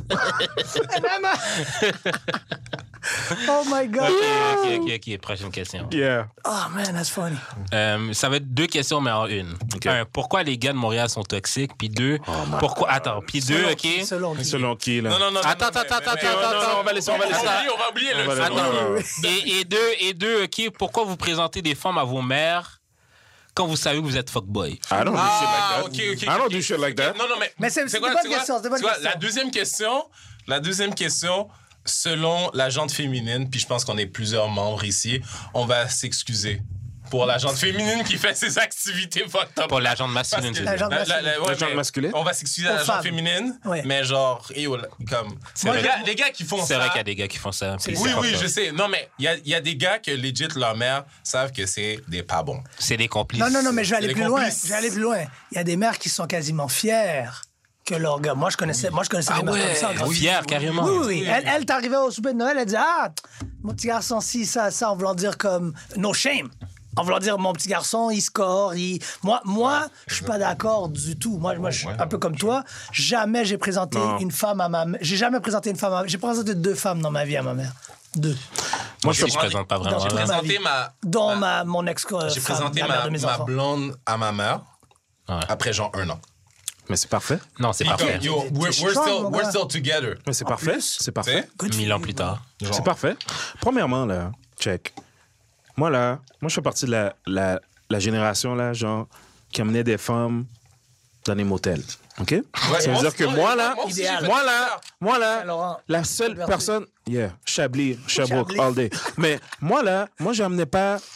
Oh my God. OK. Prochaine question. Yeah. Oh man, that's funny. Ça va être deux questions, mais en une. OK. Un, pourquoi les gars de Montréal sont toxiques? Puis deux, pourquoi... Attends, puis deux, OK? Selon qui? Selon qui, là? Non. Attends. on va laisser. On va oublier le On va Attends. laisser. Et deux, OK, pourquoi vous présentez des femmes à vos mères quand vous savez que vous êtes fuckboy? I don't do shit Ah, like that. OK. I don't do shit like that. Non, Mais c'est quoi, une bonne tu vois, question, c'est une bonne tu vois, question. La deuxième question, selon la jante féminine, puis je pense qu'on est plusieurs membres ici, on va s'excuser pour la jante féminine qui fait ses activités fucked up. Pour la jante masculine, Parce que- tu La veux dire. jante masculine. ouais, La jante mais masculine? On va s'excuser à Aux la jante femmes. féminine, Ouais. mais genre, comme... vrai. Les gars qui font ça... C'est vrai qu'il y a des gars qui font ça. puis Oui, c'est oui, pas je ça. sais. Non, mais il y a des gars que legit leur mère savent que c'est des pas bons. C'est des complices. Non, mais je vais aller les plus loin. complices. Je vais aller plus loin. Il y a des mères qui sont quasiment fières que leur gars. Moi, je connaissais des mères comme ça. en Fier, grandissant. carrément. Oui. Elle t'arrivait au souper de Noël, elle dit ah, mon petit garçon, si, ça, en voulant dire comme no shame. En voulant dire, mon petit garçon, il score. Moi, je suis pas d'accord du tout. Moi, je suis un peu comme toi. Jamais j'ai présenté une femme à ma mère. J'ai jamais présenté une femme à ma mère. J'ai présenté 2 femmes dans ma vie à ma mère. 2. Moi, je présente pas vraiment. J'ai J'ai là. présenté Dont mon ex J'ai présenté la mère de mes ma enfants. blonde à ma mère Ouais. après genre 1 an. Mais c'est parfait. Non, c'est Puis parfait. comme, yo, we're still together. Mais c'est parfait. C'est parfait. T'sais? 1000 ans plus tard. Genre. C'est parfait. Premièrement, là, check. Moi, je fais partie de la génération, là, genre, qui amenait des femmes dans des motels. OK? Ça veut dire que moi, là, moi aussi, j'ai fait moi, Laurent, là, la seule Alberti. personne... Yeah, Sherbrooke, Chablis. all day. Mais moi, là, j'amenais pas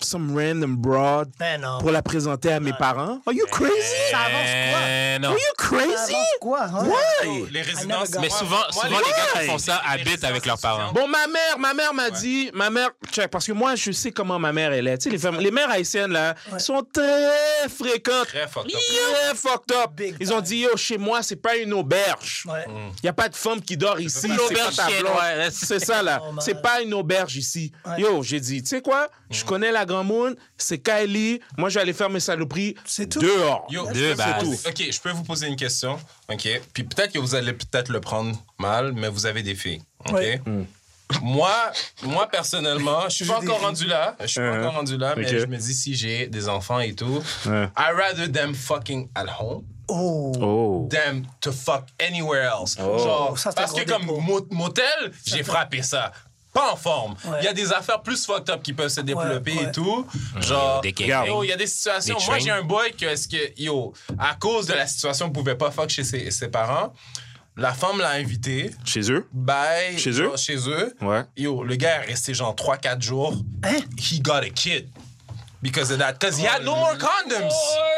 some random broad Ben non. pour la présenter à mes parents? Are you crazy? Ça avance quoi? Non. Are you Ça crazy? avance quoi? Hein? Why? Les résidences... never Mais got- souvent les gars qui font ça les habitent avec leurs parents. Bon, ma mère m'a dit, check, parce que moi, je sais comment ma mère, elle est. Tu sais, les mères haïtiennes, là, sont très fréquentes. Très fucked up. Très fucked up. Big Ils ont time. dit, yo, chez moi, c'est pas une auberge. Ouais. Il n'y a pas de femme qui dort ici. Une c'est auberge pas ta chienne, blonde. ouais. C'est ça, là. Normal. C'est pas une auberge ici. Ouais. Yo, j'ai dit, tu sais quoi? Je connais la Grand Moon, c'est Kylie. Moi, je vais aller faire mes saloperies C'est tout. dehors. Yo, Deux c'est bases. tout. OK, je peux vous poser une question. OK. Puis peut-être que vous allez peut-être le prendre mal, mais vous avez des filles. OK? Oui. Moi, personnellement, je suis pas encore rendu là. Je suis pas encore rendu là, mais OK. je me dis si j'ai des enfants et tout, Ouais. I rather them fucking at home Oh. Oh. than to fuck anywhere else. Genre, Ça, c'est un parce que gros comme dépôt. motel, j'ai frappé ça. Pas en forme. Il Ouais. y a des affaires plus fucked up qui peuvent se développer Ouais. et tout. Genre, Des gangbangs. yo, il y a des situations. Des Moi, trains. j'ai un boy que, à cause de la situation, il pouvait pas fuck chez ses parents. La femme l'a invité. Chez eux? Bye. Chez genre, eux? Chez eux. Ouais. Yo, le gars est resté genre 3-4 jours. Hein? He got a kid. Because of that. Because he had no more condoms.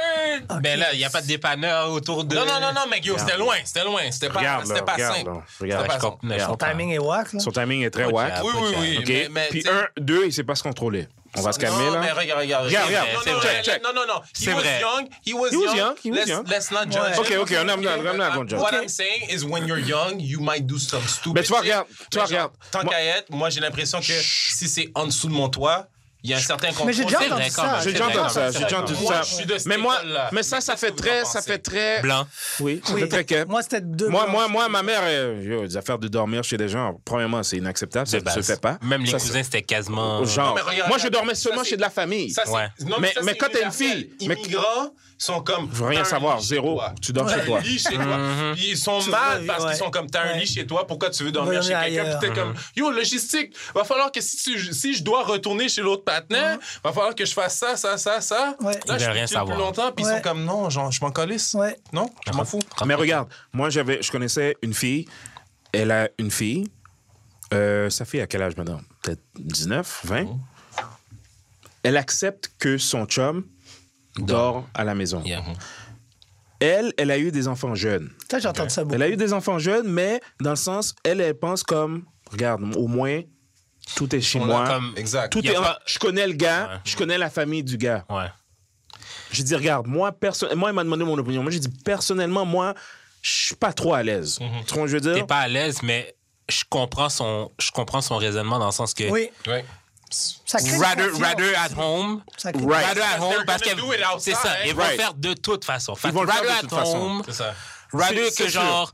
Ben là, il n'y a pas de dépanneur autour de... Non, mec, yo, c'était loin. C'était pas, Regarde, c'était là, pas regarde, simple. là. Regarde, C'était pas je simple. comprends. Son timing est whack, là. Son timing est très Ok. wack. Oui, oui, oui. OK? Mais, Puis tu sais- 1, 2, il sait pas se contrôler. On va se calmer, non, là. mais regarde. Regarde. C'est vrai. Non. C'est vrai. He was young. Let's not judge. OK, OK, I'm not gonna judge. What I'm saying is when you're young, you might do some stupid Mais tu vois, shit. regarde, Mais genre, regarde. Tant Moi- qu'à être, moi, j'ai l'impression que si c'est en dessous de mon toit, il y a un certain contrôle. Mais j'ai déjà C'est entendu vrai, quand ça. même. J'ai déjà entendu ça. J'ai déjà entendu Moi, ça. je suis de cette Mais moi, école-là. mais ça fait très, ça fait très. Blanc. Oui, ça Oui. fait très cap. Moi, c'était deux. Moi, blancs. ma mère, des affaires de dormir chez des gens, premièrement, c'est inacceptable. Ça De ne se base. fait pas. Même les Ça, cousins, c'était quasiment... Genre, Non, mais regarde, moi, je regarde, dormais ça, seulement c'est- chez de la famille. Ça, c'est- Ouais. non, Mais ça, mais c'est quand t'es une universel. fille, mais- Immigrants sont comme. Je veux rien t'as un savoir, lit chez zéro. toi. Tu dors T'as chez un toi. lit chez toi. Puis ils sont mal parce ouais. qu'ils sont comme, t'as un Ouais. lit chez toi, pourquoi tu veux dormir Va chez dormir quelqu'un? Puis t'es ailleurs. comme, yo, logistique, va falloir que si je dois retourner chez l'autre patinet, va falloir que je fasse ça. Ouais. Là, Ils veulent je rien suis savoir. plus longtemps, puis ils Ouais. sont comme, non, genre, je m'en calisse. Ouais. Non, je m'en fous. Mais regarde, moi, je connaissais une fille. Elle a une fille. Sa fille a quel âge maintenant? Peut-être 19, 20. Elle accepte que son chum dort à la maison. Yeah. Elle a eu des enfants jeunes. Ça, j'ai entendu ça beaucoup. Elle a eu des enfants jeunes, mais dans le sens, elle pense comme, regarde, au moins, tout est chez On a moi. comme- exact. Tout Y a est pas- Je connais le gars, Ouais. je connais la famille du gars. Ouais. J'ai dit, regarde, moi, il m'a demandé mon opinion. Moi, j'ai dit, personnellement, moi, je suis pas trop à l'aise. Tu vois ce que je veux T'es dire? pas à l'aise, mais je comprends son raisonnement dans le sens que... Oui. Ouais. Ça crée une Rather confiance. at home. Ça crée- Right. Rather at home They're parce gonna que do it outside. c'est ça, ils vont Right. faire de toute façon. Fait Ils vont que le faire de rather toute at façon. home, C'est ça. rather C'est que sûr. genre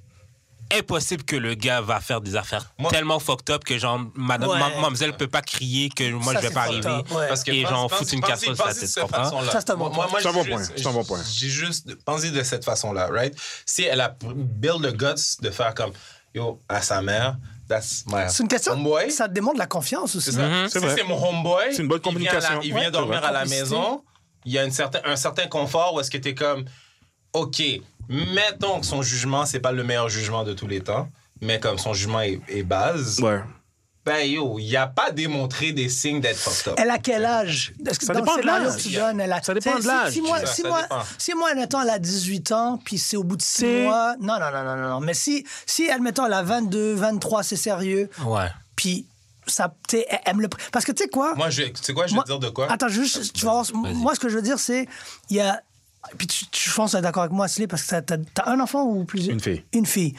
impossible que le gars va faire des affaires Moi- tellement fucked up que genre mademoiselle peut pas crier que moi Ça, je vais c'est pas fucked arriver up, ouais. Parce que et genre pense- foutre une pense- casserole sur la pensez de tête, tu cette comprends? façon-là. Ça, c'est un bon Moi, point. C'est un bon point. juste- C'est un bon point. J'ai juste pensé de cette façon-là, right? Si elle a build the guts de faire comme, yo, à sa mère, that's my C'est une question. homeboy. Ça démontre la confiance aussi. C'est ça. C'est Si vrai. c'est mon homeboy, C'est une bonne il vient communication. il vient Ouais, dormir c'est à la vrai. maison, il y a un certain confort où est-ce que t'es comme, OK, mettons que son jugement, c'est pas le meilleur jugement de tous les temps, mais comme son jugement est base, Ouais. ben yo, il a pas démontré des signes d'être fucked up. Elle a quel âge? Est-ce que Ça dans dépend le de scénario l'âge. que tu donnes, elle a... Ça dépend de l'âge. Si moi, Ça si dépend. moi, admettons, elle a 18 ans, puis c'est au bout de 6 C'est- mois... Non. Mais si, admettons, elle a 22, 23, c'est sérieux, Ouais. puis ça... elle me le... Parce que tu sais quoi? Moi, tu sais quoi, je vais Moi- te dire de quoi? Attends, juste, tu vas voir, moi, ce que je veux dire, c'est... Il y a... Puis je pense que tu es d'accord avec moi, Slay, parce que t'as un enfant ou plusieurs? Une fille. Une fille.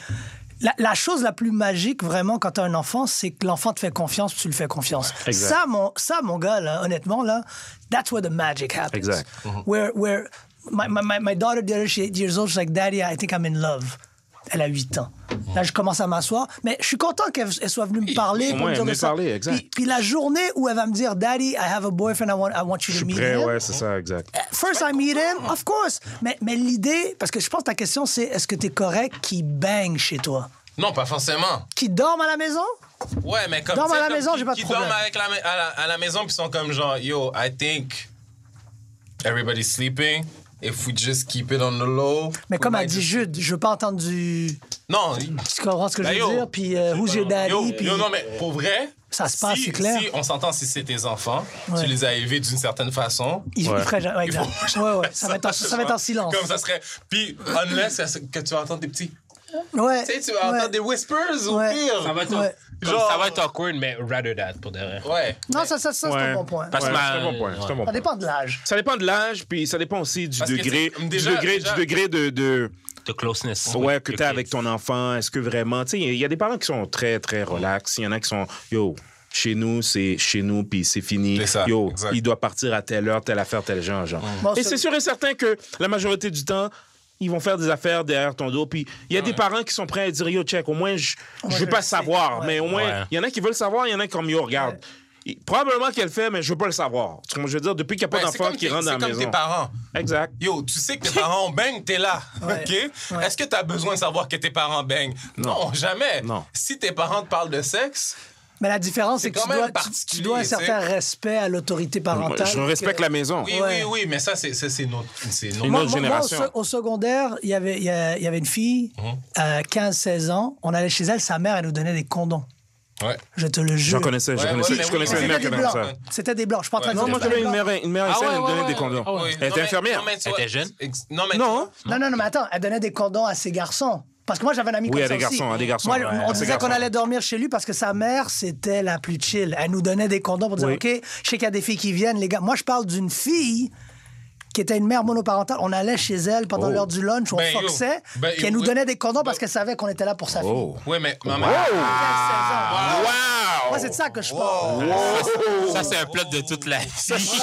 La chose la plus magique, vraiment, quand t'as un enfant, c'est que l'enfant te fait confiance, puis tu lui fais confiance. Exact. Ça, mon gars, là, honnêtement, là, that's where the magic happens. Exact. Where my daughter, the other, she's 8 years old, she's like, Daddy, I think I'm in love. Elle a 8 ans. Là, je commence à m'asseoir. Mais je suis content qu'elle soit venue me parler. Au pour moins, me dire elle de m'ait ça. parlé, exact. Puis la journée où elle va me dire, Daddy, I have a boyfriend, I want you to meet Prêt, him. ouais, c'est ça, exact. First I meet him, of course. Mais l'idée, parce que je pense que ta question, c'est est-ce que t'es correct qu'il bang chez toi? Non, pas forcément. Qu'il dorme à la maison? Ouais, mais comme Dorme tu sais, à la comme maison, j'ai pas de qui problème. dorment avec à la maison puis sont comme genre yo, I think everybody's sleeping. If we just keep it on the low. Mais we comme a might dit just- Jude, je veux pas entendre du... Non. Tu comprends ce que je Ben, veux yo. dire? Puis who's your daddy? Yo, puis... yo, non mais pour vrai, Ça se passe, c'est clair. Si on s'entend, si c'est tes enfants, tu les as élevés d'une certaine façon. Ils feraient jamais. Ouais, ça va être en silence. Comme ça serait. Puis, unless que tu vas entendre des petits. Ouais. Tu sais, tu vas entendre des whispers au pire. Ça va être, ça va être awkward, mais rather that, pour de vrai. Ouais. Non, ça c'est un bon point. Parce que c'est un bon point. C'est un bon Ça point. dépend de l'âge. Ça dépend de l'âge, puis ça dépend aussi du Parce que degré, c'est- déjà- du degré de De closeness. ouais, que tu as avec ton enfant. Est-ce que vraiment... Tu sais, il y a des parents qui sont très, très relax. Il y en a qui sont... Yo, chez nous, c'est chez nous, puis c'est fini. C'est ça, Yo, exact. il doit partir à telle heure, telle affaire, tel genre. Bon, Et c'est sûr et certain que la majorité du temps, ils vont faire des affaires derrière ton dos. Puis il y a des parents qui sont prêts à dire, yo, check, au moins, je veux pas le sais. savoir. Ouais. Mais au moins, il y en a qui veulent savoir, il y en a qui comme, yo, regarde. Probablement qu'elle fait, mais je veux pas le savoir. Tu vois, je veux dire, depuis qu'il n'y a pas Ben, c'est d'enfant comme qui tes- rentre dans la C'est comme maison. tes parents. Exact. Yo, tu sais que tes parents baignent, t'es là. Ouais. OK? Ouais. Est-ce que t'as besoin de savoir que tes parents baignent? Non, jamais. Non. Si tes parents te parlent de sexe, Mais la différence, c'est que quand tu même dois, tu particulier, dois un tu sais. certain respect à l'autorité parentale. Je respecte la maison. oui, Ouais. oui, mais ça, c'est notre. C'est notre. Une autre génération. Moi, au secondaire, il y avait une fille, 15-16 ans. On allait chez elle, sa mère, elle nous donnait des condoms. Ouais. Je te le jure. J'en connaissais, Ouais, je mais connaissais oui, une C'était mère des qui avait blancs. ça. C'était des blancs. Je suis pas en train de Non, dire moi que j'avais c'était une des blancs. mère ici, elle me donnait des condoms. Elle était infirmière. Elle était jeune? Non, mais Non. Non, mais attends, elle donnait des condoms à ses garçons. Parce que moi, j'avais un ami Oui, comme à ça des aussi. garçons, à des garçons. Moi, Ouais, on à disait des qu'on garçons. allait dormir chez lui parce que sa mère, c'était la plus chill. Elle nous donnait des condoms pour dire, Oui. OK, je sais qu'il y a des filles qui viennent, les gars. Moi, je parle d'une fille qui était une mère monoparentale. On allait chez elle pendant l'heure du lunch, on Ben, yo. foxait, Ben, puis elle yo, nous oui. donnait des condoms parce qu'elle savait qu'on était là pour sa fille. Oh. Oui, mais. Non, mais- 15-16 ans. Wow! Moi, c'est de ça que je parle. Ça, c'est un plot de toute la vie. Ça, je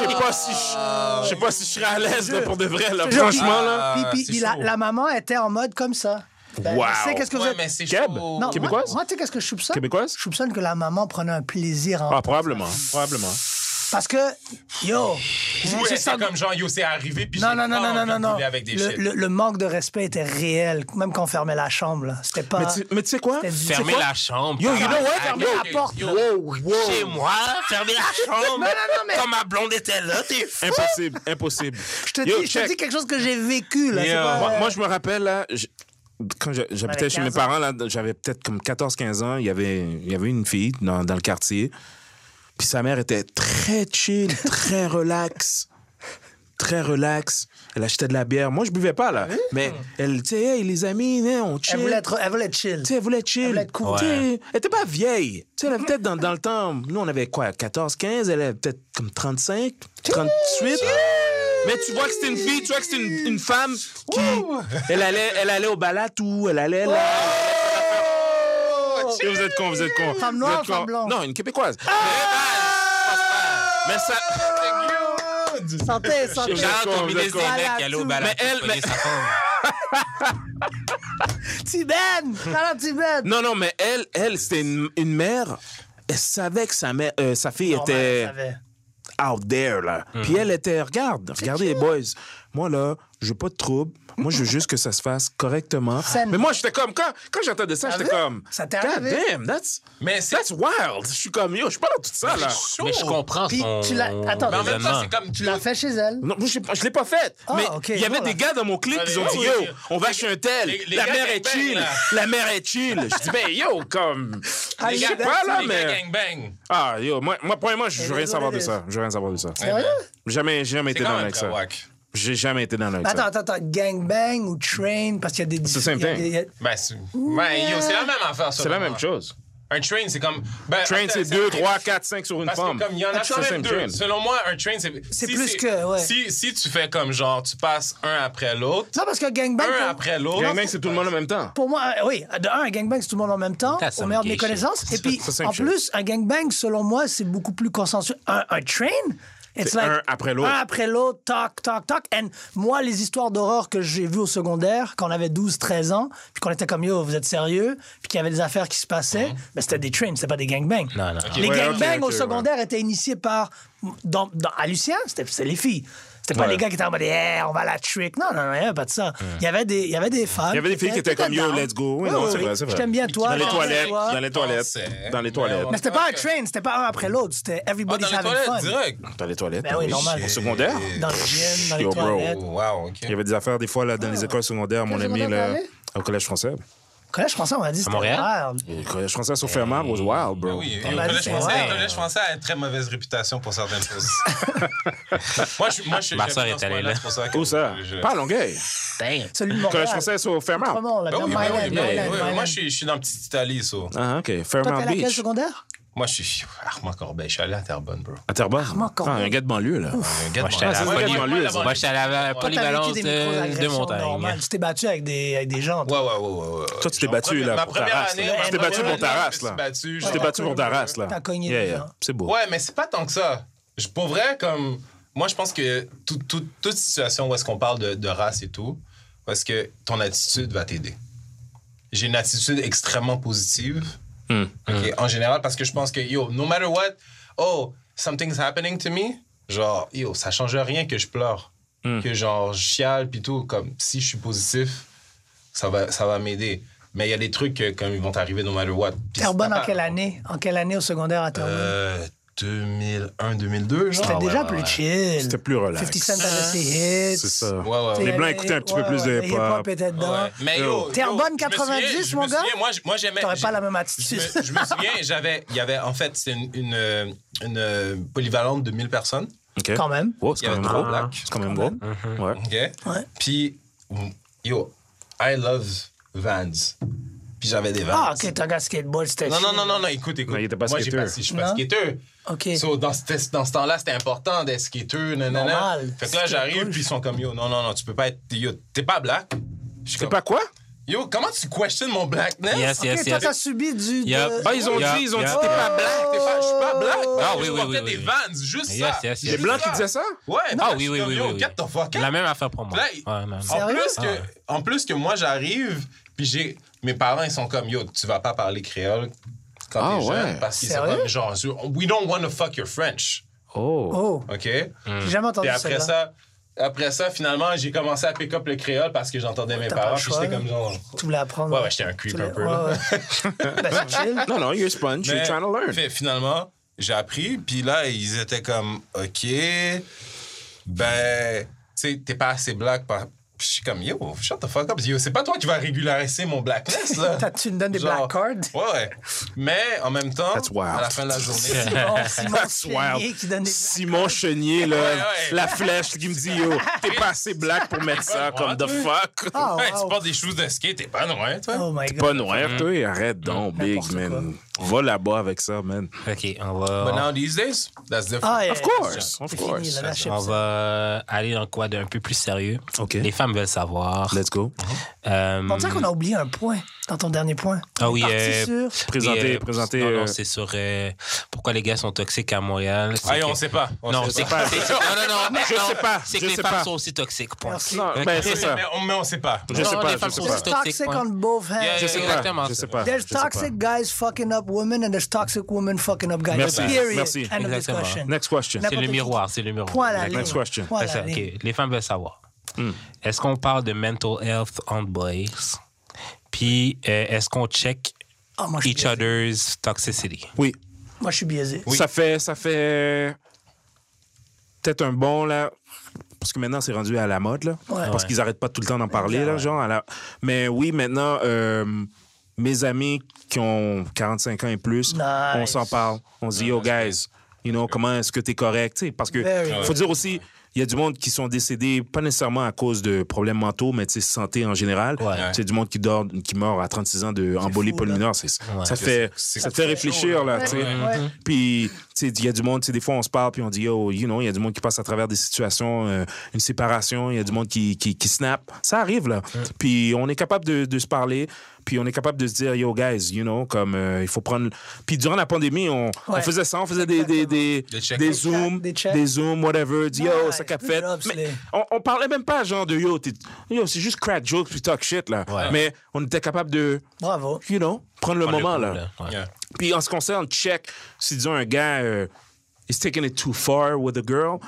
sais pas si je serais à l'aise là, pour de vrai, là. Je te jure, Franchement, là. Puis c'est chaud. la maman était en mode comme ça. Ben, Wow. je sais qu'est-ce que vous Ouais, êtes... mais c'est Keb? chaud. Non, Québécoise? Moi, tu sais qu'est-ce que je soupçonne? Québécoise? Je soupçonne que la maman prenait un plaisir en... Ah, probablement. Probablement. Parce que, yo... Ouais, j'ai c'est senti- comme genre, yo, c'est arrivé, puis Non, j'ai non, non, pas non, envie non, de non. dealer avec des shit. Le manque de respect était réel, même quand on fermait la chambre, là. C'était pas... Mais tu sais quoi? C'était du- Fermer c'est quoi? la chambre. Yo, you know what? Fermer Yo, la porte, yo, là. Chez moi, fermer la chambre. Non, mais- Quand ma blonde était là, t'es fou. Impossible, impossible. Je te Yo, dis check. quelque chose que j'ai vécu, là. C'est Yo. pas, Moi, je me rappelle, là, quand j'habitais chez mes 15 ans. parents, là, j'avais peut-être comme 14-15 ans, il y avait une fille dans le quartier, puis sa mère était très chill, très relax. Très relax. Elle achetait de la bière. Moi, je buvais pas, là. Mais elle, tu sais, hey, les amis, hein, on chill. Elle voulait être chill. Tu sais, elle voulait être chill. Elle voulait être cool. Tu sais, elle était pas vieille. Tu sais, elle avait peut-être dans le temps... Nous, on avait quoi, 14, 15? Elle avait peut-être comme 35, 38. Mais tu vois que c'était une fille, tu vois que c'était une femme qui... Elle allait au Balatou, elle allait là... Vous êtes con, vous êtes con. Femme Vous noire, êtes con. femme blanche? Non, une Québécoise. Mais ça... Santé. J'ai con, entendu vous des êtes con. mecs qui allaient au balade. Mais sa femme. Tibène! Alors, Tibène! Non, mais elle c'était une mère... Elle savait que sa fille Normal, était... elle savait. out there, là. Puis elle était, regardez les boys, moi, là, je veux pas de trouble. Moi, je veux juste que ça se fasse correctement. Saine. Mais moi, j'étais comme, quand j'entendais ça, j'étais vu? comme, Ça t'est God arrivé? damn, that's wild. Je suis comme, yo, je suis pas dans tout ça, là. Mais je comprends Puis son tu l'as- attends, Mais en même temps, raisonnement. c'est comme. Tu l'as fait chez elle. Non, moi, je l'ai pas fait. Ah, mais ok, il y avait voilà. des gars dans mon clip qui ont dit, oui, yo, oui. on va chez un tel. les La gars mère est gangbang, chill. là. La mère est chill. Je dis, ben, yo, comme. Ah, Je les sais gars, pas, là, Les mais. gars gangbang. Ah, yo, moi, je veux rien les savoir de autres, ça. Je veux rien savoir de ça. Sérieux? Jamais été C'est dans quand même avec très ça. wack. J'ai jamais été dans avec ça. Attends. Gangbang ou train, parce qu'il y a des... C'est le same il y a thing. des- il y a- Ben, yo, c'est la même affaire, ça. C'est la même chose. Un train, c'est comme. Ben, Train, c'est 2, 3, 4, 5 sur une Parce femme. que comme il y en a C'est quand le même same deux. train. Selon moi, un train, c'est. C'est plus que, ouais. Si tu fais comme genre, tu passes un après l'autre, Non, parce que gangbang... un après l'autre. Gangbang, c'est tout le monde en même temps. Pour moi, oui, de un gangbang, c'est tout le monde en même temps, That's au meilleur de mes some gay connaissances. Et puis, Ça, c'est en une chose. plus, un gangbang, selon moi, c'est beaucoup plus consensuel. Un train, it's C'est un après l'autre. Un après l'autre, toc, toc, toc. And moi, les histoires d'horreur que j'ai vues au secondaire, quand on avait 12, 13 ans, puis qu'on était comme, yo, vous êtes sérieux, puis qu'il y avait des affaires qui se passaient, ben, c'était des trains, c'était pas des gangbangs. Non. Les Ouais, gangbangs ok, au secondaire étaient initiés par... à Lucien, c'était les filles. C'était pas Ouais. les gars qui étaient en mode, hey, on va à la trick. Non, il n'y avait pas de ça. Il y avait des femmes. Il y avait des filles qui étaient comme, yo, let's go. Oui, non, c'est vrai, c'est vrai. Je t'aime bien, toi. Dans les je t'aime toilettes, toi. dans les toilettes, c'est- dans les toilettes. Mais c'était pas un train, c'était pas un après l'autre. C'était Ah, everybody's dans les having fun. toilettes, direct. Dans les toilettes. Ben oui, normal. Au secondaire? Dans le gym, dans les Yo, bro. toilettes. Oh, wow, OK. Il y avait des affaires, des fois, là, dans les écoles secondaires, mon Quel ami, secondaire là, t'allais? au collège français. Collège français, on m'a dit À c'était Montréal? wild. Le collège français sur Fairmont was wild, bro. Oui, On le m'a dit collège c'est français, vrai. le collège français a une très mauvaise réputation pour certaines choses. moi, je Ma sœur est allée là. C'est pour ça que Où ça? Pas à Longueuil. Damn. Celui de Le Montréal. collège français sur Fairmont. Autrement, là, Ben dans oui, ben Myland, oui, ben oui, Myland, oui. Myland. Moi, je suis dans Petite Italie, ça. Ah, OK. Toi, Fairmont t'es à laquelle Beach. secondaire? Moi, je suis Armand Corbeil. Je suis allé à Terrebonne, bro. À Terrebonne. Armand Corbeil. Ah, un gars de banlieue, là. Un gars Moi, j'étais à la banlieue. Moi, j'étais à la Toi, t'as polyvalence vécu des de micro-agressions montagne. normales. Tu t'es battu avec des gens. toi. Ouais. Toi, tu t'es battu, là, Ma pour ta première race. année, là. ma Tu t'es battu première pour ta année, race, je me là. suis battu. Tu t'es battu pour ta race, là. T'as cogné Yeah, des yeah. gens. C'est beau. Ouais, mais c'est pas tant que ça. Pour vrai, comme... Moi, je pense que toute situation où est-ce qu'on parle de race et tout, parce que ton attitude va t'aider. J'ai une attitude extrêmement positive, ok, en général, parce que je pense que, yo, no matter what, oh, something's happening to me, genre, yo, ça change rien que je pleure, que genre, je chiale, pis tout, comme, si je suis positif, ça va m'aider. Mais il y a des trucs comme ils vont t'arriver no matter what. Puis Terrebonne c'est en pas- quelle année? En quelle année au secondaire à Terrebonne? 2001, 2002, genre. C'était déjà plus chill. C'était plus relax. 50 Cent avait ses hits. C'est ça. Ouais. Les Blancs écoutaient un petit peu plus de le hip-hop. était dedans. Ouais. Mais yo, Terrebonne je me 90, souviens, mon je me gars? souviens, moi j'aimais. T'aurais pas la même attitude. Je me souviens, il y avait, en fait, c'était une polyvalente de 1000 personnes. OK. Quand même. Oh, c'est Il y quand avait même trois gros. blacks. C'est quand même gros. Ouais. OK? Ouais. Puis, yo, I love Vans. Puis j'avais des Vans. Ah, OK, t'as un gars skateboard, c'était Non, chill. écoute. Non, il était pas Moi, skater. je suis pas Non? skater. OK. So, dans ce temps-là, c'était important d'être skater. Nanana. Normal. Fait que là, j'arrive, puis ils sont comme, yo, non, tu peux pas être. Yo, t'es pas black. Je suis C'est comme, pas quoi? yo, comment tu questionnes mon blackness? Yes, OK, yes, toi, yes. t'as subi du... Yup. Ah, ils ont dit t'es pas black. Je suis pas black. Ah, Je oui, portais oui. des Vans, juste Yes, ça. yes, Les yes. Blancs qui disaient ça? Ouais, Ah je oui, suis oui, comme, oui, yo, oui. get the fuck out. La même affaire pour moi. Là, Ouais, non. Sérieux? En plus que moi, j'arrive, puis mes parents, ils sont comme, yo, tu vas pas parler créole quand Ah, t'es jeune. ouais. Parce qu'ils sont Sérieux? comme, genre, we don't want to fuck your French. Oh. Oh, OK? j'ai jamais entendu Puis ça. après ça, finalement, j'ai commencé à pick up le créole parce que j'entendais mes T'as pas parents. le Puis choix, j'étais là. comme genre. Tu voulais apprendre. Ouais, j'étais un creep un peu. Ouais, là. ouais. Ben, c'est chill. Non, you're a sponge. You're trying to learn. Finalement, j'ai appris. Puis là, ils étaient comme, OK, ben, tu sais, t'es pas assez black. Puis je suis comme, yo, shut the fuck up. Yo, c'est pas toi qui vas régulariser mon blackness, là. Tu me donnes des Genre, black cards? Ouais. Mais en même temps, That's wild. à la fin de la journée, Simon That's Chenier wild. qui donne des Simon Chenier, là, Ouais. la flèche qui me dit, yo, t'es pas assez black pour mettre ça, comme the fuck. Ah, ouais, wow. tu portes des choses de skate, t'es pas noir, toi. Oh my God. Pas noir, toi, arrête donc, big, N'importe man. Va là-bas avec ça, man. OK, on But va... now these days, that's different. Ah, yeah, Of course, c'est of fini, course. là, la chip, On ça. va aller dans quoi d'un peu plus sérieux. OK. Les femmes veulent savoir. Let's go. On dirait qu'on a oublié un point dans ton dernier point. Ah oui, Parti sur... Présenter. Non, c'est sur pourquoi les gars sont toxiques à Montréal. C'est Aïe, que- on sait pas. On Non, sait c'est pas. non, Je sais pas, C'est que je les sais femmes pas. sont aussi toxiques. Point. Merci. Non, ben, c'est ça. Mais on sait pas. Je sais Non, pas, les femmes je sont sais aussi pas. toxiques. Toxic point. on both hands. Yeah, Je sais Exactement pas, je ça. sais pas. There's je sais pas. toxic guys fucking up women and there's toxic women fucking up guys. Merci, Period. merci. End of Exactement. discussion. Next question. C'est le N'importe miroir, c'est le miroir. Point à la ligne. Next question. Point à C'est ça, la ligne. OK. Les femmes veulent savoir. Est-ce qu'on parle de mental health on boys? Puis, est-ce qu'on check Ah, moi, je suis each biaisé. other's toxicity? Oui. Moi, je suis biaisé. Ça fait peut-être un bon, là, parce que maintenant, c'est rendu à la mode, là. Ouais. Parce qu'ils arrêtent pas tout le temps d'en parler, là, genre. Mais oui, maintenant, mes amis qui ont 45 ans et plus, Nice. on s'en parle. On se dit, yo, guys, you know, comment est-ce que t'es correct? Tu sais, parce que Very good. faut dire aussi, il y a du monde qui sont décédés, pas nécessairement à cause de problèmes mentaux, mais tu sais, santé en général. Ouais. C'est du monde qui meurt à 36 ans d'embolie fou, là. pulmonaire. Ça te fait réfléchir, là, tu sais. Ouais. Puis, tu sais, il y a du monde, tu sais, des fois, on se parle, puis on dit, yo, you know, il y a du monde qui passe à travers des situations, une séparation, il y a du monde qui snap. Ça arrive, là. Puis, on est capable de se parler, puis on est capable de se dire, yo, guys, you know, comme, il faut prendre... Puis, durant la pandémie, on faisait ça, on faisait des Zooms, Des checks. des Zooms, whatever, dit, yo, Ouais, ça qu'a good fait. job, Mais Slay. on parlait même pas, genre, de, yo, c'est juste crack jokes, puis talk shit, là. Ouais. Mais on était capable de, Bravo. you know, prendre le moment, coup, là. Ouais. Yeah. Puis en ce qui concerne check, si disons un gars is taking it too far with a girl,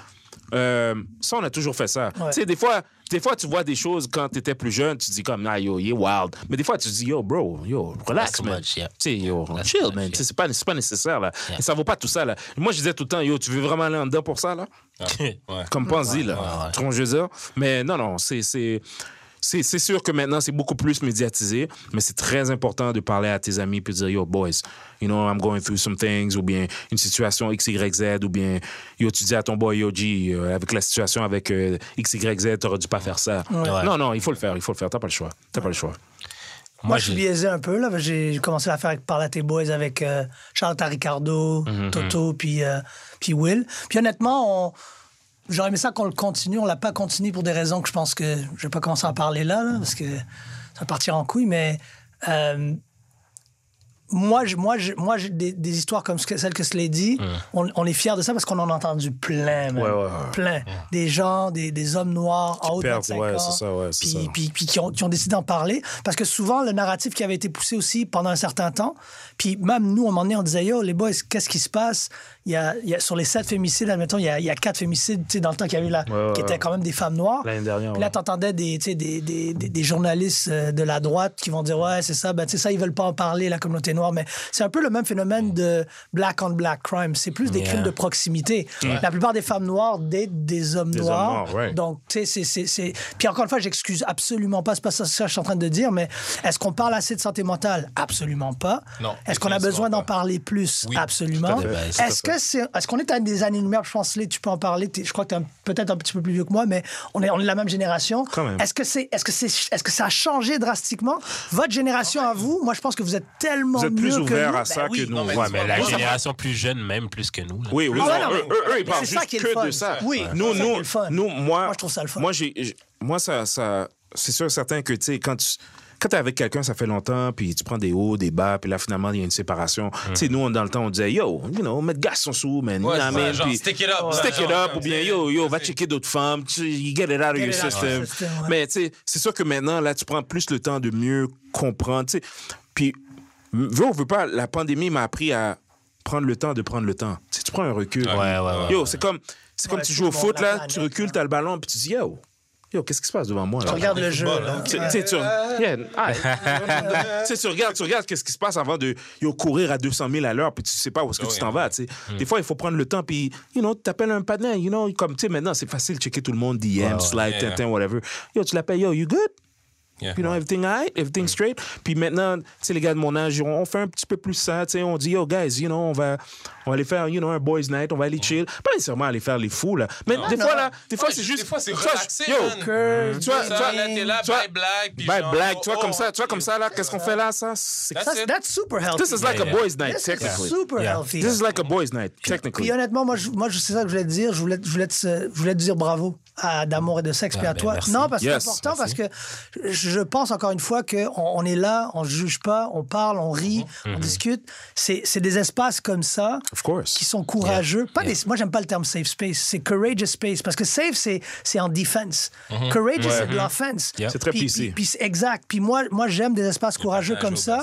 ça on a toujours fait ça. Ouais. Tu sais, des fois tu vois des choses quand t'étais plus jeune, tu te dis comme yo, il est wild. Mais des fois tu te dis yo bro, yo relax That's man. much, yeah. Tu sais yo, That's chill much, man. yeah. Tu sais, c'est pas nécessaire là. Yeah. Et ça vaut pas tout ça là. Moi je disais tout le temps yo, tu veux vraiment aller en dedans pour ça là? Ouais. Comme pense-y là. ouais. Tu vois ce que je veux dire? Mais non, c'est c'est sûr que maintenant, c'est beaucoup plus médiatisé, mais c'est très important de parler à tes amis puis de dire, yo, boys, you know, I'm going through some things, ou bien une situation X, Y, Z, ou bien, yo, tu dis à ton boy, yo, G, avec la situation avec X, Y, Z, t'aurais dû pas faire ça. Ouais. Non, il faut le faire, t'as pas le choix. Moi, je suis biaisé un peu, là. J'ai commencé à parler à tes boys avec Charles Ricardo, Toto, puis Will. Puis honnêtement, j'aurais aimé ça qu'on le continue. On l'a pas continué pour des raisons que je pense que je vais pas commencer à en parler là, parce que ça va partir en couille, mais moi, j'ai des histoires comme celle que Slay dit. On est fiers de ça parce qu'on en a entendu plein, man. Plein. Des gens, des hommes noirs en haut de 25 ans. Puis qui ont décidé d'en parler. Parce que souvent, le narratif qui avait été poussé aussi pendant un certain temps, puis même nous, à un moment donné, on disait, yo, les boys, qu'est-ce qui se passe? Il y a sur les 7 féminicides, admettons, il y a 4 féminicides, tu sais, dans le temps qu'il y avait qui étaient quand même des femmes noires. L'année dernière. Puis là, t'entendais des journalistes de la droite qui vont dire, ouais, c'est ça, ben, tu sais, ça, ils veulent pas en parler, la communauté noire. Mais c'est un peu le même phénomène de black on black crime. C'est plus des crimes de proximité. La plupart des femmes noires datent des hommes noirs. Donc, tu sais, c'est... Puis encore une fois, j'excuse absolument pas, c'est pas ça que je suis en train de dire, mais est-ce qu'on parle assez de santé mentale? Absolument pas. Non. Est-ce qu'on a besoin d'en parler plus? Oui. Absolument. Est-ce qu'on est à des années-lumière? Je pense que tu peux en parler. Je crois que tu es peut-être un petit peu plus vieux que moi, mais on est de la même génération. Est-ce que ça a changé drastiquement? Votre génération à vous, moi, je pense que vous êtes tellement mieux ouvert à ça que nous. Mais la génération plus jeune, même plus que nous. Là. Oui. Eux, ils parlent juste que de ça. Oui. Nous, moi, je trouve ça le fun. Moi, ça, c'est sûr certain que, tu sais, quand t'es avec quelqu'un, ça fait longtemps, puis tu prends des hauts, des bas, puis là, finalement, il y a une séparation. Tu sais, nous, dans le temps, on disait, yo, mettre gaz son sous, man. Genre, stick it up. Ou bien, yo, va checker d'autres femmes. You get it out of your system. Mais, tu sais, c'est sûr que maintenant, là, tu prends plus le temps de mieux comprendre, tu sais. Puis, veux pas, la pandémie m'a appris à prendre le temps de prendre le temps. Tu sais, tu prends un recul. Yo, c'est comme tu joues au foot, là, tu recules, t'as le ballon, puis tu dis, yo, qu'est-ce qui se passe devant moi, là? Tu regardes le jeu. Tu regardes qu'est-ce qui se passe avant de courir à 200 000 à l'heure, puis tu sais pas où est-ce que tu t'en vas, tu sais. Des fois, il faut prendre le temps, puis, t'appelles un partenaire, comme, tu sais, maintenant, c'est facile de checker tout le monde, DM, slide, Tintin, whatever. Yo, tu l'appelles, yo, you good? Yeah. Everything all right? Everything straight? Puis maintenant, tu sais, les gars de mon âge, on fait un petit peu plus ça, tu sais, on dit, yo, guys, on va aller faire, un boys night, on va aller chill. Pas nécessairement aller faire les fous, là. Mais des fois, c'est juste... Des fois, c'est relaxé, tu vois, là, t'es là, bye blague. Bye blague, tu vois, comme ça, là, qu'est-ce qu'on fait là, ça? That's super healthy. This is like a boys night, technically. Super healthy. This is like a boys night, technically. Puis honnêtement, moi, c'est ça que je voulais te dire. Je voulais te dire bravo à D'Amour et de Sexe, puis à toi. Merci. Non, parce que c'est important, parce que je pense encore une fois qu'on est là, on ne juge pas, on parle, on rit, on discute. C'est des espaces comme ça qui sont courageux. Moi, j'aime pas le terme safe space, c'est courageous space, parce que safe, c'est en defense. Courageous, c'est de l'offense. C'est très PC. Exact. Puis moi, j'aime des espaces courageux comme ça.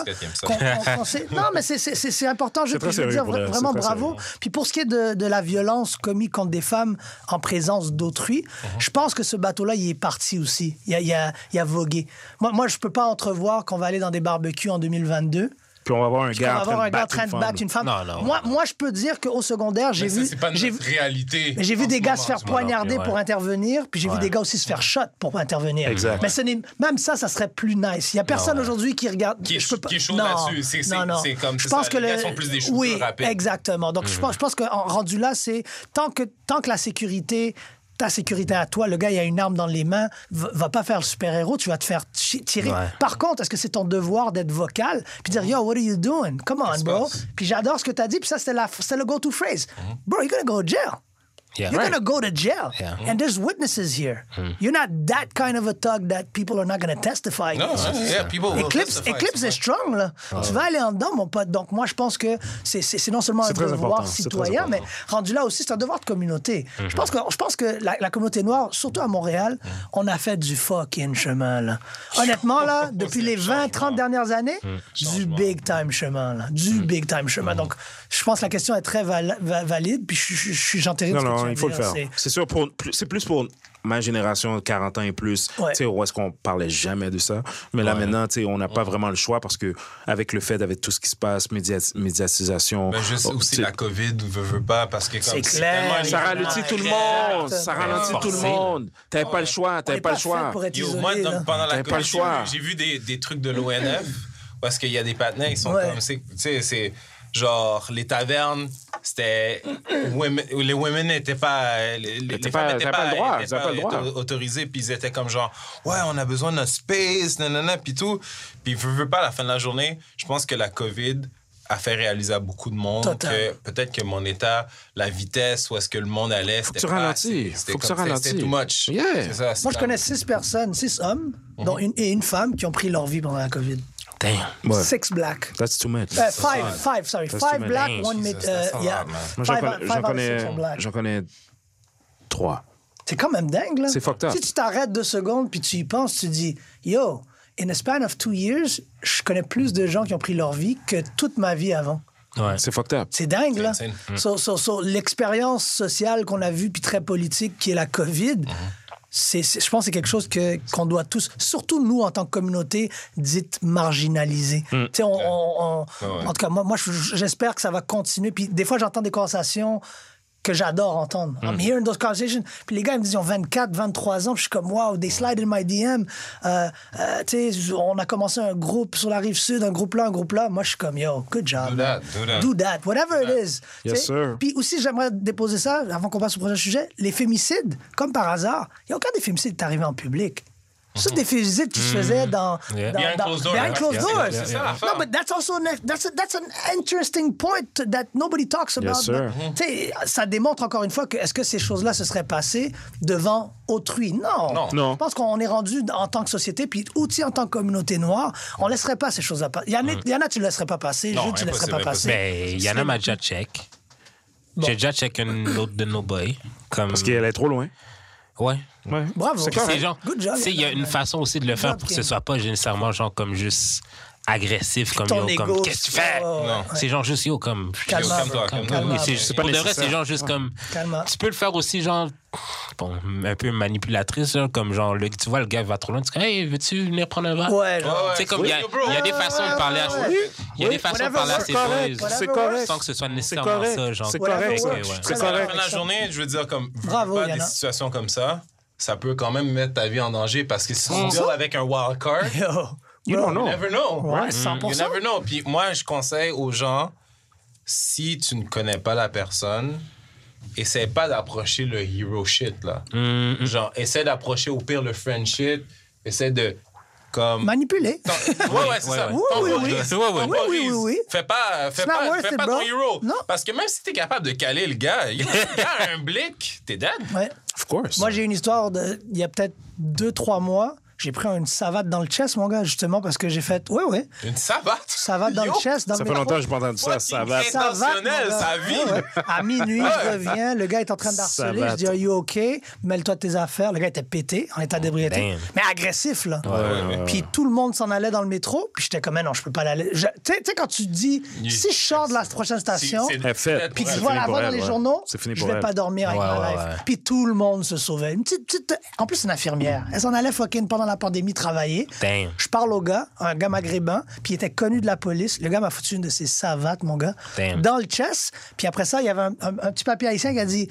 Non, mais c'est important. Je peux dire vraiment bravo. Puis pour ce qui est de la violence commise contre des femmes en présence d'autrui, je pense que ce bateau-là, il est parti aussi. Il a vogué. Moi, je peux pas entrevoir qu'on va aller dans des barbecues en 2022. Puis on va avoir un gars en train de battre une femme. Non. Moi, je peux dire qu'au secondaire, j'ai vu... c'est pas notre réalité. Mais j'ai vu des gars se faire poignarder pour intervenir, puis j'ai vu des gars aussi se faire shot pour intervenir. Exact. Mais même ça serait plus nice. Il y a personne aujourd'hui qui regarde... Qui est chaud là-dessus. C'est comme ça. Les gars sont plus des shooters rapides. Oui, exactement. Donc, je pense qu'en rendu là, c'est... Tant que la sécurité... Ta sécurité à toi, le gars, il a une arme dans les mains, va pas faire le super-héros, tu vas te faire tirer. Ouais. Par contre, est-ce que c'est ton devoir d'être vocal puis dire, yo, what are you doing? Come on, bro. Puis j'adore ce que tu as dit, puis ça, c'était le go-to phrase. Bro, you're gonna go to jail. Yeah. You're going to go to jail. Yeah. And there's witnesses here. You're not that kind of a thug that people are not going to testify against. People will testify. Eclipse est strong, là. Tu vas aller en dedans, mon pote. Donc, moi, je pense que c'est non seulement un devoir citoyen, mais rendu là aussi, c'est un devoir de communauté. Je pense que la communauté noire, surtout à Montréal, on a fait du fucking chemin, là. Honnêtement, là, depuis les 20-30 dernières années, du big-time chemin, là. Du big-time chemin. Donc, je pense que la question est très valide, puis j'en terrible. Non, il faut le faire. C'est- C'est sûr, c'est plus pour ma génération, 40 ans et plus, Ouais. tu sais, où est-ce qu'on parlait jamais de ça. Mais là, maintenant, tu sais, on n'a pas vraiment le choix parce que avec le fait, avec tout ce qui se passe, médiatisation... Mais je sais aussi la COVID veut pas parce que comme C'est clair. tellement Ça ralentit tout le monde. Ça ralentit tout le monde. T'avais pas le choix. On T'avais est pas le fait choix. pour être Yo, isolé, moi, là. pendant la T'avais pas le COVID, choix. j'ai vu des trucs de l'ONF parce qu'il y a des partenaires qui sont Ouais. comme... Tu sais, c'est genre les tavernes, c'était... les women n'étaient pas... Les femmes n'étaient pas le droit, ils avaient pas le droit. autorisées, puis ils étaient comme genre, ouais, on a besoin de notre space, nanana, puis tout. Puis veux pas, à la fin de la journée, je pense que la COVID a fait réaliser à beaucoup de monde Total. que peut-être que mon état, la vitesse où est-ce que le monde allait, c'était tu pas ralentis. assez. Faut que tu C'était ralentis. too much. Yeah. C'est ça, Moi, je connais 6 personnes, 6 hommes, dont une femme, qui ont pris leur vie pendant la COVID. Damn. Ouais. 6 black. That's too much. 5 too 5 much. black, Damn, one Jesus, mid. that's a Yeah. lot, man. Moi, j'en connais 3. C'est quand même dingue, là. C'est fucked up. Si tu t'arrêtes 2 secondes puis tu y penses, tu te dis, yo, in a span of 2 years, je connais plus de gens qui ont pris leur vie que toute ma vie avant. Ouais. C'est fucked up. C'est dingue, là. insane. So, l'expérience sociale qu'on a vue, puis très politique, qui est la COVID, je pense que c'est quelque chose qu'on doit tous, surtout nous, en tant que communauté dite marginalisée. Tu sais, en tout cas, moi j'espère que ça va continuer. Puis des fois, j'entends des conversations que j'adore entendre. I'm hearing those conversations. Puis les gars, ils me disent, ils ont 24, 23 ans. Puis je suis comme, wow, they slide in my DM. Tu sais, on a commencé un groupe sur la Rive-Sud, un groupe là. Moi, je suis comme, yo, good job. Do man. that. Do that. Whatever it is. Yes, Tu sais. sir. Puis aussi, j'aimerais déposer ça, avant qu'on passe au prochain sujet, les fémicides, comme par hasard, il n'y a aucun des fémicides qui est arrivé en public. C'est des fémicides qui se faisaient dans... Yeah. dans- Behind dans- closed doors, behind hein. closed Yeah, doors. yeah, yeah, C'est ça l'affaire. No, but that's also that's an interesting point that nobody talks about. Yes, sir. Tu sais, ça démontre encore une fois que est-ce que ces choses-là se seraient passées devant autrui? Non. Non. Je pense qu'on est rendu en tant que société, puis aussi en tant que communauté noire, on laisserait pas ces choses-là passer. Il y en a, tu ne laisserais pas passer. Non, Jules, tu ne laisserais pas impossible, passer. Ben, il y en a m'a déjà check. J'ai déjà check une autre de nos boys. Comme... Parce qu'elle est trop loin. Ouais. Ouais. Bravo. C'est Puis correct. c'est genre, Good job. tu sais, il y a une façon aussi de le faire job, pour que Ken. ce soit pas nécessairement genre comme juste agressif, comme ton yo, ego, comme qu'est-ce que tu fais? oh, Non. C'est genre juste yo, comme. Calme-toi, calme-toi. Oui, C'est pas pour de vrai, nécessaire. c'est genre juste comme. Calme-toi. Tu peux le faire aussi genre. Bon, un peu manipulatrice, genre, comme genre, tu vois, le gars va trop loin, tu dis, hey, veux-tu venir prendre un verre? Ouais, genre. Tu sais, comme il y a des façons de parler à il y a des façons de parler à ses boys. C'est correct. Sans que ce soit nécessairement correct. ça, genre. C'est Whatever correct. works. Ouais. C'est À la correct. fin de la journée, je veux dire, comme, Bravo, pas Yana. des situations comme ça, ça peut quand même mettre ta vie en danger parce que si on ça? deal avec un wild card, Yo. You don't know. you never know. Ouais, You 100%. never know. Puis moi, je conseille aux gens, si tu ne connais pas la personne, essaie pas d'approcher le hero shit, là. Genre, essaie d'approcher au pire le friend shit, essaie de, comme... Manipuler. Ouais, c'est ça. ouais. Oui, oui, oui. Ouais. Oui. Fais pas not worth ton it, bro. hero. Non. Parce que même si t'es capable de caler le gars, il y a un blick, t'es dead. Ouais. Of course. Moi, j'ai une histoire il y a peut-être 2-3 mois. J'ai pris une savate dans le chest, mon gars, justement, parce que j'ai fait. Oui. Une savate. Savate dans Yo, le chest, dans Ça le fait métro. longtemps que je pas entendu ça. Ça va. fucking Savate, mon intentionnel, gars. sa vie. Ouais. À minuit, je reviens. Le gars est en train d'harceler. Savate. Je dis, are you OK? Mêle-toi de tes affaires. Le gars était pété, en état d'ébriété. Damn. Mais agressif, là. ouais. Puis tout le monde s'en allait dans le métro. Puis j'étais comme, mais non, je peux pas aller. Tu sais, quand tu te dis, si je sors de la prochaine station. Elle fait. Puis que C'est je vois fini la pour voix dans elle, les ouais. journaux, C'est fini je pour vais elle. pas dormir avec ma Ouais, life. ouais. Puis tout le monde se sauvait. Une petite... En plus, c'est une infirmière. Elle s'en allait fucking pendant la pandémie travailler. Damn. Je parle au gars, un gars maghrébin, puis il était connu de la police. Le gars m'a foutu une de ses savates, mon gars, Damn. dans le chest. Puis après ça, il y avait un petit papier haïtien qui a dit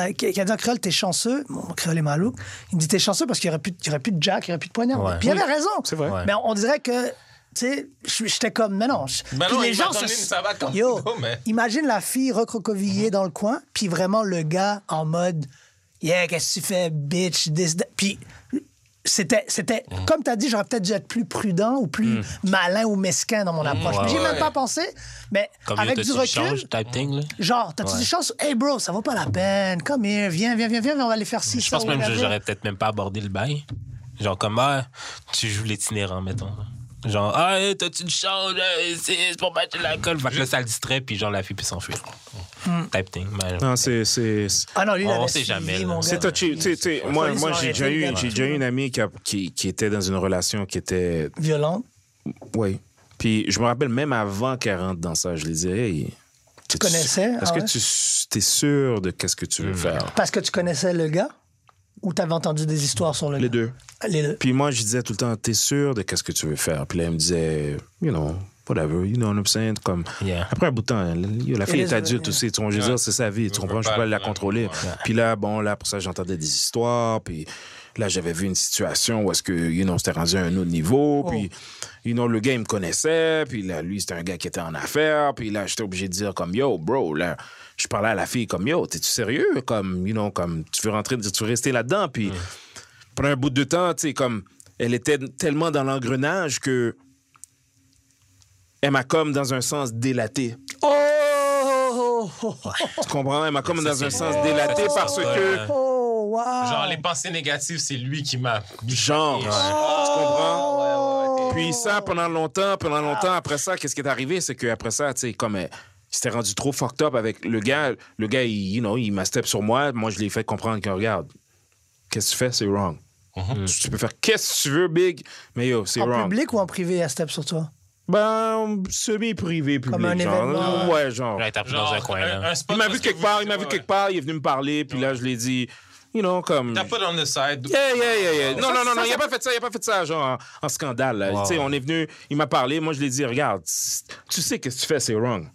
en créole, t'es chanceux. Mon créole est malouk. Il me dit, t'es chanceux parce qu'il n'y aurait plus de jack, il n'y aurait plus de poignard. Ouais. Puis il avait raison. C'est vrai. Ouais. Mais on dirait que... Tu sais, j'étais comme, mais non. Ben Puis non, les il gens m'a donné une savate comme Yo, ça, mais- imagine la fille recroquevillée dans le coin, puis vraiment le gars en mode, yeah, qu'est-ce que tu fais, bitch, this, that. Puis c'était comme tu as dit, j'aurais peut-être dû être plus prudent ou plus malin ou mesquin dans mon approche. Mais j'y ai ouais. même pas pensé. Mais Comme avec yo, du t'as-tu recul, change type thing, là. genre, t'as-tu du chance? Hey bro, ça vaut pas la peine. Come here, viens, on va aller faire ci, Je ça, pense même que whatever. j'aurais peut-être même pas abordé le bail. Genre comme, tu joues l'itinérant, mettons. Genre, hey, t'as-tu une chance? C'est pour battre l'alcool. Fait que là, ça le distrait, puis genre, la fille peut s'enfuir. Type thing. Mais, Non, c'est. Ah non, lui, il On avait sait suivi, jamais, mon là. gars. C'est touché. Tu sais, moi, Police moi ont j'ai arrêté déjà le eu, gars. j'ai déjà eu une amie qui était dans une relation qui était. Violente. Oui. Puis je me rappelle même avant qu'elle rentre dans ça, je lui disais, hey, Tu connaissais? Est-ce que tu es sûr de qu'est-ce que tu veux faire? Parce que tu connaissais le gars? Ou t'avais entendu des histoires sur le Les gars? deux. Les deux. Puis moi, je disais tout le temps, t'es sûr de qu'est-ce que tu veux faire? Puis là, elle me disait, whatever, you know what I'm saying? Comme, après un bout de temps, la fille est adulte aussi, tu vois, je veux dire, c'est sa vie, tu comprends, je peux pas la contrôler. Puis là, pour ça, j'entendais des histoires, puis là, j'avais vu une situation où est-ce que, c'était rendu à un autre niveau, puis, le gars, il me connaissait, puis là, lui, c'était un gars qui était en affaires, puis là, j'étais obligé de dire comme, yo, bro, là, je parlais à la fille comme, yo, t'es-tu sérieux? Comme, comme, tu veux rester là-dedans, puis pendant un bout de temps, tu sais, comme, elle était tellement dans l'engrenage que elle m'a comme, dans un sens, délaté. Tu comprends? Elle m'a comme, dans un sens, délaté parce que... Wow. Genre, les pensées négatives, c'est lui qui m'a... Genre, tu comprends? Puis ça, pendant longtemps, après ça, qu'est-ce qui est arrivé? C'est qu'après ça, tu sais, comme... il s'était rendu trop fucked up avec le gars. Le gars, il m'a step sur moi. Moi, je l'ai fait comprendre que, regarde, qu'est-ce que tu fais? C'est wrong. Tu peux faire qu'est-ce que tu veux, big, mais yo, c'est wrong. En public ou en privé, à step sur toi? Semi-privé, public. Comme un genre. événement. Ouais, genre. Là, il t'a pris dans un coin, là. Il m'a vu quelque part, il est venu me parler, puis là, je l'ai dit, comme... T'as pas on the side. Yeah. Non, il a pas fait ça, genre, en scandale, là. Tu sais, on est venu, il m'a parlé, moi, je l'ai dit, regarde, tu sais qu'est-ce que tu fais, c'est wrong.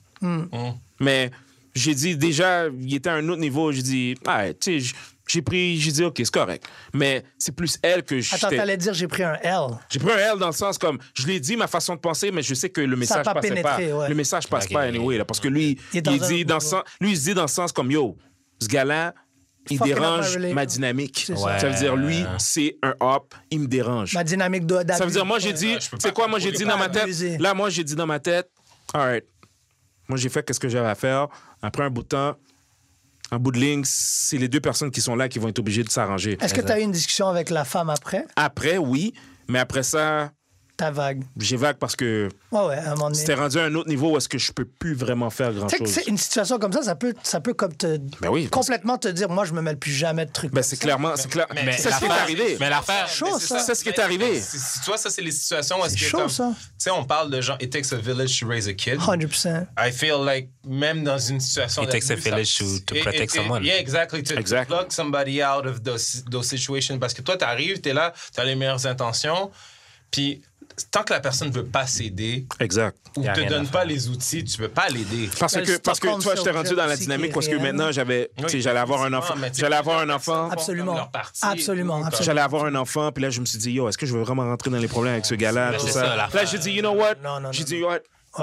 Mais j'ai dit, déjà, il était à un autre niveau, j'ai dit, tu sais, j'ai dit, OK, c'est correct. Mais c'est plus elle que je... Attends, t'allais dire, j'ai pris un L. J'ai pris un L dans le sens comme, je l'ai dit, ma façon de penser, mais je sais que le message pas passait pas. pénétré, ouais. Le message passe pas anyway, là, parce que lui, il dit dans le sens comme, yo, ce gars-là, il dérange ma dynamique. Ça veut dire, lui, c'est un hop, il me dérange. Ma dynamique d'abus. Ça veut dire, moi, j'ai dit, tu sais quoi, moi, j'ai dit dans ma tête, là, moi, j'ai dit dans ma tête, all right, moi, j'ai fait ce que j'avais à faire. Après un bout de temps, en bout de ligne, c'est les deux personnes qui sont là qui vont être obligées de s'arranger. Est-ce que tu as eu une discussion avec la femme après? Après, oui. Mais après ça... T'as vague. J'ai vague parce que... Ouais, à un moment donné. C'était rendu à un autre niveau où est-ce que je peux plus vraiment faire grand-chose. Une situation comme ça peut comme te... complètement te dire, moi, je me mêle plus jamais de trucs. C'est clairement... C'est ce qui est arrivé. Mais l'affaire... C'est ce qui est arrivé. Tu vois, ça, c'est les situations où est-ce que... C'est chaud, ça. Tu sais, on parle de genre, it takes a village to raise a kid. 100%. I feel like, même dans une situation... It takes a village to protect someone. Yeah, exactly. To plug somebody out of those situations. Parce que toi, t'arrives, t'es là, t'as les meilleures intentions, puis... Tant que la personne ne veut pas s'aider, ou ne te donne pas les outils, tu ne peux pas l'aider. Parce que tu vois, j'étais rendu dans la dynamique parce que maintenant, j'allais avoir un enfant. Absolument. J'allais avoir un enfant, puis là, je me suis dit, yo, est-ce que je veux vraiment rentrer dans les problèmes avec ce gars-là? Tout ça. Là, j'ai dit, you know what? J'ai dit, what?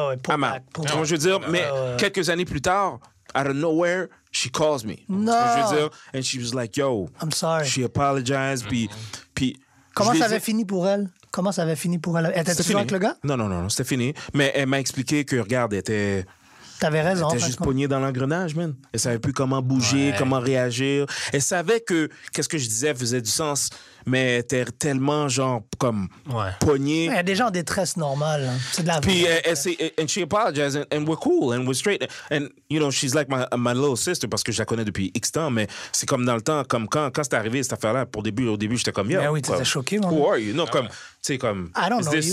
Je veux dire, mais quelques années plus tard, out of nowhere, she calls me. No. Je veux dire, and she was like, yo, I'm sorry. She apologized, puis comment ça avait fini pour elle? Comment ça avait fini pour elle? Elle était toujours avec le gars? Non, c'était fini. Mais elle m'a expliqué que, regarde, elle était... T'avais raison. Elle était juste pognée dans l'engrenage, man. Elle savait plus comment bouger, comment réagir. Elle savait que qu'est-ce que je disais faisait du sens, mais elle était tellement, genre, comme pognée. Il y a des gens en détresse normale. Hein. C'est de la Puis and she apologized, and we're cool, and we're straight. And, she's like my little sister, parce que je la connais depuis X temps, mais c'est comme dans le temps, comme quand c'est arrivé, cette affaire-là, au début, j'étais comme, yo. Mais oui, t'étais choqué, moi. Who are you? Non, comme, tu sais, comme... I don't know you.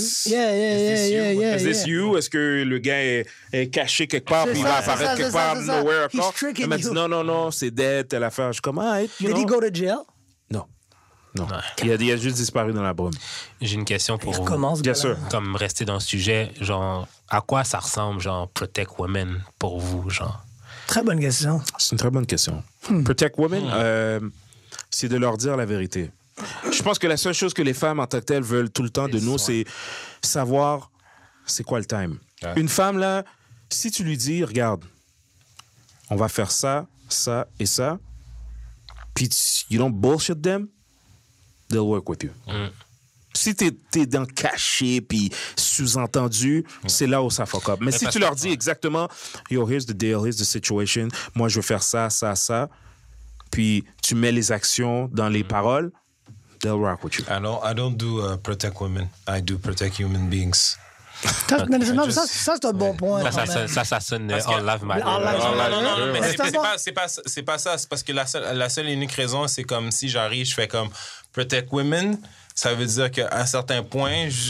Is this you? Est-ce que le gars est caché quelque part, puis il va apparaître quelque part, nowhere encore? Elle m'a dit, non, c'est dead, telle affaire. Je suis comme, Did he go to jail? Non. Il a juste disparu dans la brume. J'ai une question pour vous. Bien sûr. Comme rester dans le sujet, genre, à quoi ça ressemble, genre, Protect Women pour vous, genre? Très bonne question. C'est une très bonne question. Protect Women, c'est de leur dire la vérité. Je pense que la seule chose que les femmes en tant que telles veulent tout le temps de nous, c'est savoir c'est quoi le time. Ouais. Une femme, là, si tu lui dis, regarde, on va faire ça, ça et ça, puis you don't bullshit them, they'll work with you. Si t'es dans caché puis sous-entendu, c'est là où ça fuck up. Mais si tu leur dis exactement, yo, here's the deal, here's the situation, moi je veux faire ça, ça, ça, puis tu mets les actions dans les paroles, they'll rock with you. I don't do protect women. I do protect human beings. Ça, c'est un bon point. Ça sonne All Lives Matter. Non, mais c'est pas ça. C'est parce que la seule et unique raison, c'est comme si j'arrive, je fais comme Protect Women. Ça veut dire qu'à un certain point,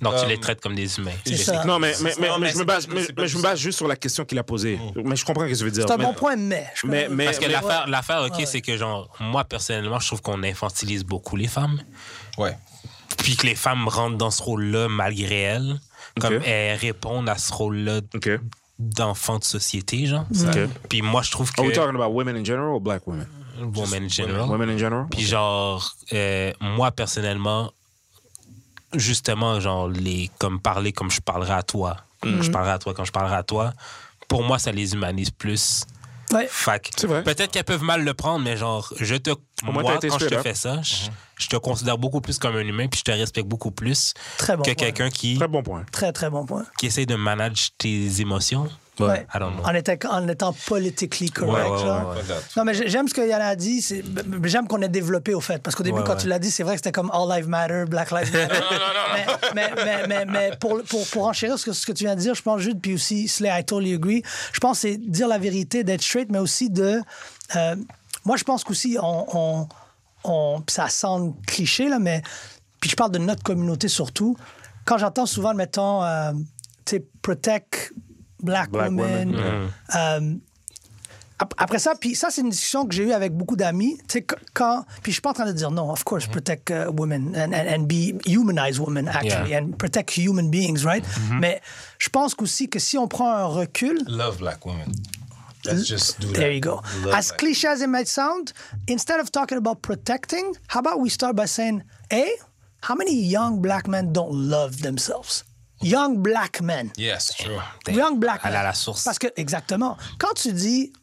Donc, tu les traites comme des humains. C'est ça. Non, mais je me base juste sur la question qu'il a posée. Mais je comprends ce que tu veux dire. C'est un bon point, mais... Parce que l'affaire, OK, c'est que, genre, moi, personnellement, je trouve qu'on infantilise beaucoup les femmes. Ouais. Puis que les femmes rentrent dans ce rôle-là malgré elles. Comme elles répondent à ce rôle-là d'enfant de société, genre. Puis moi, je trouve que... Are we talking about women in general or black women? Women in general. Women in general? Puis genre, moi, personnellement, justement, genre, comme parler comme je parlerai à toi. Je parlerai à toi quand je parlerai à toi. Pour moi, ça les humanise plus. Ouais. C'est vrai. Peut-être qu'elles peuvent mal le prendre, mais genre, moi, quand je te fais ça, je te considère beaucoup plus comme un humain, puis je te respecte beaucoup plus que quelqu'un qui... Très bon point. Très, très bon point. Qui essaie de manager tes émotions. Ouais. I don't know. En étant politically correct. Genre. Non, mais j'aime ce que Yann a dit. J'aime qu'on ait développé, au fait. Parce qu'au début, quand tu l'as dit, c'est vrai que c'était comme All Lives Matter, Black Lives Matter. Mais pour enchérir ce que tu viens de dire, je pense, Jude, puis aussi, Slay, I totally agree. Je pense que c'est dire la vérité, d'être straight, mais aussi de... moi, je pense qu'aussi, ça sonne cliché, là, mais... Puis je parle de notre communauté surtout. Quand j'entends souvent, mettons, tu sais, protect... Black women. Après ça, puis ça, c'est une discussion que j'ai eue avec beaucoup d'amis. Tu sais, puis je suis pas en train de dire non, of course, protect women and humanize women, actually, and protect human beings, right? Mais je pense qu'aussi que si on prend un recul... Love black women. Let's just do that. There you go. As cliché as it might sound, instead of talking about protecting, how about we start by saying, hey, how many young black men don't love themselves? Young black men. Yes, true. Young black men. Aller à la source. Parce que, exactement, quand tu dis,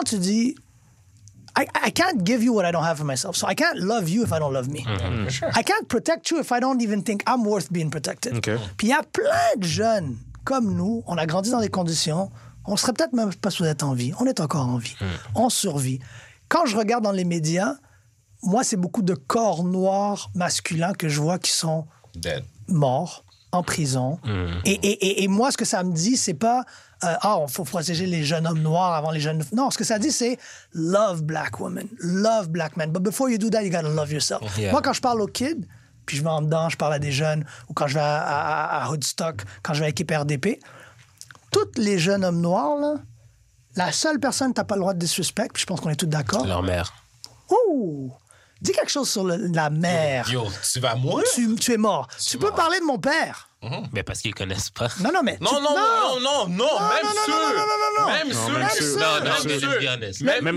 I can't give you what I don't have for myself, so I can't love you if I don't love me. Sure. I can't protect you if I don't even think I'm worth being protected. Puis il y a plein de jeunes comme nous, on a grandi dans des conditions, on serait peut-être même pas supposé être en vie, on est encore en vie, on survit. Quand je regarde dans les médias, moi, c'est beaucoup de corps noirs masculins que je vois qui sont morts, en prison. Et moi, ce que ça me dit, c'est pas il faut protéger les jeunes hommes noirs avant les jeunes... Non, ce que ça dit, c'est love black women, love black men. But before you do that, you gotta love yourself. Moi, quand je parle aux kids, puis je vais en dedans, je parle à des jeunes, ou quand je vais à Hoodstock, quand je vais à l'équipe RDP, tous les jeunes hommes noirs, là, la seule personne que t'as pas le droit de disrespect, puis je pense qu'on est tous d'accord. Leur mère. Ouh! Dis quelque chose sur la mère. Yo, tu vas mourir? Tu es mort. Tu peux parler de mon père. Mais parce qu'ils connaissent pas. Non, mais... Non, même ceux. Même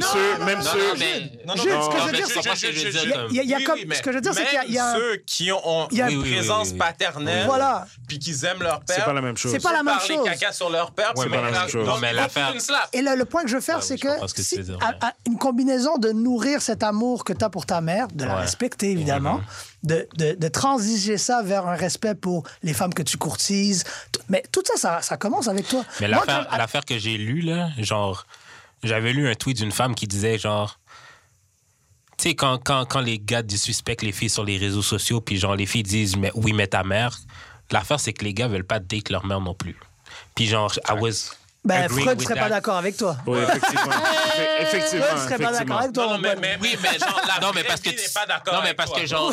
ceux qui ont une présence paternelle, puis qui aiment leur père. C'est pas la même chose. C'est pas la même chose. Parler caca sur leur père, c'est pas la même chose. Non, mais l'affaire... Et là, le point que je veux faire, c'est que si, une combinaison de nourrir cet amour que tu as pour ta mère, de la respecter, évidemment, de transiger ça vers un respect pour les femmes que tu courtises. Mais tout ça, ça commence avec toi. Mais l'affaire que j'ai lue, là, genre, j'avais lu un tweet d'une femme qui disait, genre, tu sais, quand les gars suspectent les filles sur les réseaux sociaux, puis genre, les filles disent, mais ta mère, l'affaire, c'est que les gars veulent pas date leur mère non plus. Puis genre, Freud serait pas d'accord avec toi. Oui, effectivement. Freud serait pas d'accord avec toi. Non, mais genre, non, mais parce que n'est pas d'accord. Non, mais parce que genre,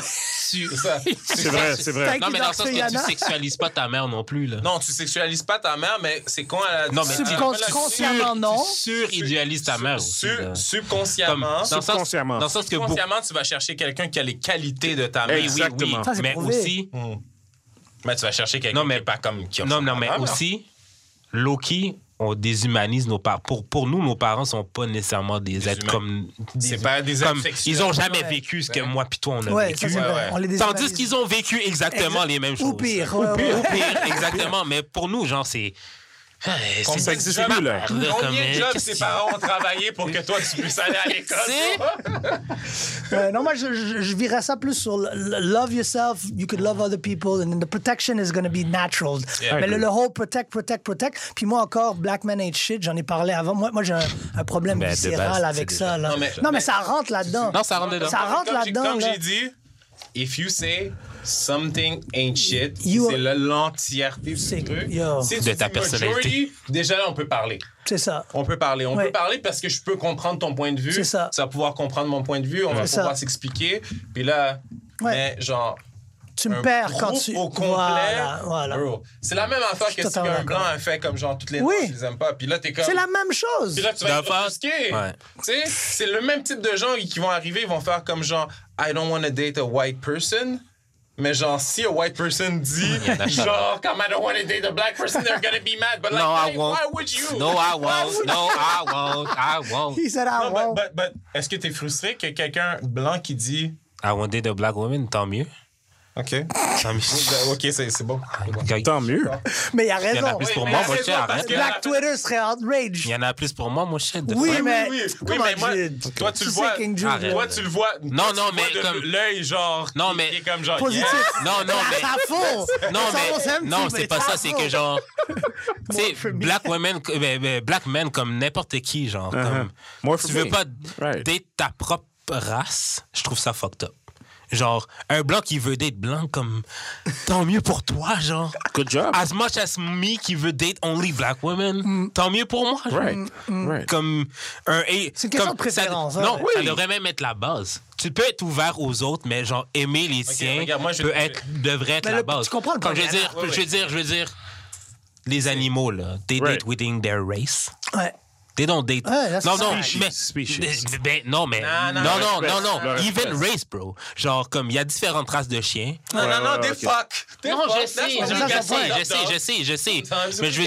c'est vrai. Non, mais dans le sens que tu sexualises pas ta mère non plus, là. Non, tu sexualises pas ta mère, mais c'est quand elle a... Non, mais subconsciemment, non. Tu suridéalises ta mère aussi. Subconsciemment. Dans le sens que subconsciemment, tu vas chercher quelqu'un qui a les qualités de ta mère. Exactement. Ça, c'est mais prouvé. aussi... Mais tu vas chercher quelqu'un qui n'est pas comme... Non, mais aussi, Loki... On déshumanise nos parents. Pour nous, nos parents sont pas nécessairement des êtres comme... C'est pas des êtres sexuels. Ils ont jamais vécu ce que moi puis toi, on a vécu. Tandis qu'ils ont vécu exactement les mêmes choses. Ou pire. Exactement. Mais pour nous, genre, c'est... Ça existe plus, là. Combien de jobs tes parents ont travaillé pour que toi, tu puisses aller à l'école? Non, moi, je virais ça plus sur love yourself, you could love other people, and then the protection is going to be natural. Mais le whole protect. Puis moi encore, black men ain't shit, j'en ai parlé avant. Moi j'ai un problème viscéral avec ça. Là. Non, mais ça rentre là-dedans. Non, ça rentre dedans. Ça rentre là-dedans. Comme j'ai dit, if you say... Something ain't shit. C'est l'entièreté du truc. Si de ta personnalité. Majority, déjà là, on peut parler. C'est ça. On peut parler. On peut parler parce que je peux comprendre ton point de vue. C'est ça. Tu vas pouvoir comprendre mon point de vue. On va pouvoir s'expliquer. Puis là, mais genre, Tu me perds quand tu... au complet. Voilà. Bro, c'est la même affaire que si un blanc a fait comme genre toutes les noirs, je les aime pas. Puis là, t'es comme... C'est la même chose. Puis là, tu vas être offusqué. Tu sais, c'est le même type de gens qui vont arriver, ils vont faire comme genre I don't want to date a white person. Mais genre, si a white person dit, genre, comme I don't want to date a black person, they're gonna be mad. But like, no, hey, why would you? No, I won't. No, I won't. He said I won't. But est-ce que t'es frustré que quelqu'un blanc qui dit... I want to date a black woman, tant mieux. OK. Tant mieux. OK, c'est bon. Tant mieux. Mais il a Il y en raison. a plus pour moi, mon cher, arrête. Black Twitter serait outrage. Il y en a plus pour moi, mon cher. Oui, mais... Oui, mais moi, toi, tu le vois... Toi, tu le vois... Non, mais comme... L'œil, genre... Non, mais... Il est comme genre... Positif. Non, mais... À fond. Non, c'est pas ça, c'est que genre... Tu sais, black men comme n'importe qui, genre. Comme, tu veux pas date ta propre race, je trouve ça fucked up. Genre, un blanc qui veut date blanc, comme, tant mieux pour toi, genre. Good job. As much as me qui veut date only black women, tant mieux pour moi, genre. Right. Comme c'est une question de préférence. Non, ça devrait même être la base. Tu peux être ouvert aux autres, mais genre, aimer les siens devrait être la base. Tu comprends le Comme problème. je veux dire, les animaux, là, they date within their race. Ouais. They don't date. Species. Non. Even race, bro. Genre, comme, il y a différentes races de chiens. Non, des fuck. Non, je sais. Mais je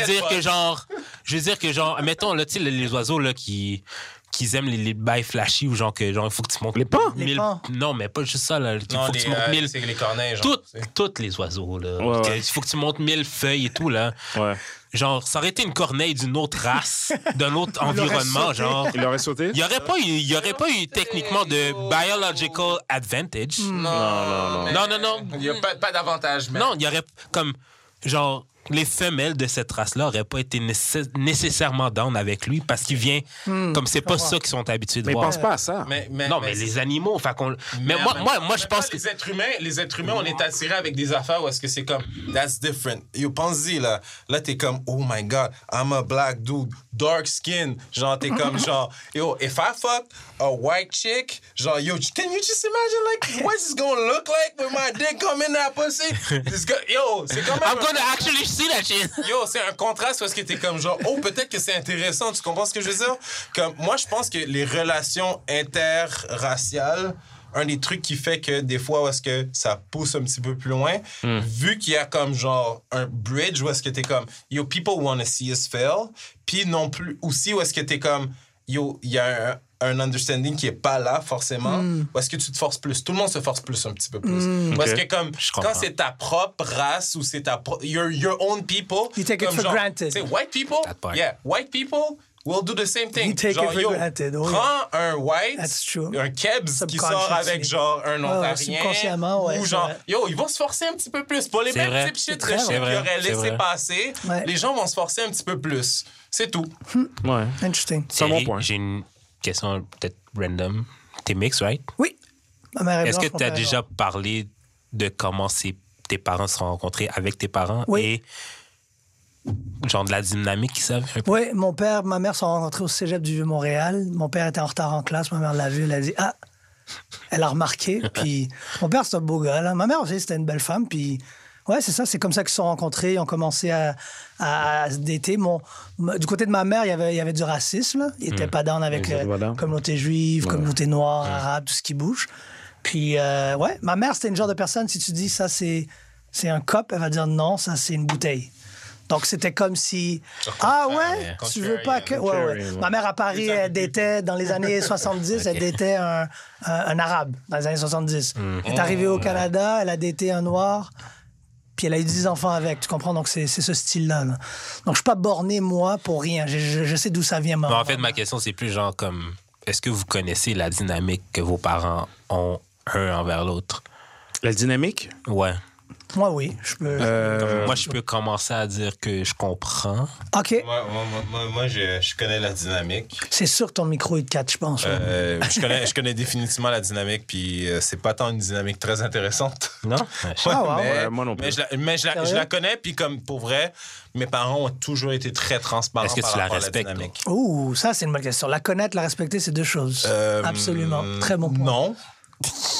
veux dire que, genre, mettons, là, tu sais, les oiseaux, là, qui aiment les bails flashy ou genre que genre il faut que tu montes les pans. Non, mais pas juste ça là, il faut que tu montes 1000 c'est les corneilles genre. Toutes les oiseaux là. Il faut que tu montes 1000 feuilles et tout là. Ouais. Genre ça aurait été une corneille d'une autre race, d'un autre environnement genre. Il aurait sauté. Il y aurait pas eu techniquement de biological advantage. Non. Il y a pas d'avantage mais. Non, il y aurait comme genre les femelles de cette race-là n'auraient pas été nécessairement down avec lui parce qu'il vient comme c'est pas ça qu'ils sont habitués de voir. Mais pense pas à ça. Mais les animaux, enfin mais moi je pense que les êtres humains, on est attirés avec des affaires où est-ce que c'est comme that's different. Yo, pense-y là t'es comme oh my god, I'm a black dude, dark skin, genre t'es comme genre yo, if I fuck a white chick, genre yo, can you just imagine like what's this gonna look like when my dick come in that pussy? Yo, c'est quand même I'm gonna actually see that shit. Yo, c'est un contraste parce que t'es comme genre, oh, peut-être que c'est intéressant, tu comprends ce que je veux dire? Comme, moi, je pense que les relations interraciales, un des trucs qui fait que des fois, où est-ce que ça pousse un petit peu plus loin, vu qu'il y a comme genre un bridge où est-ce que t'es comme, yo, people wanna see us fail, puis non plus, aussi où est-ce que t'es comme, yo, il y a un understanding qui est pas là forcément ou est-ce que tu te forces plus? Tout le monde se force plus un petit peu plus. Parce que comme quand c'est ta propre race ou c'est ta your own people, you take it for granted. C'est white people will do the same thing. You take genre, it for granted. Prends un white, un Kebs qui sort avec genre un Ontarien ou genre yo, ils vont se forcer un petit peu plus pour les mêmes types shit qu'ils auraient laissé passer. Les gens vont se forcer un petit peu plus. C'est tout. Ouais. Interesting. C'est un bon point. J'ai une question peut-être random. T'es mix, right? Oui. Ma mère est Est-ce blanche, que tu as déjà parlé de comment tes parents se sont rencontrés avec tes parents et genre de la dynamique qu'ils savent? Oui, mon père, ma mère sont rencontrés au cégep du Vieux-Montréal. Mon père était en retard en classe. Ma mère l'a vu. Elle a dit « Ah! » Elle a remarqué. Puis mon père, c'est un beau gars. Là. Ma mère aussi, c'était une belle femme. Puis ouais, c'est ça. C'est comme ça qu'ils se sont rencontrés. Ils ont commencé à se dater. Du côté de ma mère, il y avait du racisme. Là. Il n'était pas down avec la communauté juive, communauté noire, arabe, tout ce qui bouge. Puis ouais, ma mère, c'était une genre de personne, si tu dis ça, c'est un cop, elle va dire non, ça, c'est une bouteille. Donc, c'était comme si... Ah ouais? Tu veux pas que... Ouais. Ma mère à Paris, elle datait dans les années 70, elle datait un arabe dans les années 70. Elle est arrivée au Canada, elle a daté un noir, puis elle a eu 10 enfants avec, tu comprends? Donc, c'est ce style-là. Là. Donc, je suis pas borné, moi, pour rien. Je sais d'où ça vient. En fait, ma question, c'est plus genre comme... Est-ce que vous connaissez la dynamique que vos parents ont un envers l'autre? La dynamique? Ouais. Moi, oui. Moi, je peux commencer à dire que je comprends. OK. Moi je connais la dynamique. C'est sûr que ton micro est de 4, je pense. Je connais définitivement la dynamique, puis c'est pas tant une dynamique très intéressante. Non? Moi non plus. Mais je la connais, puis comme pour vrai, mes parents ont toujours été très transparents. Est-ce que par tu la rapport respectes? À la dynamique. Ouh, ça, c'est une bonne question. La connaître, la respecter, c'est deux choses. Absolument. Très bon point. Non.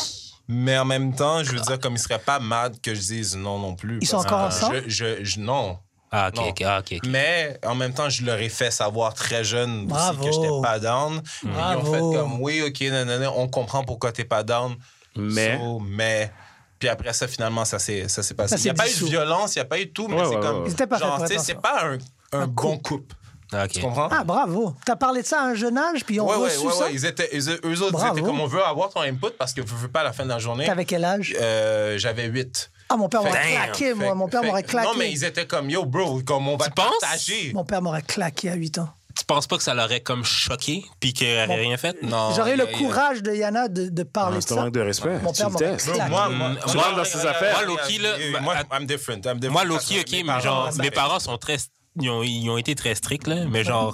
Mais en même temps, je veux dire, comme il serait pas mad que je dise non plus. Ils sont encore ensemble? Non. Ah, Non. ok. Mais en même temps, je leur ai fait savoir très jeune Bravo. aussi que j'étais pas down. Bravo. Ils ont fait comme, oui, ok, nanana, on comprend pourquoi t'es pas down. Mais... Puis après ça, finalement, ça s'est passé. Il n'y a pas eu de violence, il n'y a pas eu tout, mais c'est comme... Ils étaient pas genre, faits tu sais, pour c'est ça. pas un bon couple. Ok. Tu comprends? Ah, bravo. T'as parlé de ça à un jeune âge, puis ils ont reçu ça? Ouais. Eux autres, Bravo. ils étaient comme, on veut avoir ton input parce que veux pas à la fin de la journée. T'avais quel âge? J'avais 8. Ah, mon père m'aurait Damn. claqué, moi. Mon père m'aurait claqué. Non, mais ils étaient comme, yo, bro, comme on va Tu penses? partager. Mon père m'aurait claqué à 8 ans. Tu penses pas que ça l'aurait comme choqué puis qu'elle aurait rien fait? Non. J'aurais eu le courage de Yana de parler de C'est un ça. manque de respect. Mon Tu père le m'aurait testes. claqué. Tu rentres dans ses affaires. Moi, Loki, là, Moi, I'm different. Moi, Loki, ok, mais genre, mes parents sont très. Ils ont été très stricts, là, mais genre,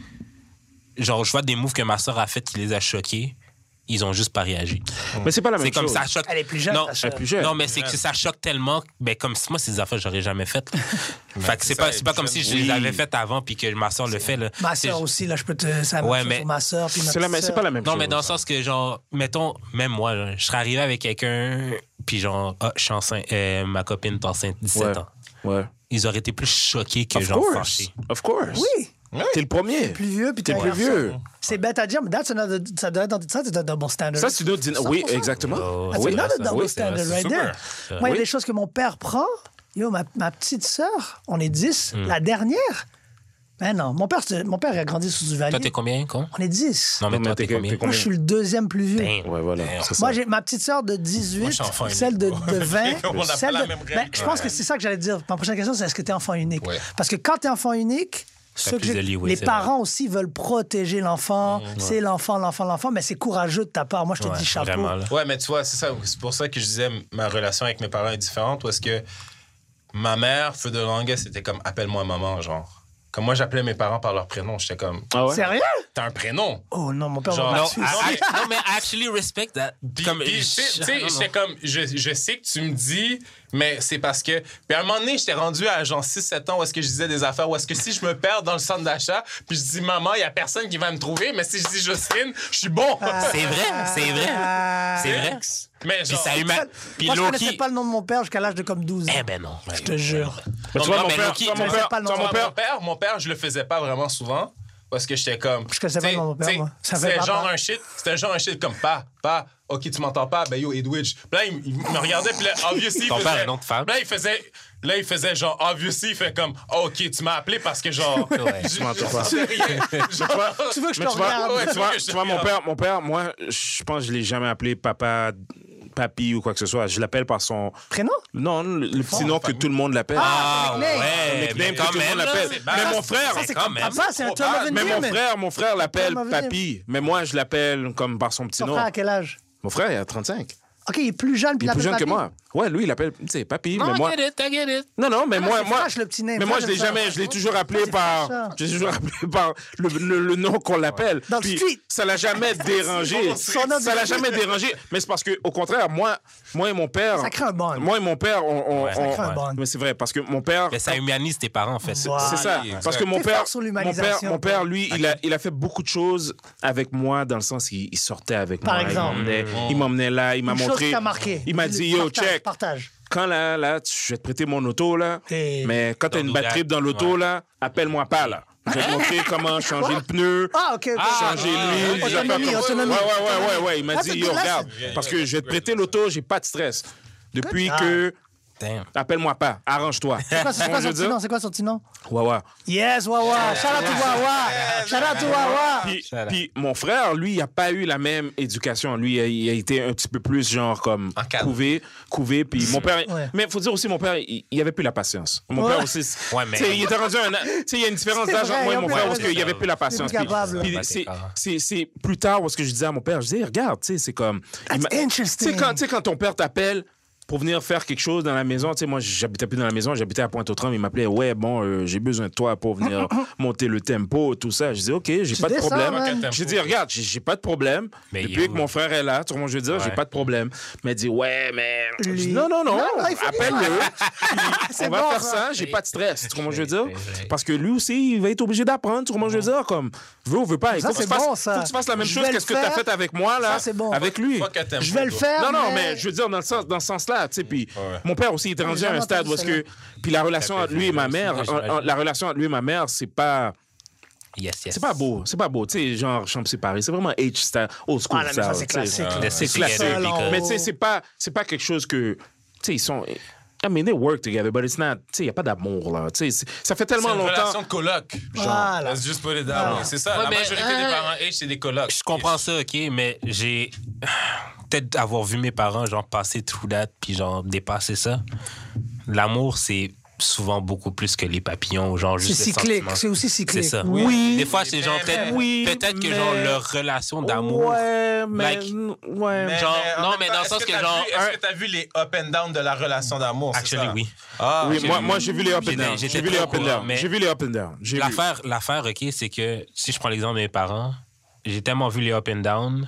je vois des moves que ma soeur a fait qui les a choqués. Ils ont juste pas réagi. Mais c'est pas la même C'est comme chose. ça choque. Elle est plus jeune, Non, ta sœur. Elle est plus jeune. non mais c'est que ça choque tellement. Ben, comme moi, ces affaires, j'aurais jamais faites. Fait que c'est ça, pas comme si je les avais faites avant puis que ma soeur le fait. Là. Ma C'est- sœur aussi, là, je peux te... Ça Ouais, marche mais- sur ma sœur, puis ma C'est petite c'est sœur. pas la même chose. Non, mais dans le sens que, genre, mettons, même moi, là, je serais arrivé avec quelqu'un, puis genre, je suis enceinte, ma copine est enceinte 17 ans. Ouais. Ils auraient été plus choqués que, Of genre, course. fâchés. Of course. Oui, T'es le premier. plus vieux, puis T'es t'as plus un vieux. garçon. C'est bête à dire, mais ça doit être dans ça, c'est un double standard. Ça, c'est une autre dynamique. Oui, 100%. exactement. Oh, That's Oui, another ça, double oui, standard c'est right super. there. Moi, il y a Oui. des choses que mon père prend. Yo, ma petite sœur, on est 10. La dernière, ben non. Mon père a grandi sous du Toi, Valier. t'es combien, con? On est 10. Non, mais Non, toi, mais t'es t'es combien? combien? Moi, je suis le deuxième plus vieux. Damn. Ouais, voilà. Damn. C'est ça. Moi, j'ai ma petite sœur de 18, Moi, je suis enfant celle de 20. On n'a pas celle la de... même Ben, règle. je pense que c'est ça que j'allais dire. Ma prochaine question, c'est est-ce que tu es enfant unique? Ouais. Parce que quand tu es enfant unique, plus de leeway, les c'est parents aussi veulent protéger l'enfant. C'est l'enfant, mais c'est courageux de ta part. Moi, je te Ouais, dis chapeau. vraiment, là. Ouais, mais tu vois, c'est ça. C'est pour ça que je disais ma relation avec mes parents est différente. Parce que ma mère, for the longest, c'était comme appelle-moi maman, genre. Comme moi, j'appelais mes parents par leur prénom. J'étais comme, Ah ouais? Sérieux? t'as un prénom. Oh non, mon père Genre, m'a Non, battu. non, mais I actually respect that. Puis, Comme, puis, tu sais, non, j'étais comme, je sais que tu me dis, mais c'est parce que. Puis à un moment donné, j'étais rendu à genre 6-7 ans où est-ce que je disais des affaires, où est-ce que si je me perds dans le centre d'achat, puis je dis maman, il y a personne qui va me trouver, mais si je dis Jocelyne, je suis bon. C'est vrai, c'est vrai. C'est vrai. Mais Puis genre, ça a eu ma... Puis Moi, je connaissais Loki... pas le nom de mon père jusqu'à l'âge de comme 12 ans. Eh ben non. Je te jure. Mais tu vois, Non, mon mais père, Loki, tu vois, je sais pas le nom de mon père, je le faisais pas vraiment souvent. Parce que j'étais comme. Je connaissais pas le nom de mon père, t'sais, moi. Ça fait C'était papa. genre un shit comme pas, ok, tu m'entends pas, ben yo, Edwidge. Puis là, il me regardait, puis là, obviously, Ton père a un nom de femme. Là, il faisait genre, obviously, il fait comme, oh, ok, tu m'as appelé parce que genre. Ouais. je m'entends pas. je rien. Genre, Tu veux que je Mais te tu vois, regarde? Ouais, tu vois, que je tu vois, mon père, moi, je pense que je l'ai jamais appelé papa, papi ou quoi que ce soit. Je l'appelle par son... Prénom? Non, le petit nom que tout le monde l'appelle. Ah, nickname. ouais. nickname Mais que quand tout le monde même, là, l'appelle. c'est Mais bad. mon frère... Ça, c'est quand comme même. papa, c'est un terme of Mais endearment. mon frère l'appelle Terme of papi. Mais moi, je l'appelle comme par son petit Ton nom. frère à quel âge? Mon frère, il a 35. OK, il est plus jeune, puis Il est plus jeune l'appelle que moi. Ouais, lui, il l'appelle, tu sais, papi. Non, mais moi... I get it. Non, non, mais moi... c'est Flash, le petit name. Mais moi, Ça, je l'ai j'aime ça. jamais... Je l'ai toujours appelé c'est par... Flash, ça. Je l'ai toujours appelé par le nom qu'on l'appelle. Dans le Puis street. ça l'a jamais dérangé. Son nom Ça l'a jamais dérangé. Mais c'est parce que, au contraire, moi et mon père... Ça crée un bond. Moi et mon père, Ça crée un bond. Mais c'est vrai, parce que mon père... Mais ça humanise tes parents, en fait. Voilà. C'est ça. exact. Parce que mon T'es père, fort sur l'humanisation, mon père, lui, il a fait beaucoup de choses avec moi, dans le sens qu'il sortait avec Par moi. exemple. Il m'emmenait là, il m'a Une chose montré. qui t'a marqué. Il m'a dit, yo, check. Partage. Quand là, je vais te prêter mon auto, là. Et- Mais quand t'as une Dans bad trip dans l'auto, ouais. là, appelle-moi pas, là. Je vais te montrer comment changer le pneu. Ah, OK. Changer l'huile, des autonomie, affaires comme ça. autonomie. Ouais. Il m'a Ah, dit, c'est yo, good, là, regarde, parce que je vais te prêter l'auto, j'ai pas de stress. Depuis Good que... Damn. Appelle-moi pas, arrange-toi. C'est quoi Tu vois ce que je son veux petit dire? nom? C'est quoi son petit nom? Wawa. Yes, Wawa. Shout out to Wawa. Shout out to Wawa. Puis mon frère, lui, il n'a pas eu la même éducation. Lui, il a été un petit peu plus genre comme Encadré. couvé. Puis mon père... Ouais. Mais il faut dire aussi, mon père, il avait plus la patience. Mon père aussi... Ouais, mais- tu sais, il était rendu un... Tu sais, il y a une différence C'est d'âge vrai, entre moi et il mon a frère plus parce la qu'il n'y avait patience. plus la patience. Il est plus capable. Puis c'est plus tard où est-ce que je disais à mon père, je disais, regarde, tu sais, c'est comme... That's interesting. Tu sais, quand ton père t'appelle, pour venir faire quelque chose dans la maison. Tu sais, moi, j'habitais plus dans la maison, j'habitais à Pointe-aux-Trembles. Il m'appelait, ouais, bon, j'ai besoin de toi pour venir monter le tempo, tout ça. Je dis, OK, j'ai pas de problème. J'ai dit, regarde, j'ai pas de problème. Mais depuis que mon frère est là, tout le monde, je veux dire, j'ai pas de problème. Mais il dit, ouais, mais. Je dis, non, appelle-le. On va faire ça, j'ai pas de stress. Tu comprends ce que je veux dire? Parce que lui aussi, il va être obligé d'apprendre. Tu comprends ce que je veux dire? Comme, veux ou veux pas. Ça, c'est bon, ça. Faut que tu fasses la même chose qu'est-ce que tu as fait avec moi, là. Ça, c'est bon. Avec lui. Je vais le faire. Non, mais je veux dire, dans ce sens-là, tu sais, puis mon père aussi était rendu à un stade où est-ce que... Puis la relation entre lui et ma mère, c'est pas... Yes. C'est pas beau. Tu sais, genre, chambre séparée. C'est vraiment H-style, old school style. C'est classique. C'est classique. Mais tu sais, c'est pas quelque chose que... Tu sais, ils sont... I mean, they work together, but it's not... Tu sais, il n'y a pas d'amour, là. Tu sais, ça fait tellement longtemps... C'est une relation de coloc. Voilà. Let's just put it down. C'est ça, la majorité des parents H, c'est des colocs. Je comprends ça, OK, mais j'ai... Peut-être avoir vu mes parents, genre, passer through that, puis genre, dépasser ça. L'amour, c'est souvent beaucoup plus que les papillons, genre, juste c'est cyclique, c'est aussi cyclique. C'est ça. Oui. Des fois, c'est genre, peut-être que, genre, leur relation d'amour... Ouais, mais... Genre, non, mais dans le sens que, genre... Est-ce que t'as vu les up and down de la relation d'amour? Actually, oui. Oui, moi, j'ai vu les up and down. J'ai vu les up and down. L'affaire, OK, c'est que, si je prends l'exemple de mes parents, j'ai tellement vu les up and down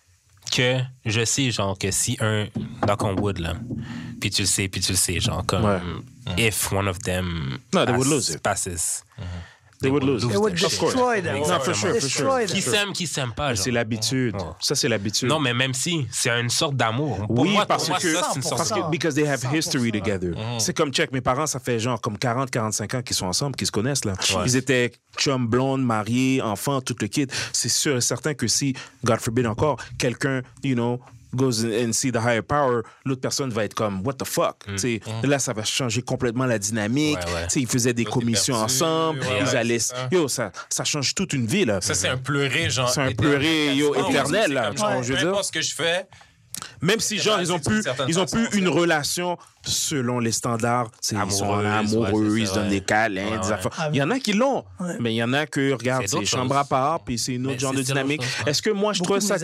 que je sais, genre, que si un... Knock on wood, là, puis tu le sais, genre, comme... If one of them passes... They would lose. They would destroy them. Non, for sure. Qui s'aime pas, genre. C'est l'habitude. Ça, c'est l'habitude. Non, mais même si, c'est une sorte d'amour. Oui, parce que ça, c'est une sorte d'amour. because they have history together. C'est comme, check, mes parents, ça fait genre comme 40-45 ans qu'ils sont ensemble, qu'ils se connaissent, là. Ils étaient chum, blonde, mariés, enfants, tout le kit. C'est sûr et certain que si, God forbid encore, quelqu'un, you know, goes and see the higher power, l'autre personne va être comme what the fuck. Là, ça va changer complètement la dynamique. Ils faisaient des commissions ensemble, ils allaient... Yo, ça change toute une vie, là. Ça, c'est un pleurer, genre... C'est un pleurer, éternel, là. Je veux dire, ce que je fais... Même si, genre, ils ont pu une relation selon les standards. Ils sont amoureux, ils se donnent des câlins, des affaires. Il y en a qui l'ont, mais il y en a que, regarde, c'est chambre à part, puis c'est une autre genre de dynamique. Est-ce que moi, je trouve ça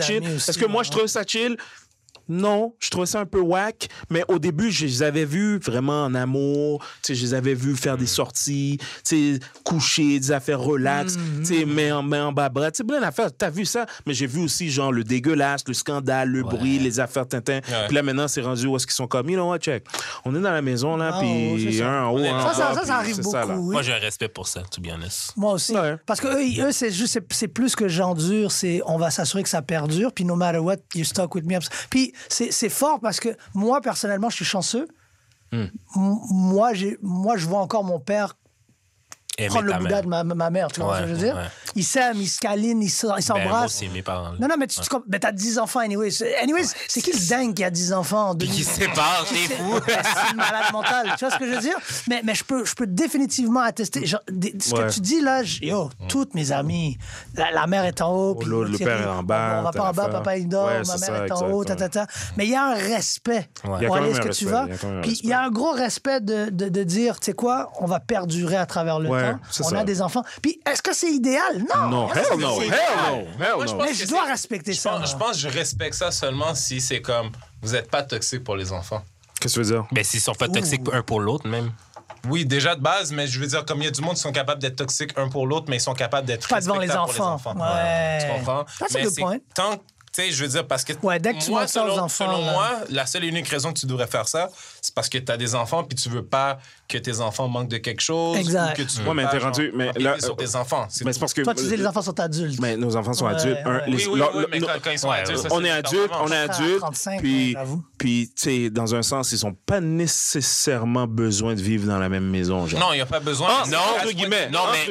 chill? Non, je trouvais ça un peu whack, mais au début, je les avais vus vraiment en amour, je les avais vus faire des sorties, coucher, des affaires relax, mais en bas bras, plein d'affaires. T'as vu ça? Mais j'ai vu aussi, genre, le dégueulasse, le scandale, le bruit, les affaires Tintin. Puis là, maintenant, c'est rendu où est-ce qu'ils sont comme, you know what, check. On est dans la maison, là, puis un en haut, un en bas. Ça arrive beaucoup, ça, oui. Moi, j'ai un respect pour ça, to be honest. Moi aussi. Ouais. Parce que eux c'est plus que j'endure, on va s'assurer que ça perdure, puis no matter what, you stuck with me. Puis c'est fort parce que moi, personnellement, je suis chanceux. Moi, je vois encore mon père prendre le boudin de ma mère, tu vois ce que je veux dire? Ils s'aiment, ils se câlinent, ils s'embrassent. Moi aussi, mes parents. Non, mais t'as 10 enfants, anyways. C'est qui le dingue qui a 10 enfants en 2000? Qui se sépare, c'est fou. C'est une malade mentale, tu vois ce que je veux dire? Mais je peux définitivement attester. Genre, ce que tu dis là, toutes mes amies, la mère est en haut, puis le père est en bas. On va pas en bas, papa il dort, ma mère est en haut, Mais il y a un respect pour aller ce que tu vas. Puis il y a un gros respect de dire, tu sais quoi, on va perdurer à travers le temps. On a des enfants. Puis est-ce que c'est idéal? Non, hell no. Mais je dois respecter ça. Je pense que je respecte ça seulement si c'est comme vous n'êtes pas toxique pour les enfants. Qu'est-ce que tu veux dire? Mais s'ils sont pas toxiques un pour l'autre, même. Oui, déjà de base, mais je veux dire, comme il y a du monde qui sont capables d'être toxiques un pour l'autre, mais ils sont capables d'être pas devant les enfants. Ouais. Tu comprends? Mais c'est tant tu sais, je veux dire, parce que dès que tu montres ça aux enfants, selon moi, la seule et unique raison que tu devrais faire ça, c'est parce que tu as des enfants puis tu veux pas que tes enfants manquent de quelque chose. Exact. Ou que tu veux mais t'es rendu. Mais là, sur tes enfants. Mais c'est parce que. Toi, tu dis les enfants sont adultes. Mais nos enfants sont adultes. Oui, mais quand ils sont adultes, on est adultes, puis, tu sais, dans un sens, ils n'ont pas nécessairement besoin de vivre dans la même maison. Genre. Non, il n'y a pas besoin. Entre guillemets.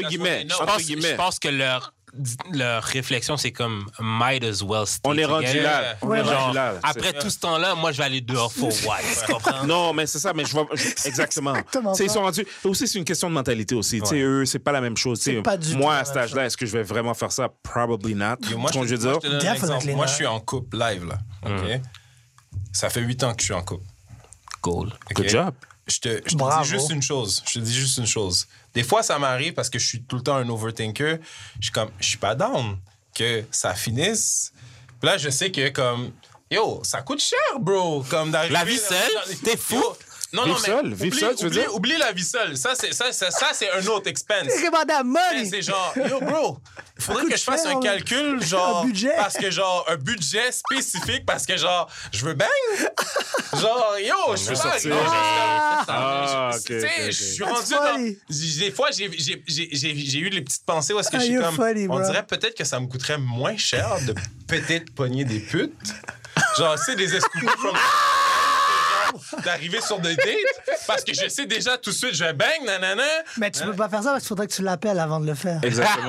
Je pense que leur réflexion, c'est comme might as well stay on est rendu là. Après tout ce temps-là, moi, je vais aller dehors for what? Tu comprends? Non, mais c'est ça, mais je vois exactement. Ils sont rendus. Aussi, c'est une question de mentalité aussi. Tu sais, eux, c'est pas la même chose. Moi, à cet âge-là, est-ce que je vais vraiment faire ça? Probably not. Moi, je suis en couple live, là. OK? Ça fait 8 ans que je suis en couple. Cool. Good job. Je te dis juste une chose. Des fois, ça m'arrive parce que je suis tout le temps un overthinker. Je suis pas down que ça finisse. Puis là, je sais que comme... Yo, ça coûte cher, bro. Comme d'arriver... La vie seule, t'es fou. Vivre seul, tu veux dire? Oublie la vie seule. Ça, c'est un autre expense. C'est about that money. C'est genre, yo, bro, il faudrait que je fasse un calcul, genre... Un budget. Parce que, genre, un budget spécifique, parce que, genre, je veux bang. Genre, yo, je veux sortir. Tu sais, je suis rendu dans... Des fois, j'ai eu les petites pensées où est-ce que je suis comme... funny, on bro. dirait peut-être que ça me coûterait moins cher de peut-être pogner des putes. Genre, c'est des escouades d'arriver sur des dates parce que je sais déjà tout de suite, je bang, nanana. Mais tu peux pas faire ça parce qu'il faudrait que tu l'appelles avant de le faire. Exactement.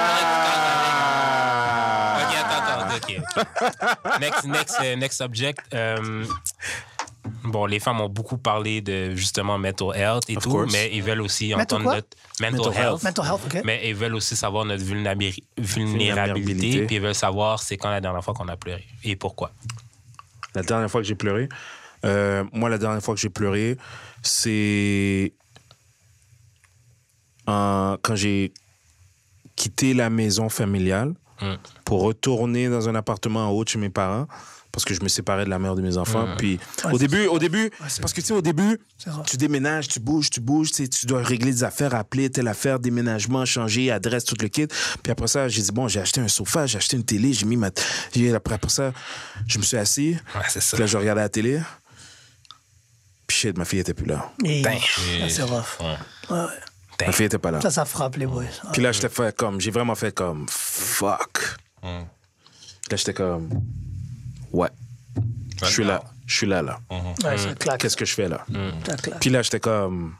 OK, attends. Next subject. Bon, les femmes ont beaucoup parlé de, justement, mental health et tout, course. mais ils veulent aussi Mental entendre quoi? notre... Mental health. Mental health, OK. Mais ils veulent aussi savoir notre vulnérabilité, Vulnérabilité. puis ils veulent savoir c'est quand la dernière fois qu'on a pleuré et pourquoi. La dernière fois que j'ai pleuré, moi, la dernière fois que j'ai pleuré, c'est quand j'ai quitté la maison familiale pour retourner dans un appartement en haut de chez mes parents parce que je me séparais de la mère de mes enfants. Puis au début, parce que tu sais, au début, tu déménages, tu bouges, tu sais, tu dois régler des affaires, appeler telle affaire, déménagement, changer, adresse, tout le kit. Puis après ça, j'ai dit, bon, j'ai acheté un sofa, j'ai acheté une télé, j'ai mis après ça, je me suis assis. Ouais, c'est ça. Puis là, je regardais la télé. Puis shit, ma fille était plus là. Et... Damn. Ça, c'est rough. Ouais. Ma fille était pas là. Ça frappe les boys. Puis là, j'ai vraiment fait comme, fuck. Là, j'étais comme, ouais, je suis là. Ouais, ça claque. Qu'est-ce que je fais là? Ça claque. Puis là, j'étais comme,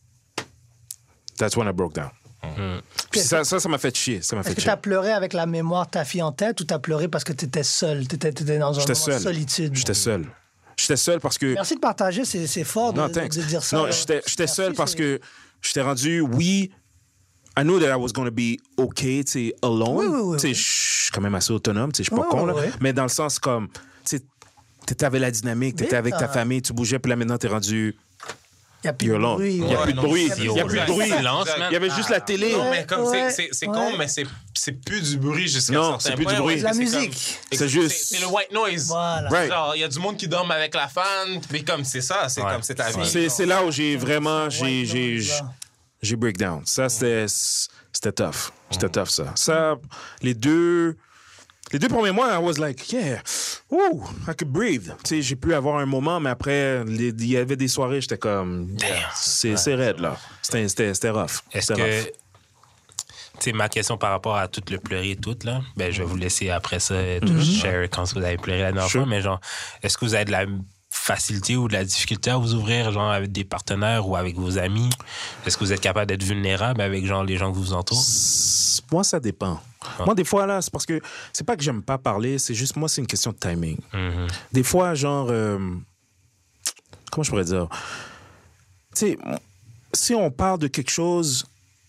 that's when I broke down. Puis ça m'a fait chier. Est-ce que t'as pleuré avec la mémoire de ta fille en tête ou t'as pleuré parce que t'étais seul? T'étais dans un moment de solitude? J'étais seul parce que... Merci de partager, c'est fort de dire ça. Non, j'étais seul parce que j'étais rendu, I knew that I was going to be okay, tu sais, alone. Oui. Tu sais, je suis quand même assez autonome, tu sais, je suis pas con, là. Oui. Mais dans le sens comme, tu sais, t'étais avec la dynamique, t'étais avec ta famille, tu bougeais, puis là, maintenant, t'es rendu... Il n'y a plus de bruit. Il n'y a plus de bruit. Il y a plus de bruit. Il y avait juste la télé. Non, mais comme c'est con, mais c'est plus du bruit jusqu'à un certain c'est plus point. du bruit. La musique. C'est juste... C'est le white noise. Voilà. Right. Genre, il y a du monde qui dorme avec la fan, mais comme c'est ça, c'est comme c'est ta vie. C'est là où j'ai vraiment... J'ai breakdown. Ça, c'était tough. C'était tough, ça. Ça, les deux premiers mois, I was like, yeah, ooh, I could breathe. Tu sais, j'ai pu avoir un moment, mais après, il y avait des soirées, j'étais comme, c'est raide, là. C'était rough. Est-ce que... Tu sais, ma question par rapport à tout le pleurer et tout, là, ben, je vais vous laisser après ça tout share quand vous avez pleuré la dernière fois, mais genre, est-ce que vous avez de la facilité ou de la difficulté à vous ouvrir, genre, avec des partenaires ou avec vos amis? Est-ce que vous êtes capable d'être vulnérable avec, genre, les gens qui vous entourent? Moi, ça dépend. Moi, des fois, là, c'est parce que c'est pas que j'aime pas parler, c'est juste, moi, c'est une question de timing. Des fois, genre, comment je pourrais dire? Tu sais, si on parle de quelque chose,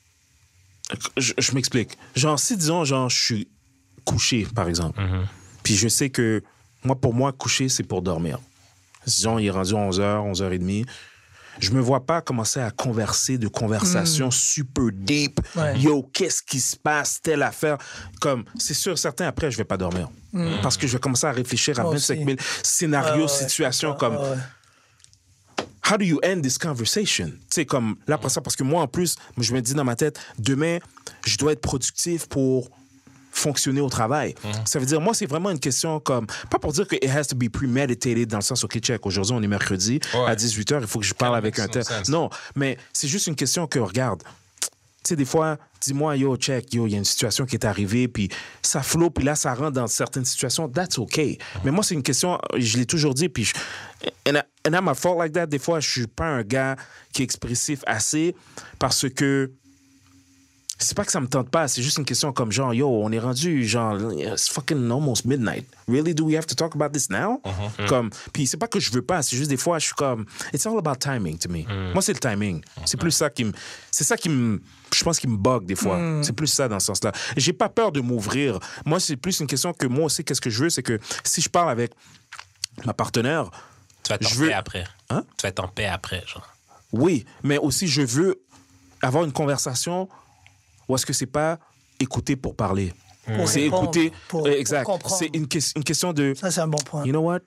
je m'explique. Genre, si, disons, genre, je suis couché, par exemple, puis je sais que, pour moi, coucher, c'est pour dormir. Disons, il est rendu 11h, 11h30. Je me vois pas commencer à converser de conversations super deep. Ouais. Yo, qu'est-ce qui se passe? Telle affaire. Comme, c'est sûr, certain, après, je vais pas dormir. Parce que je vais commencer à réfléchir à 25 000 scénarios, situations comme... How do you end this conversation? Tu sais, comme, là, pour ça, parce que moi, en plus, je me dis dans ma tête, demain, je dois être productif pour fonctionner au travail. Ça veut dire, moi, c'est vraiment une question comme... Pas pour dire que it has to be premeditated dans le sens, OK, check, aujourd'hui, on est mercredi, à 18h, il faut que je parle avec un tel. Non, mais c'est juste une question que, regarde, tu sais, des fois, dis-moi, yo, check, yo, il y a une situation qui est arrivée, puis ça flotte, puis là, ça rentre dans certaines situations, that's OK. Mais moi, c'est une question, je l'ai toujours dit, puis and I'm a fault like that, des fois, je suis pas un gars qui est expressif assez, parce que c'est pas que ça me tente pas, c'est juste une question comme genre, yo, on est rendu, genre, it's fucking almost midnight. Really, do we have to talk about this now? Comme, puis c'est pas que je veux pas, c'est juste des fois, je suis comme, it's all about timing to me. Moi, c'est le timing. C'est plus ça qui me, je pense, qui me bug des fois. C'est plus ça dans ce sens-là. J'ai pas peur de m'ouvrir. Moi, c'est plus une question que moi aussi, qu'est-ce que je veux, c'est que si je parle avec ma partenaire, tu vas être en paix après. Hein? Tu vas être en paix après, genre. Oui, mais aussi, je veux avoir une conversation. Ou est-ce que c'est pas écouter pour parler? C'est écouter. Exact. Pour comprendre. C'est une question de... Ça, c'est un bon point. You know what?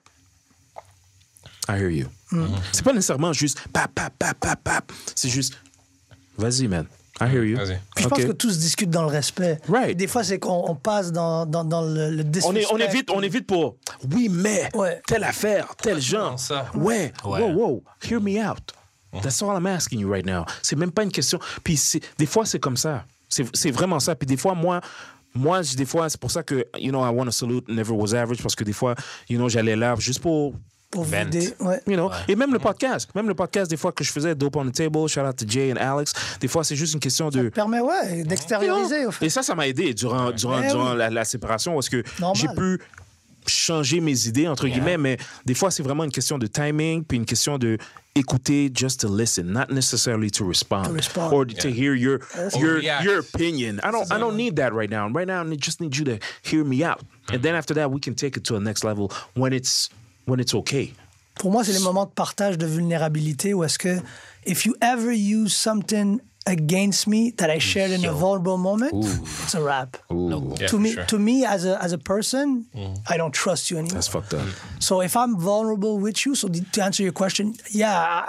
I hear you. C'est pas nécessairement juste pap. C'est juste, vas-y, man. I hear you. Vas-y. Puis je pense que tout se discute dans le respect. Right. Et des fois, c'est qu'on passe dans le disrespect. On est vite pour, oui, mais, Ouais. telle affaire, tel genre. ça? Ouais. Wow. Hear me out. That's all I'm asking you right now. C'est même pas une question. Puis des fois, c'est comme ça. C'est vraiment ça. Puis des fois, moi, des fois, c'est pour ça que, you know, I want to salute Never Was Average, parce que des fois, you know, j'allais là juste pour vider. Ouais. You know? Et même le podcast, des fois que je faisais Dope on the Table, shout out to Jay and Alex, des fois c'est juste une question de... Ça te permet, d'extérioriser. Au fait. Et ça m'a aidé durant la séparation, parce que Normal. j'ai pu changer mes idées, entre guillemets, mais des fois c'est vraiment une question de timing, puis une question de écouter just to listen, not necessarily to respond. Or to hear your opinion. I don't need that right now. Right now, I just need you to hear me out. And then after that, we can take it to a next level when it's okay. Pour moi, c'est les moments de partage de vulnérabilité où est-ce que if you ever use something against me that I shared in a vulnerable moment, it's a wrap. Yeah, To me as a person, I don't trust you anymore. That's fucked up. So if I'm vulnerable with you, so to answer your question, yeah,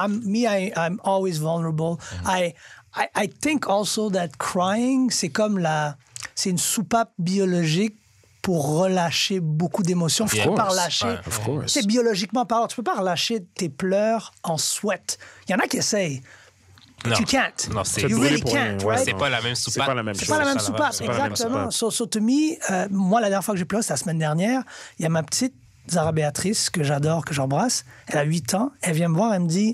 I'm always vulnerable. I think also that crying, c'est une soupape biologique pour relâcher beaucoup d'émotions. Tu peux pas relâcher. C'est biologiquement parlant, tu peux pas relâcher tes pleurs en sweat. Il y en a qui essayent. Non. You can't. Non, c'est You really can't, right? C'est pas la même soupape. C'est pas la même C'est pas la même soupape, exactement. So to me, moi, la dernière fois que j'ai pleuré, c'était la semaine dernière. Il y a ma petite Zara Béatrice, que j'adore, que j'embrasse. Elle a 8 ans. Elle vient me voir, elle me dit,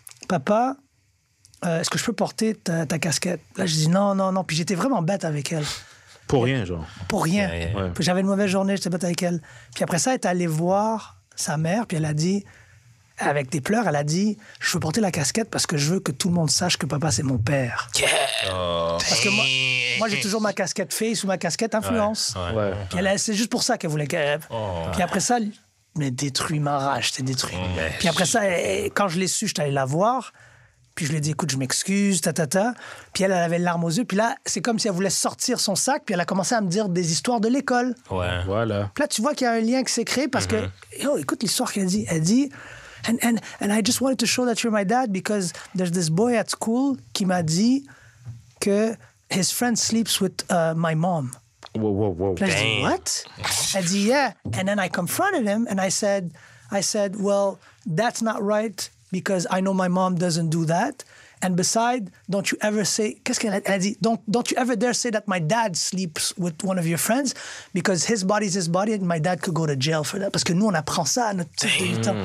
papa, est-ce que je peux porter ta casquette? Là, je dis non. Puis j'étais vraiment bête avec elle. Pour rien, genre. Pour rien. Ouais. Puis j'avais une mauvaise journée, j'étais bête avec elle. Puis après ça, elle est allée voir sa mère, puis elle a dit, avec des pleurs, elle a dit, je veux porter la casquette parce que je veux que tout le monde sache que papa, c'est mon père. Parce que moi j'ai toujours ma casquette face ou ma casquette influence. Ouais. Puis c'est juste pour ça qu'elle voulait qu'elle... Puis après ça, mais détruit ma rage, c'était détruit. Puis après ça, quand je l'ai su, je suis allé la voir. Puis je lui ai dit, écoute, je m'excuse, Puis elle avait les larmes aux yeux. Puis là, c'est comme si elle voulait sortir son sac. Puis elle a commencé à me dire des histoires de l'école. Ouais. Voilà. Puis là, tu vois qu'il y a un lien qui s'est créé parce que, écoute l'histoire qu'elle dit. Elle dit, and I just wanted to show that you're my dad because there's this boy at school qui m'a dit que his friend sleeps with my mom. Wow. Puis là, je dis, what? Elle dit, yeah. And then I confronted him and I said, well, that's not right because I know my mom doesn't do that. And besides, don't you ever say... Qu'est-ce qu'elle a dit? Don't you ever dare say that my dad sleeps with one of your friends because his body's his body and my dad could go to jail for that. Parce que nous, on apprend ça à notre petite de 8 ans.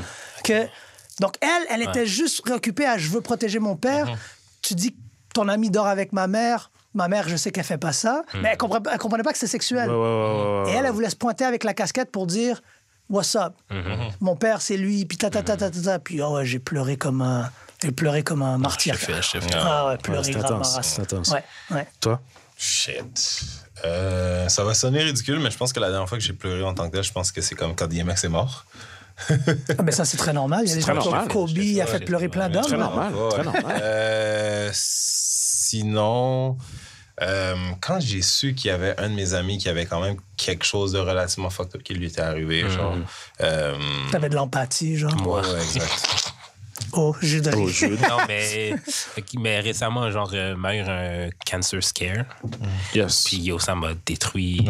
Donc, elle était juste préoccupée à « je veux protéger mon père ». Tu dis « ton ami dort avec ma mère ». Ma mère, je sais qu'elle fait pas ça. Mais elle comprenait pas que c'est sexuel. Et elle voulait se pointer avec la casquette pour dire « What's up? Mon père, c'est lui. » Puis Puis j'ai pleuré comme un... J'ai pleuré comme un martyr. Je fais. Ah ouais, pleurer grave ma race. Ouais. Toi? Shit. Ça va sonner ridicule, mais je pense que la dernière fois que j'ai pleuré en tant que tel, je pense que c'est comme quand DMX est mort. Mais ça, c'est très normal. Il y a des gens comme Kobe, il a fait pleurer plein d'hommes. Très normal. Sinon, quand j'ai su qu'il y avait un de mes amis qui avait quand même quelque chose de relativement fucked up qui lui était arrivé, genre... T'avais de l'empathie, genre. Ouais, exact. Oh, Jude. Non, mais récemment, genre, m'a eu un cancer scare. Yes. Puis ça m'a détruit.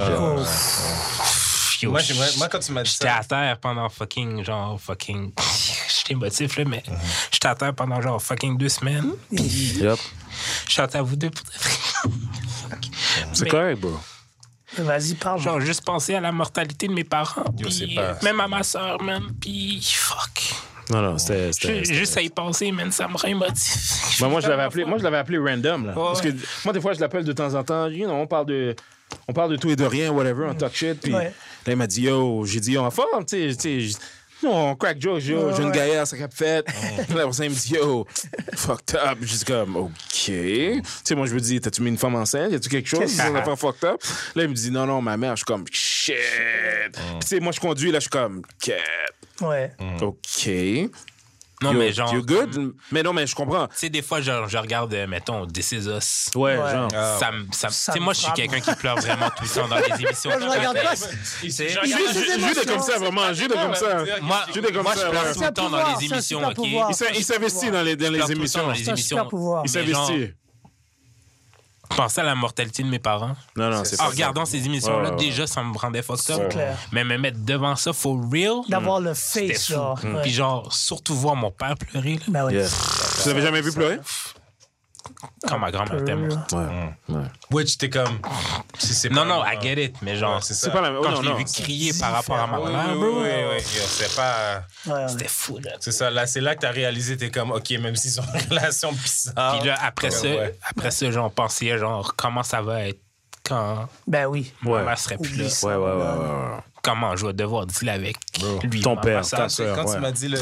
Moi, quand tu m'as dit j'étais à terre pendant j'étais émotif, là, mais j'étais à terre pendant genre fucking 2 semaines. Yep. Je chante à vous deux pour C'est correct, bro. Vas-y, parle. Genre, juste penser à la mortalité de mes parents. c'est pas... Même à ma soeur, man. Puis, fuck. Non, c'était... Juste à y penser, man, ça me rend émotif. Moi, je l'avais appelé random, là. Parce que moi, des fois, je l'appelle de temps en temps. You know, on parle de tout et de rien, whatever, on talk shit. Puis là, il m'a dit, j'ai dit, en forme, tu sais. On crack joke, j'ai une gaillard, ça cap fait. Là, pour ça, il me dit, fucked up. Je dis comme, OK. Tu sais, moi, je me dis, t'as-tu mis une femme enceinte? Y a-tu quelque chose? On a fait fucked up. Là, il me dit, non, ma mère. Je suis comme, shit. Puis, tu sais, moi, je conduis, là, je suis comme, cat. Ouais. OK. Non, mais genre. You good? Mais non, mais je comprends. Tu sais, des fois, je regarde, mettons, This Is Us. Ouais, Ouais. genre. Tu sais, moi, je suis quelqu'un qui pleure vraiment tout le temps dans les émissions. Moi, je regarde pas. Juste de comme ça, vraiment. Juste de comme ça. Moi, Juste comme je ça. pleure Ouais. tout le temps dans les émissions, OK? Il s'investit dans les émissions. Dans C'est les un émissions. super pouvoir. Il s'investit. Pensez à la mortalité de mes parents. Non, c'est En pas regardant ces émissions-là, Ouais. déjà, ça me rendait fucked up. C'est clair. Mais me mettre devant ça, for real, D'avoir le c'était face, fou. genre. Ouais. Puis genre, surtout voir mon père pleurer, là, Ben oui. Yeah. Tu l'avais jamais vu pleurer? quand ma grand-mère était morte. Ouais. Which, t'es comme. Si c'est Non, pas- non, I get it, mais genre, Ouais, c'est C'est ça. pas la même. quand non, je l'ai non. vu crier par rapport à ma Oui, mère, oui, bro, oui, oui. C'est pas. Ouais. c'était fou, là. C'est ça, là, c'est là que t'as réalisé, t'es comme, OK, même s'ils ont une relation bizarre. Puis là, après ça, genre, on pensait, genre, comment ça va être quand Ben oui. ma mère serait plus là. Oublie ça. Ouais. Comment je vais devoir dealer avec lui. Ton ma père, ça, ta ça. sœur. Quand ouais. tu m'as dit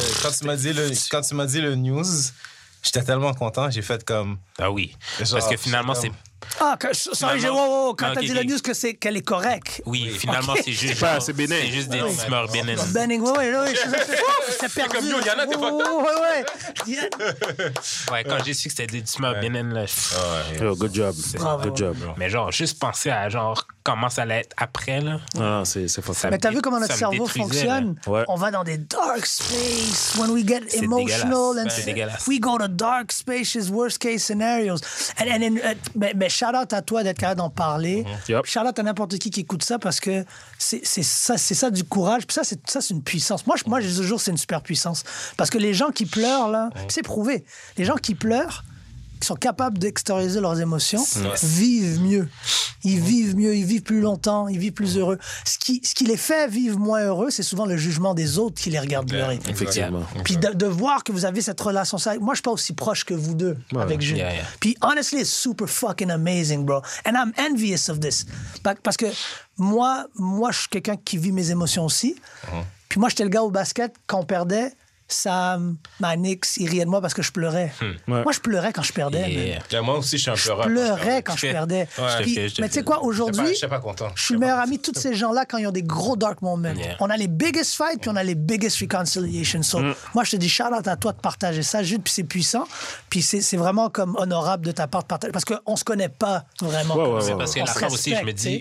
le news, j'étais tellement content, j'ai fait comme. Ah oui. Genre, Parce que finalement, c'est c'est. comme- Ah, sorry, Finalement- quand Ah, t'as ok, dit le ok. news qu'elle est correcte. Oui, finalement, c'est juste. pas genre, assez bénin. C'est juste des tumeurs bénines. Benning, ouais, c'est perdu. comme, yo, y en a, t'es fucked Ouais. Ouais, quand j'ai su que c'était des tumeurs bénines, là. Yo, good job. Bravo. Good job. Mais genre, juste penser à genre comment ça allait être après, là. Non, c'est fort. Ça Mais t'as me vu comment notre ça me cerveau détruisait, fonctionne? là. Ouais. On va dans des dark space. When we get C'est emotional, dégueulasse. and C'est dégueulasse. we go to dark spaces, worst case scenarios. Mais shout out à toi d'être capable d'en parler. Yep. Shout out à n'importe qui écoute ça parce que c'est ça du courage. Puis ça, c'est une puissance. Moi, je dis toujours c'est une super puissance. Parce que les gens qui pleurent, là, puis c'est prouvé. Les gens qui pleurent, qui sont capables d'extérioriser leurs émotions, vivent mieux. Ils vivent mieux, ils vivent plus longtemps, ils vivent plus heureux. Ce qui les fait vivre moins heureux, c'est souvent le jugement des autres qui les regardent pleurer. Effectivement. Puis de voir que vous avez cette relation, moi, je suis pas aussi proche que vous deux avec Jules. Yeah. Puis honestly, it's super fucking amazing, bro. And I'm envious of this. Parce que moi, je suis quelqu'un qui vit mes émotions aussi. Puis moi, j'étais le gars au basket, quand on perdait, Sam, Manix, ils riaient de moi parce que je pleurais. Moi, je pleurais quand je perdais. man. Yeah. Moi aussi, je suis un Je pleureur. pleurais quand je fais- perdais. Ouais. Puis- Je te mais tu sais quoi, Je aujourd'hui, suis pas content. je suis le meilleur ami de tous ces gens-là quand ils ont des gros dark moments. Yeah. On a les biggest fights, puis on a les biggest reconciliations. So, moi, je te dis shout-out à toi de partager ça, Jude, puis c'est puissant. Puis c'est vraiment comme honorable de ta part de partager. Parce qu'on se connaît pas vraiment. Ouais, C'est parce que On la se part aussi, je me respecte, dis.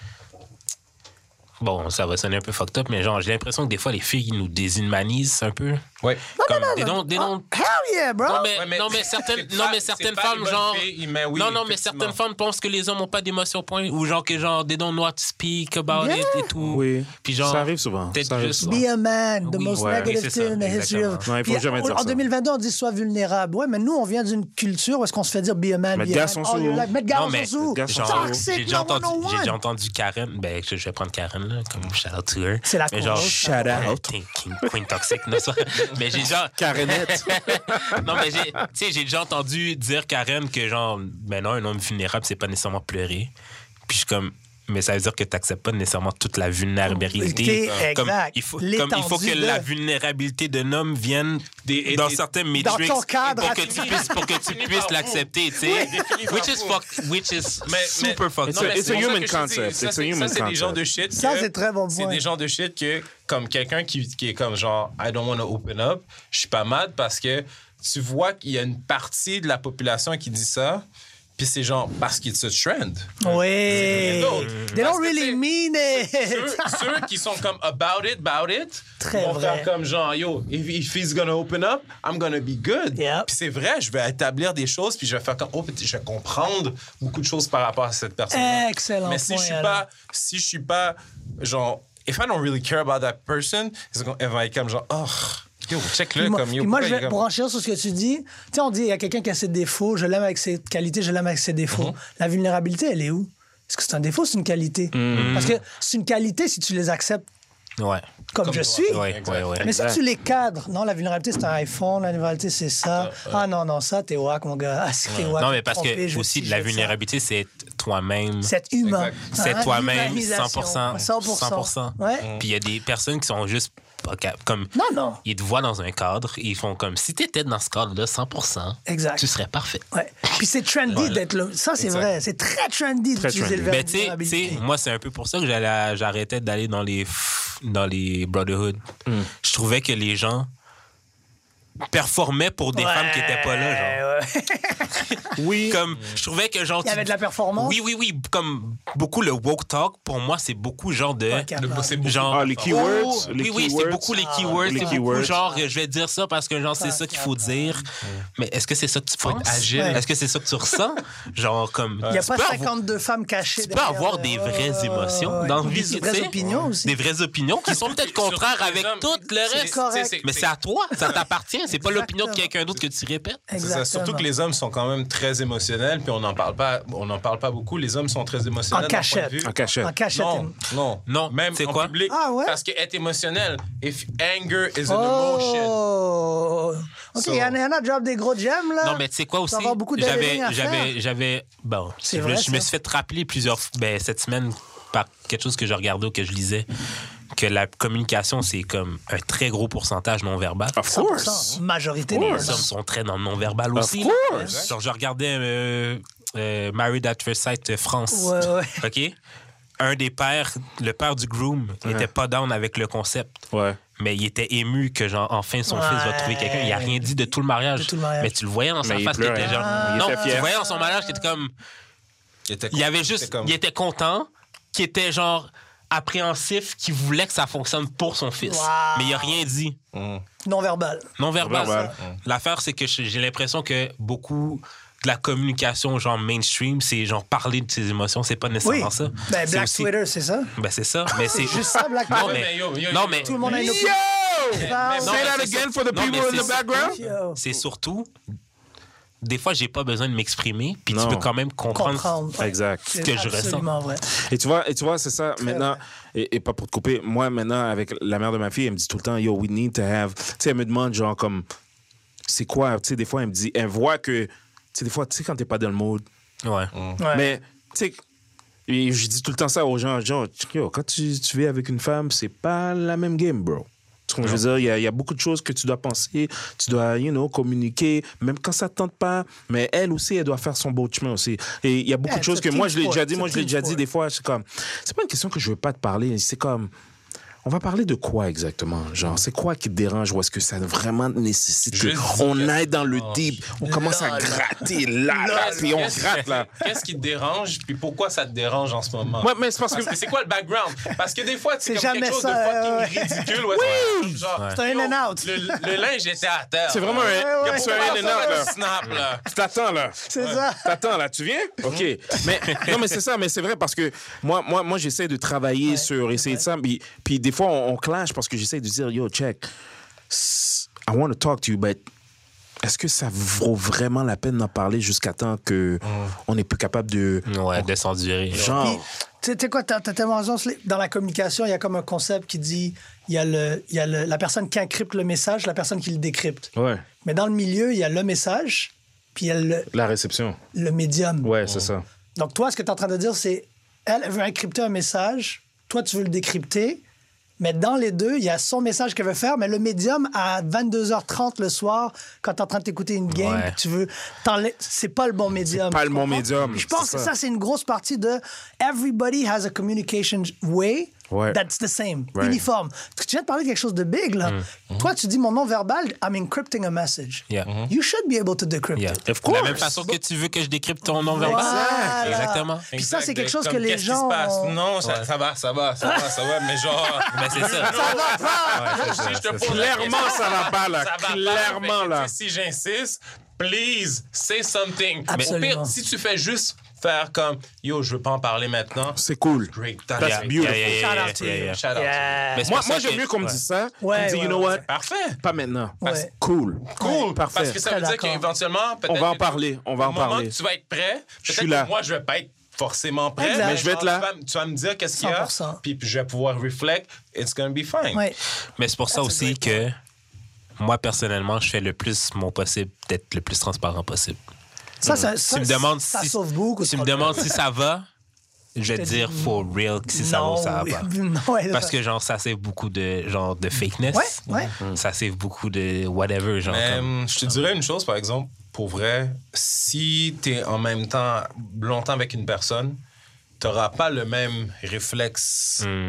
Bon, ça va sonner un peu fucked up, mais genre, j'ai l'impression que des fois, les filles, ils nous déshumanisent un peu. Ouais. Comme, they don't- Hell yeah, bro! Non, mais certaines femmes, genre. Non, mais certaines femmes pensent que les hommes n'ont pas d'émotions, point. Ou genre, que genre, they don't know how to speak about Yeah. it et tout. Oui. Puis genre. Ça arrive souvent. Peut-être Ça arrive juste. souvent. Be a man, the Oui, most ouais, negative c'est ça, thing in the history of... Non, il faut Puis, jamais dire en ça. 2022, on dit sois vulnérable. Ouais, mais nous, on vient d'une culture où est-ce qu'on se fait dire be a man, Mettre be a garçon man, all sous. your life. Mettre Non, garçon mais sous. garçon genre, Toxic j'ai déjà entendu, 101. j'ai déjà entendu Karen. Ben, je vais prendre Karen, là, comme shout out to her. C'est la Mais genre, grosse. Shout out. Queen Toxic, non, ça. Mais j'ai déjà. Karenette. Non, mais j'ai déjà entendu dire Karen que genre, ben non, un homme vulnérable, c'est pas nécessairement pleurer. Puis je suis comme. Mais ça veut dire que tu n'acceptes pas nécessairement toute la vulnérabilité. Exact. Il faut L'étendue que de- la vulnérabilité d'un homme vienne dans certains matrix ton cadre pour à que tu puisses l'accepter, tu sais. Which is super fucked. Non, mais it's a c'est human pour ça que je concept. dis, ça, It's a human c'est des gens concept. de shit. Ça, que- c'est très bon C'est point. des gens de shit que, comme quelqu'un qui est comme genre, I don't want to open up, je suis pas mad parce que tu vois qu'il y a une partie de la population qui dit ça, puis c'est genre parce qu'il it's a trend. Oui. They They don't really mean it. Ceux qui sont comme about it, Très vont vrai. faire comme genre, yo, if he's gonna open up, I'm gonna be good. Yep. Puis c'est vrai, je vais établir des choses, puis je vais faire comme, oh, je vais comprendre beaucoup de choses par rapport à cette personne. Excellent Mais si point, je suis pas, genre, if I don't really care about that person, elle va être comme genre, oh, yo, check-le comme yo. Puis moi, pourquoi il est pour comme- enchérir sur ce que tu dis, tu sais, on dit il y a quelqu'un qui a ses défauts, je l'aime avec ses qualités, je l'aime avec ses défauts. La vulnérabilité, elle est où? Est-ce que c'est un défaut ou c'est une qualité? Parce que c'est une qualité si tu les acceptes Ouais. comme je toi. suis. Ouais. Mais si tu les cadres, non, la vulnérabilité, c'est un iPhone, la vulnérabilité, c'est ça. Ah non, ça, t'es wack, mon gars. Ah, c'est t'es wack. Non, mais parce Trompé, que je aussi, suis, la je fais ça. vulnérabilité, c'est être toi-même. C'est être humain. C'est Hein, toi-même, l'humanisation. 100%. 100%. Ouais. Puis il y a des personnes qui sont juste pas comme. Non. Ils te voient dans un cadre, ils font comme si tu étais dans ce cadre-là 100%, Exact. tu serais parfait. Ouais. Puis c'est trendy d'être là. Ça, c'est Exact. vrai. C'est très trendy Très d'utiliser le trendy. verbe Ben, tu sais, vulnérabilité. moi, c'est un peu pour ça que j'arrêtais d'aller dans les Brotherhood. Je trouvais que les gens performait pour des femmes qui étaient pas là, genre. Oui. Comme, je trouvais que, genre... Il y avait de la performance? Oui. Comme, beaucoup le woke talk, pour moi, c'est beaucoup, genre, de... C'est beaucoup. Genre, les keywords. C'est beaucoup les keywords. Les C'est keywords. beaucoup, genre, je vais dire ça parce que, genre, c'est ça qu'il faut dire. Mais est-ce que c'est ça que tu penses? agile. Est-ce que c'est ça que tu ressens? Genre, comme... Il n'y a tu pas peux 52 femmes cachées Tu peux avoir des vraies émotions dans la vie, Des vraies opinions aussi. Des vraies opinions qui sont peut-être contraires avec tout le reste. correct. Mais c'est à toi, ça t'appartient. C'est pas l'opinion de quelqu'un d'autre que tu répètes. C'est ça. Exactement. Surtout que les hommes sont quand même très émotionnels, puis on n'en parle pas beaucoup. Les hommes sont très émotionnels. En cachette. En cachette. En cachette. Non, même c'est en quoi? public. Ah ouais? Parce qu'être émotionnel, if anger is an emotion. Oh! OK, il y en a drop des gros gems, là. Non, mais tu sais quoi aussi? Ça va avoir beaucoup d'editing à faire. Bon, C'est je vrai, me ça. suis fait rappeler cette semaine par quelque chose que je regardais ou que je lisais, que la communication, c'est comme un très gros pourcentage non-verbal. Of 100%. course. Majorité Les des hommes hommes. sont très dans le non-verbal aussi. course. Genre, je regardais Married at First Sight France. Ouais. OK? Un des pères, le père du groom, n'était pas down avec le concept. Ouais. Mais il était ému que, genre, enfin, son fils va trouver quelqu'un. Il a rien dit de tout le mariage. De tout le mariage. Mais tu le voyais dans sa Mais il face qu'il était pleurait. genre... Il Non, était tu fier. voyais dans son mariage qu'il était comme... Il avait juste... Il était content, qu'il était, genre, appréhensif, qu'il voulait que ça fonctionne pour son fils. Wow. Mais il a rien dit. Non-verbal. Non-verbal. Non-verbal. L'affaire, c'est que j'ai l'impression que beaucoup de la communication, genre mainstream, c'est genre parler de ses émotions. C'est pas Oui. nécessairement ça. Ben, C'est Black aussi- Twitter, c'est ça? Ben, c'est ça. Mais c'est Juste ça, Black Non, Twitter? mais... Non, mais... Tout le monde a une opinion. Yo! mais- Say Non, that mais again c'est- for the non, people mais in the c'est- background. Yo. C'est surtout... Des fois, j'ai pas besoin de m'exprimer, puis tu Non. peux quand même comprendre Ouais. Exact. ce que je ressens. Absolument vrai. Et tu vois, c'est ça, maintenant, et pas pour te couper, moi, maintenant, avec la mère de ma fille, elle me dit tout le temps, yo, we need to have, tu sais, elle me demande, genre, comme, c'est quoi, tu sais, des fois, elle me dit, elle voit que, tu sais, des fois, tu sais, quand t'es pas dans le mood, Ouais. Ouais. mais, tu sais, et je dis tout le temps ça aux gens, genre, yo, quand tu vis avec une femme, c'est pas la même game, bro. Tu comprends? Je veux dire, il y a beaucoup de choses que tu dois penser, tu dois, communiquer, même quand ça te tente pas. Mais elle aussi, elle doit faire son beau chemin aussi. Et il y a beaucoup de choses que moi, je l'ai déjà dit. Moi, je l'ai déjà dit des fois. C'est comme, c'est pas une question que je veux pas te parler. C'est comme, on va parler de quoi exactement? Genre, c'est quoi qui te dérange ou est-ce que ça vraiment nécessite qu'on aille dans le deep, on commence à gratter là, puis on gratte là. Qu'est-ce qui te dérange, puis pourquoi ça te dérange en ce moment? Ouais, mais c'est parce que. C'est quoi le background? Parce que des fois, c'est C'est comme quelque jamais chose ça, de fucking ridicule. Ouais, oui! Genre, C'est un in and out. Le linge était à terre. C'est vraiment un. C'est un in and out, là. Snap, là. Tu t'attends là. C'est ça. T'attends là, tu viens? OK. Mais non, mais c'est ça, mais c'est vrai parce que moi j'essaie de travailler sur essayer de ça. Puis des fois, on clash parce que j'essaie de dire, yo, check, I want to talk to you, but est-ce que ça vaut vraiment la peine d'en parler jusqu'à temps qu'on n'est plus capable de. Ouais, de s'endurer. Genre. Puis, tu sais quoi, t'as tellement raison. Dans la communication, il y a comme un concept qui dit il y a la personne qui encrypte le message, la personne qui le décrypte. Ouais. Mais dans le milieu, il y a le message, puis il y a La réception. le médium. Ouais, c'est ça. Donc, toi, ce que tu es en train de dire, c'est elle veut encrypter un message, toi, tu veux le décrypter. Mais dans les deux, il y a son message qu'elle veut faire, mais le médium, à 22h30 le soir, quand tu es en train d'écouter une game, Ouais. tu veux. C'est pas le bon médium. pas tu le bon comprends? médium, Puis je pense c'est que ça. ça, c'est une grosse partie de everybody has a communication way. Ouais. That's the same, Right. uniforme. Parce que tu viens de parler de quelque chose de big, là. Toi, tu dis mon non-verbal, I'm encrypting a message. Yeah. You should be able to decrypt Yeah. it. Of De la course. même façon que tu veux que je décrypte ton non-verbal. Voilà. Exactement. Puis ça, c'est Exact. quelque chose Comme, que les qu'est-ce qui gens. se passe? Non, ça va, mais genre. Ben, c'est ça. Si je te pose la Clairement, question, ça va pas, là. ça va pas. Clairement, Fait que, là. tu sais, si j'insiste, please, say something. Absolument. Mais au pire, si tu fais juste faire comme, yo, je veux pas en parler maintenant, C'est cool. great. That's Yeah. beautiful. Shout out to you. Shout out. Yeah. Mais c'est Moi, pour ça j'aime que- mieux qu'on me ouais. dise ça. Ouais, On me dit, ouais, you know ouais. what? Parfait. Pas maintenant. Ouais. Cool. Cool. Parfait. Parce que ça veut Très dire d'accord. qu'éventuellement, peut-être. On va en que parler. On va au en moment parler. que tu vas être prêt, suis peut-être là. que moi, je vais pas être forcément prêt, Exact. Mais je vais genre, être là. Tu vas me dire qu'est-ce qu'il y a, 100%. puis je vais pouvoir reflect. It's gonna be fine. Ouais. Mais c'est pour ça That's a aussi great que moi, personnellement, je fais le plus mon possible d'être le plus transparent possible. Ça, Tu me demandes ça si, sauve beaucoup. tu de me problèmes. demandes si ça va, je vais te dire for real si ça va ou ça va oui. pas. Non, ouais, Parce ça. que genre ça save beaucoup de genre de fakeness. Ouais. Ça save beaucoup de whatever genre. Mais comme- je te dirais une chose, par exemple, pour vrai, si tu es en même temps longtemps avec une personne, tu n'auras pas le même réflexe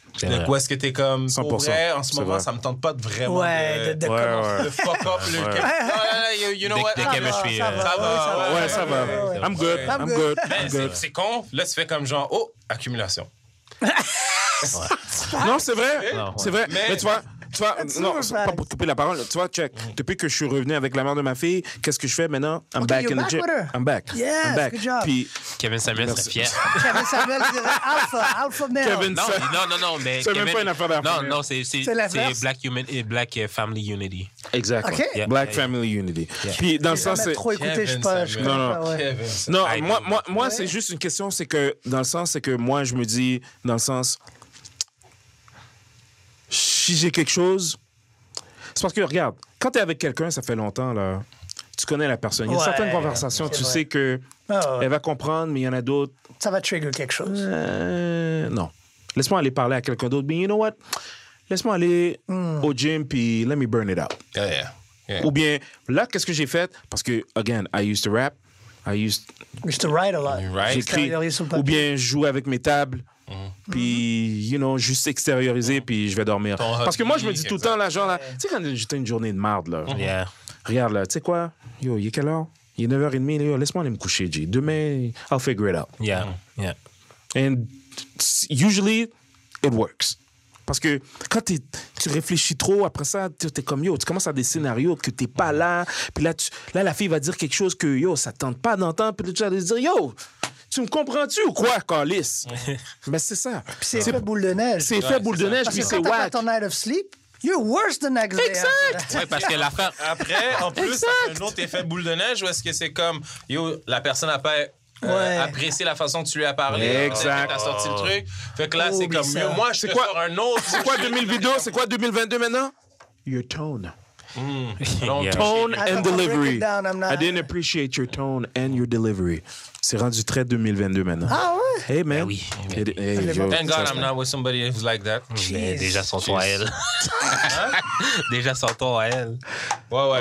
Donc, où est-ce que t'es comme, 100%. pour vrai, en ce C'est moment, vrai. ça me tente pas de vraiment de commencer. de fuck up le... you know what? The chemistry, ça va. Ouais, ça va. ouais. I'm good. I'm good. Mais I'm good. c'est con. Là, tu fais comme genre, oh, accumulation. Non, c'est vrai. Non, ouais. C'est vrai. Mais- Mais tu vois, non, super c'est pas fact. pour te couper la parole. Tu vois, check. Depuis que je suis revenu avec la mère de ma fille, qu'est-ce que je fais maintenant? I'm Okay, back you're in the back gym. with her. I'm back. Yes, I'm back. good job. Puis Kevin Samuel serait Merci. fier. Kevin Samuel dirait alpha male. Kevin Non, mais C'est même Kevin- pas une affaire d'affaires. Non, c'est l'inverse. Black Family Unity. Exact. OK. Yeah. Black Family Unity. Puis dans le J'ai sens, jamais c'est... trop écouté, je Kevin pas. Je Samuel. connais Non, pas, ouais. Kevin Samuel. Non, I moi Ouais. c'est juste une question, c'est que, dans le sens, c'est que moi, je me dis, dans le sens, si j'ai quelque chose, c'est parce que, regarde, quand t'es avec quelqu'un, ça fait longtemps, là, tu connais la personne. Il y a Ouais, certaines conversations, c'est tu vrai. sais que Ah ouais. elle va comprendre, mais il y en a d'autres, Ça va trigger quelque chose. non. Laisse-moi aller parler à quelqu'un d'autre, mais you know what? Laisse-moi aller au gym, puis let me burn it out. Yeah. Ou bien, là, qu'est-ce que j'ai fait? Parce que, again, I used to rap, We used to write a lot. Right. j'écris, Extérioriser sur le papier. ou bien je joue avec mes tables, puis, you know, juste extérioriser, puis je vais dormir. Ton Parce que moi, je me hobby, dis tout le temps, là, genre, là, tu sais, quand j'étais une journée de marde, là, Yeah. regarde, là, tu sais quoi? Yo, il est quelle heure? Il est 9h30, là, yo, laisse-moi aller me coucher, G. Demain, I'll figure it out. Yeah. Yeah. And usually, it works. Parce que quand tu réfléchis trop, après ça, t'es comme, yo, tu commences à des scénarios que t'es pas là, puis là, la fille va dire quelque chose que, yo, ça te tente pas d'entendre, puis là, tu vas lui dire, yo, tu me comprends-tu ou quoi, Carlis? Ben, c'est ça. Puis c'est effet boule de neige. C'est fait boule de neige, Parce puis que c'est quand t'as pas whack. ton night of sleep, you're worse the next day. Exact! Ouais, parce que l'affaire. Après, en plus, ça fait un autre effet boule de neige où est-ce que c'est comme, yo, la personne n'a pas Ouais. apprécié la façon que tu lui as parlé. Exact. T'as sorti le truc. Fait que là, c'est Oublie comme, ça. yo, moi, je C'est te quoi- sors un autre. C'est quoi 2022? C'est quoi 2022 maintenant? Your tone. Yeah. Tone Attends, and I'll break delivery. it down, I'm not- I didn't appreciate your tone and your delivery. C'est rendu très 2022 maintenant. Ah ouais? Hey, man. Ben oui. Hey, yo, Thank God ça- I'm not with somebody who's like that. Mais Jeez. déjà son ton à elle. Déjà son ton à elle. Ouais.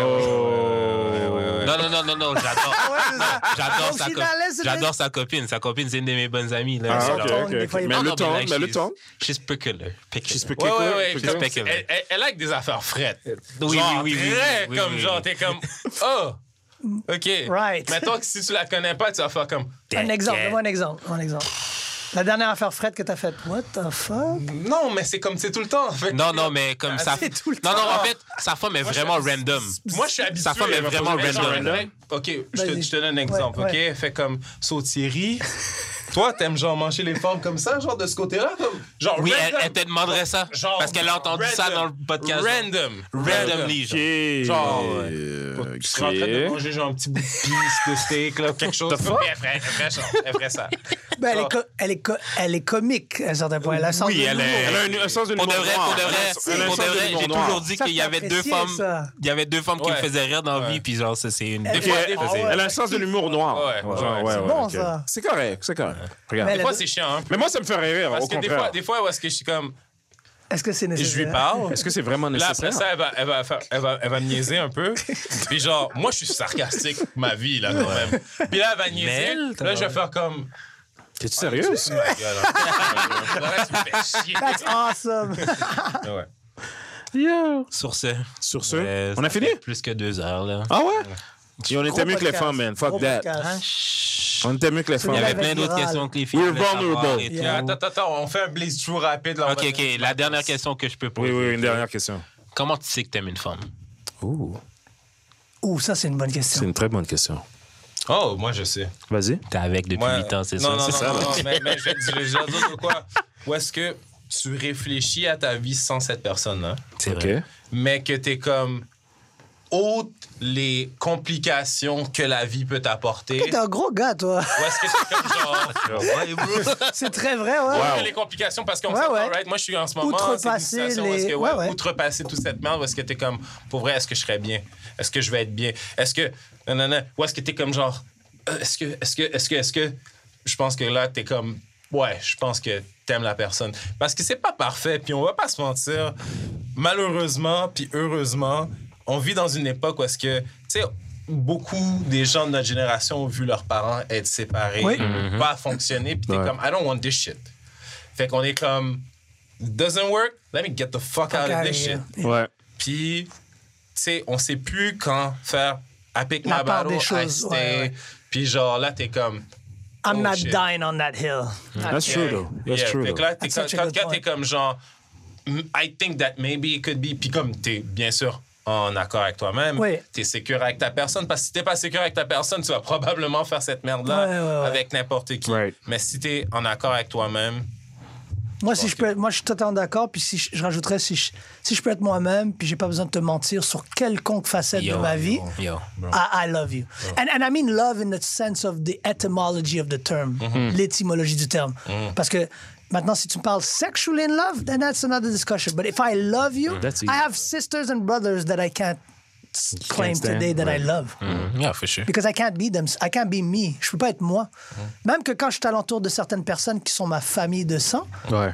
Non, j'adore. c'est ça. J'adore Au sa, final, c'est j'adore sa copine. Sa copine, c'est une de mes bonnes amies. Là. Ah, C'est ok, genre- ok, des fois, ok. il- Mais Non, le non, ton, like, mais le she's- ton. She's peculiar. She's Ouais, peculiar. Elle like des affaires frettes. Oui, Genre, oui, oui, très oui, comme oui, genre, oui. t'es comme, oh, OK. Right. Mettons que si tu la connais pas, tu vas faire comme, Un exemple, Yeah. donne-moi un exemple. La dernière affaire frette que t'as faite, what the fuck? non, mais c'est comme c'est tout le temps. Fait que- Non, mais comme Ah, ça. c'est tout le Non, temps. en fait, sa femme est vraiment random. Moi, je suis habitué. Sa femme est vraiment Mais genre, random. OK, Vas-y. je te donne un exemple, Ouais, OK? Fait comme Sautieri. Toi, t'aimes genre manger les femmes comme ça, genre de ce côté-là? Comme, genre Oui, random. elle te demanderait ça. Genre, Parce qu'elle a entendu ça dans le podcast. Randomly, genre. Genre, Ok. tu serais en train de manger genre un petit bout de pisse de steak, là, quelque chose. Puis elle ferait ça. Ben, elle est comique à un certain point. Elle a un sens Oui, de elle l'humour. est. Elle a un sens de Pour de l'humour vrai, noir. pour de Elle a un vrai, sens j'ai d'humour noir. toujours dit Ça, qu'il y c'est avait deux apprécié, femmes. ça. Il y avait deux femmes qui me Ouais. faisaient rire dans la vie, puis genre, ça, c'est une. Des Ok. fois, Ah ouais. Elle a un sens de l'humour noir. Ouais, Genre, ouais, ouais, c'est bon, ok. ça. C'est correct, c'est correct. Regarde. Mais Des fois, c'est chiant, hein? Mais moi, ça me fait rire, Parce au que contraire. des fois, où est-ce que je suis comme, Est-ce que c'est je nécessaire? lui parle. Est-ce que c'est vraiment Là, après nécessaire? ça, elle va me niaiser un peu. Puis genre, moi, je suis sarcastique, ma vie, là, quand même. Puis là, elle va niaiser. Mais elle, Là, je vais faire comme... T'es-tu sérieuse? Là, tu me fais chier. That's awesome. Ouais. Yeah. Sur ce. Sur ce, Ouais, on a ça fini? fait Plus que 2 heures, là. Ah ouais? Et on était Gros mieux que les podcast. femmes, man. Gros Fuck that. podcast. On était mieux que les Il femmes. y avait avec plein d'autres viral. questions que les filles We're voulaient savoir vulnerable. et tout. Yeah. Attends, on fait un blaze true rapide. Là, on OK, va- OK. La dernière question que je peux poser. Oui, une dernière question. Comment tu sais que t'aimes une femme? Ouh, Ouh, ça, c'est une bonne c'est question. une très bonne question. Oh, moi, je sais. Vas-y. T'es avec depuis Moi- 8 ans, c'est non, ça? non, C'est non, ça, non, là? non, mais je vais dire de quoi. Où est-ce que tu réfléchis à ta vie sans cette personne-là, C'est OK. vrai. mais que t'es comme... Ôte les complications que la vie peut t'apporter. T'es un gros gars, toi. Ou est-ce que c'est comme genre... C'est très vrai, ouais. Ôte les complications parce qu'on Ouais, s'entend, ouais. right? Moi, je suis en ce moment... Outrepasser c'est une situation où est-ce que, les- ouais, ouais. outrepasser toute cette merde, où est-ce que t'es comme... Pour vrai, est-ce que je serais bien? Est-ce que je vais être bien? Est-ce que... Non. Ou est-ce que t'es comme genre... Est-ce que... Je pense que là, t'es comme... Ouais, je pense que t'aimes la personne. Parce que c'est pas parfait, puis on va pas se mentir. Malheureusement, puis heureusement, on vit dans une époque où est-ce que... Tu sais, beaucoup des gens de notre génération ont vu leurs parents être séparés, Oui. pas fonctionner, puis t'es Ouais. comme, I don't want this shit. Fait qu'on est comme... doesn't work, let me get the fuck out of this shit. Ouais. Puis, tu sais, on sait plus quand faire I pick my battle, I stay. Puis genre, là, t'es comme... I'm not dying on that hill. That's true, though. That's true, Fait though. que là, quand t'es point. comme genre... I think that maybe it could be... Puis comme t'es, bien sûr, en accord avec toi-même, t'es sécure avec ta personne. Parce que si t'es pas sécure avec ta personne, tu vas probablement faire cette merde-là avec n'importe qui. Right. Mais si t'es en accord avec toi-même... Moi, si je peux, moi, je suis totalement d'accord. Puis si je rajouterais, si je peux être moi-même, puis j'ai pas besoin de te mentir sur quelconque facette de ma vie, I love you. And I mean love in the sense of the etymology of the term, l'étymologie du terme. Parce que maintenant, si tu me parles sexually in love, then that's another discussion. But if I love you, I have sisters and brothers that I can't claim today that I love. Yeah, for sure. Because I can't be them. I can't be me. Je peux pas être moi. Même que quand je suis alentour de certaines personnes qui sont ma famille de sang, Ouais.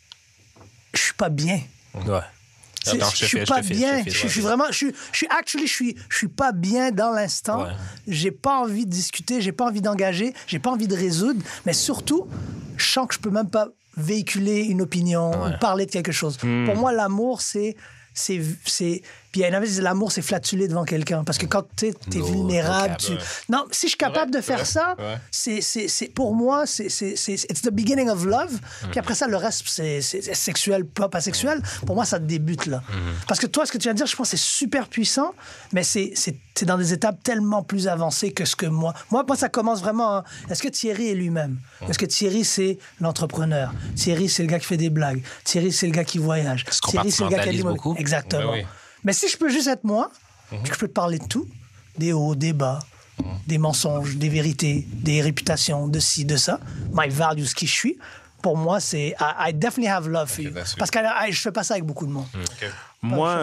je suis pas bien. Ouais. Je suis pas bien. Je suis vraiment, je suis pas bien dans l'instant. Ouais. J'ai pas envie de discuter, j'ai pas envie d'engager, j'ai pas envie de résoudre, mais surtout, je sens que je peux même pas véhiculer une opinion ou parler de quelque chose. Pour moi, l'amour, c'est puis il y en avait qui disaient l'amour, c'est flatuler devant quelqu'un. Parce que quand t'es vulnérable, non, si je suis capable de faire ça, c'est pour moi, c'est it's the beginning of love. Puis après ça, le reste, c'est sexuel, pas sexuel. Pour moi, ça débute là. Parce que toi, ce que tu viens de dire, je pense que c'est super puissant, mais c'est dans des étapes tellement plus avancées que ce que moi. Moi, ça commence vraiment. Hein. Est-ce que Thierry est lui-même? Est-ce que Thierry, c'est l'entrepreneur? Thierry, c'est le gars qui fait des blagues. Thierry, c'est le gars qui voyage. Thierry, c'est le gars qui a des beaucoup. Exactement. Mais si je peux juste être moi, puis que je peux te parler de tout, des hauts, des bas, des mensonges, des vérités, des réputations, de ci, de ça, my values, qui je suis, pour moi, c'est I definitely have love for you. Parce que je fais pas ça avec beaucoup de monde. Moi,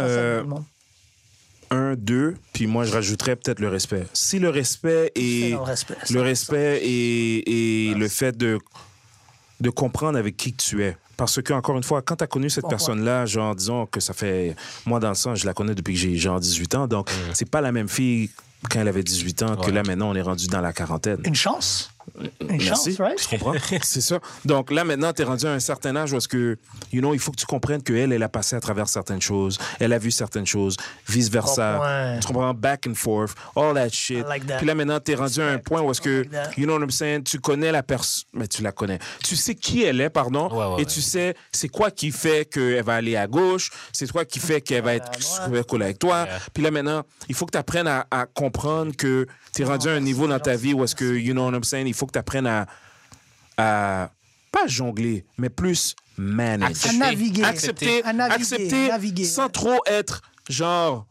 1, 2, puis moi, je rajouterais peut-être le respect. Si le respect est... Le respect et le fait de comprendre avec qui tu es. Parce que, encore une fois, quand tu as connu cette personne-là, genre, disons que ça fait... Moi, dans le sens, je la connais depuis que j'ai genre 18 ans, donc c'est pas la même fille quand elle avait 18 ans que là, maintenant, on est rendu dans la quarantaine. Une chance. Merci. Chance, right? Tu comprends? C'est ça. Donc là, maintenant, tu es rendu à un certain âge où est-ce que, il faut que tu comprennes qu'elle, elle a passé à travers certaines choses, elle a vu certaines choses, vice-versa. Tu comprends? Back and forth, all that shit. Like that. Puis là, maintenant, tu es rendu à un point où est-ce que, you know what I'm saying? Tu connais la personne, mais tu la connais. Tu sais qui elle est, pardon, et tu sais c'est quoi qui fait qu'elle va aller à gauche, c'est quoi qui fait qu'elle va être cool avec toi. Puis là, maintenant, il faut que tu apprennes à comprendre que tu es rendu à un niveau dans ta vie où est-ce que, you know what I'm saying? Il faut que tu apprennes à pas jongler, mais plus manager. À naviguer. Accepter, naviguer. Sans trop être genre...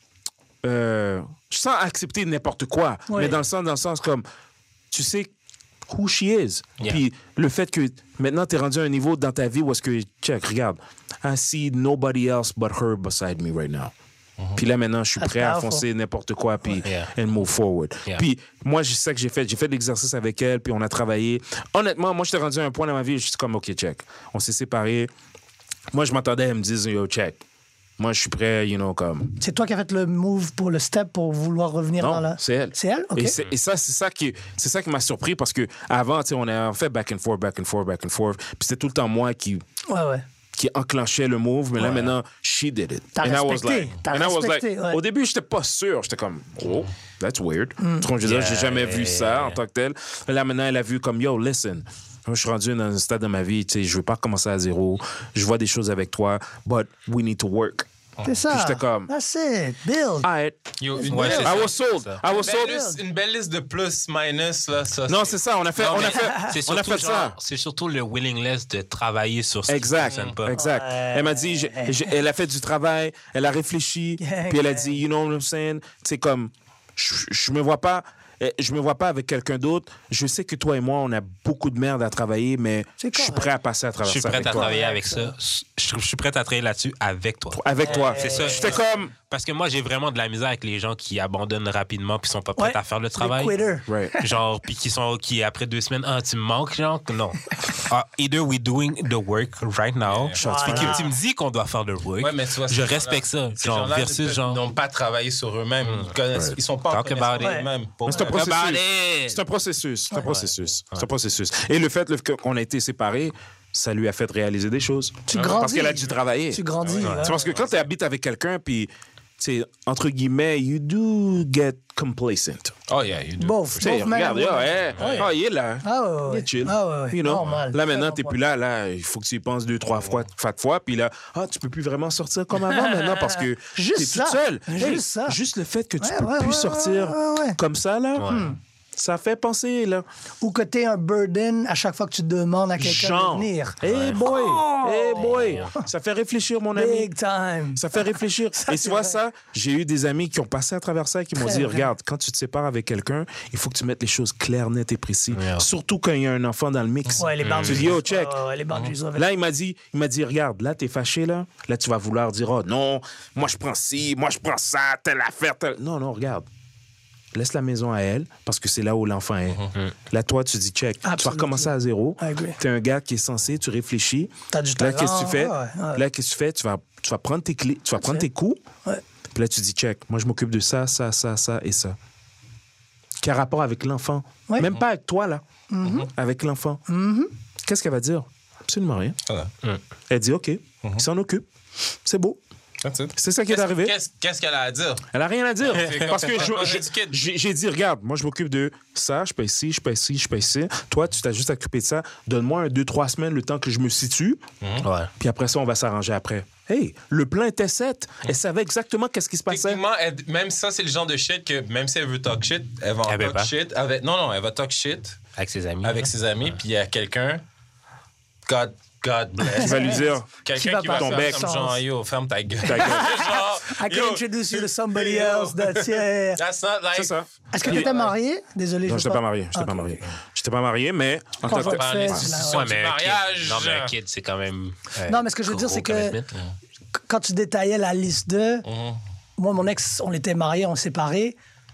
sans accepter n'importe quoi, mais dans le sens comme, tu sais who she is. Puis le fait que maintenant, tu es rendu à un niveau dans ta vie où est-ce que, check, regarde, I see nobody else but her beside me right now. Puis là, maintenant, je suis prêt à foncer n'importe quoi, puis and move forward. Puis moi, je sais que j'ai fait de l'exercice avec elle, puis on a travaillé. Honnêtement, moi, j'étais rendu à un point dans ma vie, je suis comme, OK, check. On s'est séparés. Moi, je m'attendais à elle me dire, yo, check. Moi, je suis prêt, comme... C'est toi qui as fait le move pour le step pour vouloir revenir dans la... c'est elle. C'est elle? OK. Et ça, c'est ça qui m'a surpris parce que avant, tu sais, on a fait back and forth. Puis c'était tout le temps moi qui enclenchait le move, mais là, maintenant, she did it. T'as respecté. Au début, j'étais pas sûr. J'étais comme, oh, that's weird. J'ai jamais vu ça en tant que tel. Mais là, maintenant, elle a vu comme, yo, listen. Moi, je suis rendu dans un stade de ma vie, tu sais, je veux pas recommencer à zéro. Je vois des choses avec toi, but we need to work. C'est ça. Puis j'étais comme... That's it. Build. I was sold. Une belle liste de plus, minus, là. Ça, non, c'est ça. On a fait ça. C'est surtout le willingness de travailler sur ce qui ne fonctionne pas. Exact. Elle m'a dit, elle a fait du travail, elle a réfléchi, puis elle a dit, you know what I'm saying? C'est comme, je me vois pas avec quelqu'un d'autre. Je sais que toi et moi, on a beaucoup de merde à travailler, mais je suis prêt à passer à travers ça. Je suis prêt à travailler avec ça. Je suis prêt à travailler là-dessus avec toi. Avec toi. C'est ça. J'étais comme... Parce que moi, j'ai vraiment de la misère avec les gens qui abandonnent rapidement puis sont pas prêts à faire le travail. Genre, puis qui après 2 semaines, tu me manques, genre, non. Either we doing the work right now, puis que tu me dis qu'on doit faire le work, je respecte ça. Genre, versus genre... Ils n'ont pas travaillé sur eux-mêmes. Ils sont pas en connaissance eux-mêmes. C'est un processus. Et le fait qu'on a été séparés, ça lui a fait réaliser des choses. Tu grandis. Parce qu'elle a dû travailler. Tu grandis. Ouais. C'est parce que quand tu habites avec quelqu'un, puis, entre guillemets, you do get complacent. Oh, yeah, you do. Both Regarde, il est là. Ah, il est chill. Ah, ouais. You know? Normal. Là, maintenant, t'es plus là, il faut que tu y penses 2-3 fois, puis là, tu peux plus vraiment sortir comme avant maintenant parce que Juste t'es ça. toute seule. Juste ça. Juste le fait que tu peux plus sortir comme ça, là, ça fait penser, là. Ou que t'es un burden à chaque fois que tu demandes à quelqu'un de venir. Hey boy, ça fait réfléchir, mon ami. Big time. Ça fait réfléchir. Et tu vois ça, j'ai eu des amis qui ont passé à travers ça et qui m'ont dit, regarde, quand tu te sépares avec quelqu'un, il faut que tu mettes les choses claires, nettes et précises. Yeah. Surtout quand il y a un enfant dans le mix. Ouais, les boundaries. Tu dis, oh, check. Les boundaries. Là, il m'a dit, regarde, là, t'es fâché, là. Là, tu vas vouloir dire, oh non, moi, je prends ci, moi, je prends ça, telle affaire, telle... Non, regarde. Laisse la maison à elle, parce que c'est là où l'enfant est. Là, toi, tu dis, check, tu vas recommencer à zéro. Tu es un gars qui est censé, tu réfléchis. T'as du talent. Là, qu'est-ce que tu fais? Là, qu'est-ce que tu fais? Tu vas prendre tes clés, tu vas prendre tes coups. Puis là, tu dis, check, moi, je m'occupe de ça, ça, ça, ça et ça. Qui a rapport avec l'enfant. Même pas avec toi, là. Avec l'enfant. Qu'est-ce qu'elle va dire? Absolument rien. Elle dit, OK, il s'en occupe. C'est beau. C'est ça qui est arrivé. Qu'est-ce qu'elle a à dire? Elle a rien à dire. Parce que j'ai dit, regarde, moi, je m'occupe de ça, je paye ici, je paye ici, je paye ici. Toi, tu t'as juste occupé de ça. Donne-moi 2-3 semaines le temps que je me situe. Puis après ça, on va s'arranger après. Hey, le plan était set. Elle savait exactement qu'est-ce qui se passait. Techniquement, même ça, c'est le genre de shit que même si elle veut talk shit, elle va talk shit. Elle va talk shit avec ses amis. Puis il y a quelqu'un, God bless. Qui va lui dire, quelqu'un qui va ton bec. Comme genre, yo, ferme ta gueule. Genre, I can introduce you to somebody else. That's not like... C'est ça. Est-ce que tu étais marié? Désolé, non, je n'étais pas marié. J'étais pas marié, mais en tant que mariage. Non, mais un kid, c'est quand même. Non, mais ce que je veux dire, c'est que quand tu détaillais la liste de. Moi, mon ex, on était mariés, on s'est séparés.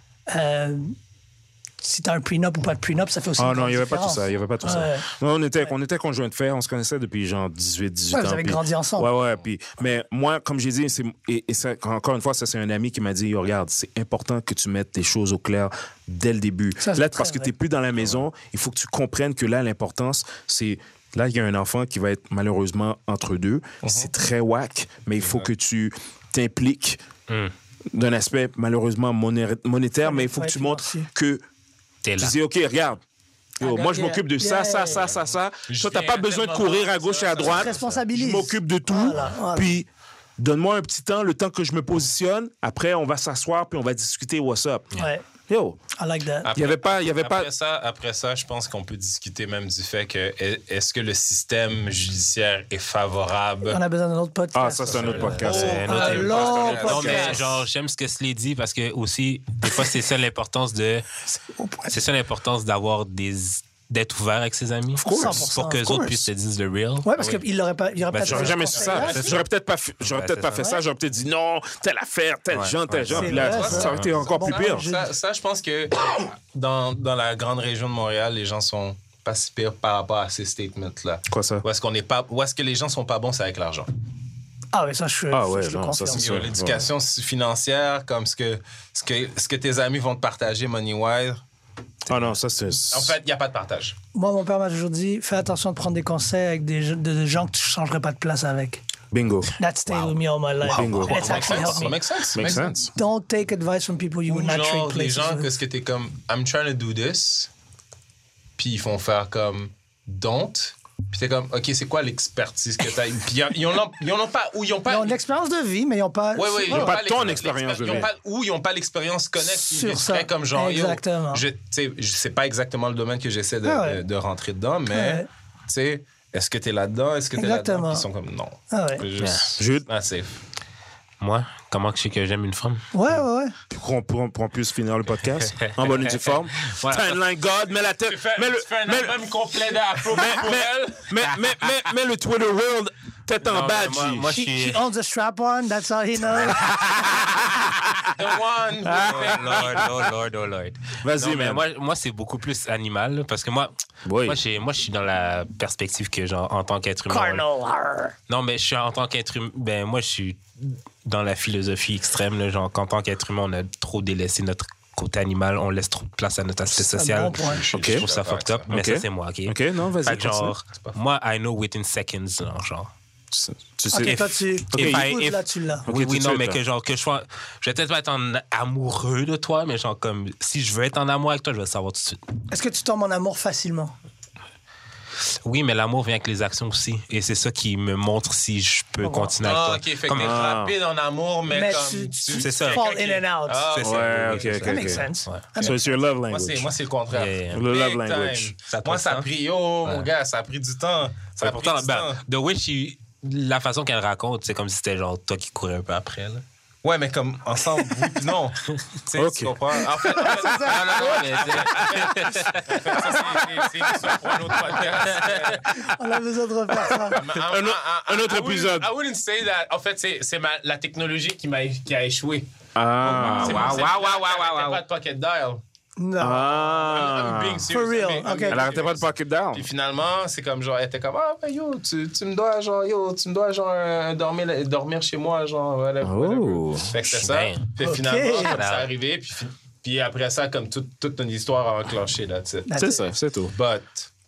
Si t'as un prenup ou pas de prenup, ça fait aussi une non, il n'y avait différence. pas tout ça. Non, on était conjoints de fait, on se connaissait depuis genre 18 ans. Vous avez grandi ensemble. Mais moi, comme j'ai dit, encore une fois, ça, c'est un ami qui m'a dit, regarde, c'est important que tu mettes tes choses au clair dès le début. Ça, là, parce que tu n'es plus dans la maison, il faut que tu comprennes que là, l'importance, c'est... Là, il y a un enfant qui va être malheureusement entre deux. C'est très whack, mais il faut que tu t'impliques d'un aspect malheureusement monétaire, mais il faut que tu montres que tu dis, OK, regarde, moi, je m'occupe de ça. Toi, t'as pas besoin de courir à gauche et à droite. Je m'occupe de tout. Voilà. Puis, donne-moi un petit temps, le temps que je me positionne. Après, on va s'asseoir puis on va discuter what's up. Ouais. Yo. I like that. Après ça, je pense qu'on peut discuter même du fait que est-ce que le système judiciaire est favorable? On a besoin d'un autre podcast. Ah, ça, c'est un autre podcast. Non, mais genre, j'aime ce que Slay dit parce que aussi, des fois, c'est ça l'importance d'avoir d'être ouvert avec ses amis pour que les autres puissent te dire le real. Ouais, parce qu'il n'aurait pas. J'aurais jamais su ça. J'aurais peut-être pas fait ça. J'aurais peut-être dit non, telle affaire, tel genre. Puis là, ça aurait été encore plus pire. Ça, je pense que dans la grande région de Montréal, les gens sont pas si pires par rapport à ces statements-là. Quoi ça? Où est-ce que les gens sont pas bons, c'est avec l'argent. Ah oui, ça, je le confirme. L'éducation financière, comme ce que tes amis vont te partager money-wise. Ah non, ça c'est... En fait, il n'y a pas de partage. Moi, mon père m'a toujours dit, fais attention de prendre des conseils avec des gens que tu ne changerais pas de place avec. Bingo. That stayed with me all my life. Bingo. And it's actually helped me. Makes sense. Don't take advice from people you would not trade places. Les gens, qu'est-ce que t'es comme, I'm trying to do this, puis ils font faire comme, don't. Puis t'es comme, OK, c'est quoi l'expertise que t'as? Puis ils ont pas l'expérience de vie, mais ils n'ont pas... Oui, ils n'ont pas ton expérience de vie. Ou ils n'ont pas l'expérience connecte. Sur ça. Comme genre, exactement. Je sais pas exactement le domaine que j'essaie de rentrer dedans, mais, tu sais, est-ce que t'es là-dedans? Est-ce que t'es là-dedans? Puis ils sont comme, non. Jude? Safe. Moi, comment que je sais que j'aime une femme? Ouais. Pour qu'on puisse finir le podcast en bonne et due forme. Timeline God, mets la tête. Tu fais un album complet d'Afro pour elle. Mets le Twitter World tête en bas, G. Moi, She owns a strap-on, that's all he knows. The one. Oh Lord. Vas-y, mais moi, c'est beaucoup plus animal, parce que moi, je suis dans la perspective que, genre, en tant qu'être humain... Cardinal. Non, mais je suis en tant qu'être humain... Ben, moi, je suis dans la philosophie extrême, là, genre, qu'en tant qu'être humain, on a trop délaissé notre côté animal, on laisse trop de place à notre aspect social. Bon point. Je trouve ça fucked up, mais ça, c'est moi, OK? OK, non, vas-y. Fait que genre, moi, I know within seconds, genre. Tu sais. OK, toi, tu l'as. Oui, tout de non, suite, mais là. que genre, que je sois. Je vais peut-être pas être amoureux de toi, mais genre, comme, si je veux être en amour avec toi, je vais le savoir tout de suite. Est-ce que tu tombes en amour facilement? Oui, mais l'amour vient avec les actions aussi. Et c'est ça qui me montre si je peux continuer avec toi. OK, fait que t'es rapide en amour, mais comme... tu ça. fall in and out. C'est ça. Ouais, Oui, OK, c'est ça. OK. That makes sense. Ouais. So it's your love Moi, language. c'est le contraire. Yeah. Le love Big language. time. Ça te Moi, prend ça a du pris... Oh, mon gars, ça a pris du temps. Ça a pris du temps. The way la façon qu'elle raconte, c'est comme si c'était genre toi qui courais un peu après, là. Ouais, mais comme ensemble, oui puis non. Tu sais, OK. tu comprends? En fait, Non, mais ça, c'est une histoire pour un autre podcast. On a besoin de refaire ça. Un autre épisode. I wouldn't say that. En fait, c'est la technologie qui a échoué. Ah. C'est pas de pocket dial. Non. Ah. I'm being serious. For real, I'm OK. being Elle arrêtait pas de serious. pocket down. Puis finalement, c'est comme genre, elle était comme, ah, ben yo, tu me dois genre dormir chez moi, genre, whatever. Oh. Fait que c'est ça. Ben. Puis OK. finalement, comme ça arrivé, puis après ça, comme toute une histoire a enclenché là-dessus. C'est ça, c'est tout. But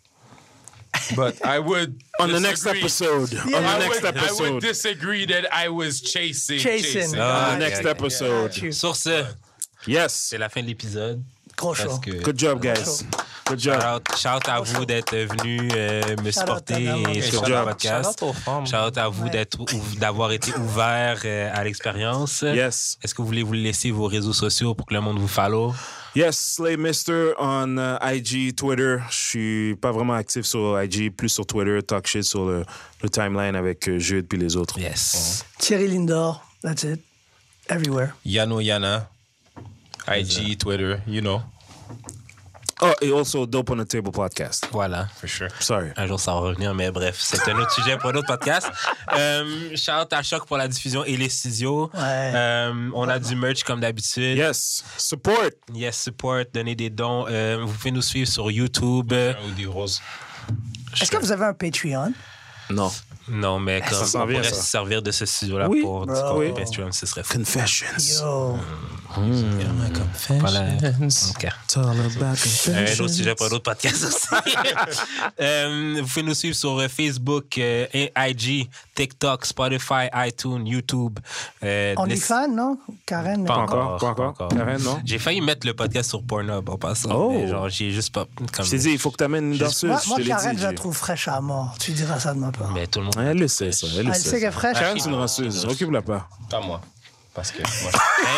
I would On the next disagree. episode. Yeah. On the I next would episode. disagree that I was chasing. Chasing. Ah, On the next ok, ok. episode. Got you. sur ce, Yes. c'est la fin de l'épisode. Gros show. Parce que Good job, guys. Good job. shout à vous d'être venus me supporter à sur Good le job. podcast. Shout out aux femmes. Shout à vous d'avoir été ouvert à l'expérience. Yes. Est-ce que vous voulez vous laisser vos réseaux sociaux pour que le monde vous follow? Yes, Slay Mister on IG, Twitter. Je suis pas vraiment actif sur IG, plus sur Twitter. Talk shit sur le timeline avec Jude puis les autres. Yes. Thierry Lindor. That's it. Everywhere. Yano Yana, IG, Twitter, you know. Oh, et also Dope on the Table podcast. Voilà. For sure. Sorry. Un jour, ça va revenir, mais bref, c'est un autre sujet pour un autre podcast. Shout à Choc pour la diffusion et les studios. Ouais. On a du merch comme d'habitude. Yes. Support. Yes, support, donnez des dons. Vous pouvez nous suivre sur YouTube. Ou des roses. Est-ce que vous avez un Patreon? Non. Non, mais comme s'en on vient, pourrait ça. se servir de ce studio-là Oui, pour du bro. contenu Oui. Patreon, ce serait fou. Confessions. Yo. Voilà. OK. It's all about Un confessions. autre sujet pour un autre podcast aussi. Vous pouvez nous suivre sur Facebook, IG, TikTok, Spotify, iTunes, YouTube. OnlyFans, non? Karen? Pas encore. Karen, non? J'ai failli mettre le podcast sur Pornhub en passant. Oh. Mais genre, j'ai juste pas. Comme... Je t'ai dit, il faut que tu amènes une danseuse. Moi, je te l'ai Karen, dit. je la trouve fraîche à mort. Tu diras ça de ma part. Mais tout le monde. Elle le sait, ça. Elle le Elle sait qu'elle est sait. fraîche. Karen, c'est une danseuse. Occupe-la pas. Pas moi. Parce que moi.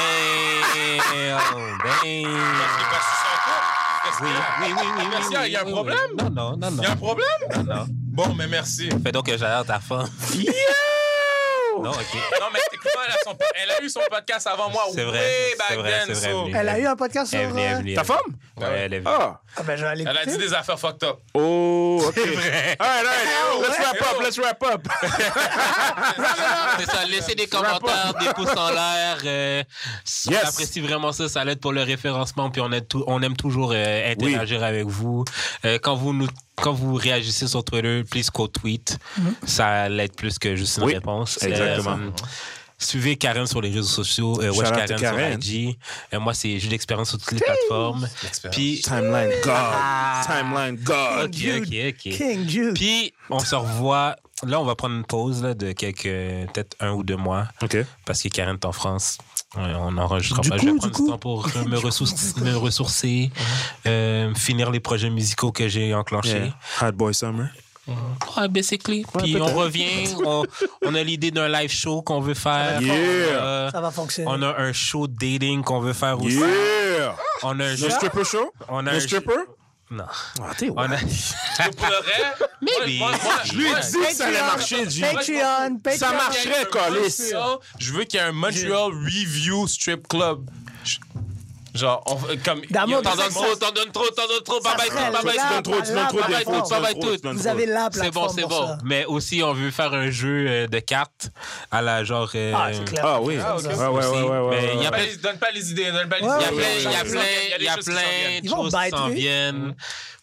Oui. Il y a un problème? Non. Il y a un problème? Non. Bon, mais merci. Fais donc que j'adore ta femme. Non, OK. Non, mais écoute-moi, elle a eu son podcast avant moi. C'est vrai, Way back c'est vrai, then, c'est vrai, so- Emily. Elle a eu un podcast sur... Elle est venue. Ta femme? Ouais, elle est venue. Ah. Ah ben, je vais aller Elle a dit écouter. des affaires fucked up. Oh, OK. All right. Let's wrap up. C'est ça, laissez des commentaires, des pouces en l'air. On Yes. apprécie vraiment ça, ça l'aide pour le référencement, puis on aime toujours interagir avec vous. Quand vous réagissez sur Twitter, please quote tweet. Ça l'aide plus que juste une Oui, réponse. exactement. Suivez Karen sur les réseaux sociaux, Wesh Shout out Karen to sur Karen. IG. Moi, c'est j'ai l'expérience sur toutes les plateformes. Puis Timeline God. OK. King Jude. Puis on se revoit. Là, on va prendre une pause là, de peut-être 1 ou 2 mois. OK. Parce que Karen est en France. On n'enregistrera Du pas. coup, Je vais du prendre coup. du temps pour me ressourcer, finir les projets musicaux que j'ai enclenchés. Yeah. Hot Boy Summer. Ouais, basically. Puis on peut-être. revient. On a l'idée d'un live show qu'on veut faire. Yeah. Ça va fonctionner. On a un show de dating qu'on veut faire aussi. Yeah. On a un No stripper show? On a No un stripper? Non. Ah, t'es On a... Pour le vrai, Maybe. Je lui ai dit que ça allait marcher, G. Patreon. Ça marcherait, Colis. je veux qu'il y ait un Montreal Review Strip Club. Genre, comme. D'amour, T'en donnes trop. Bye bye serait tout. Bye bye la- tout. Tu donnes trop la- d'infos. ça va être tout. Vous avez la C'est plateforme bon. pour ça. Mais aussi, on veut faire un jeu de cartes à la genre. Ah, c'est clair. Ah oui. ok. Ouais. Mais il y a Donne pas les idées, donne pas les Ouais, idées. Il y a plein des de choses qui s'en choses viennent. qui Ils vont s'en biter. viennent.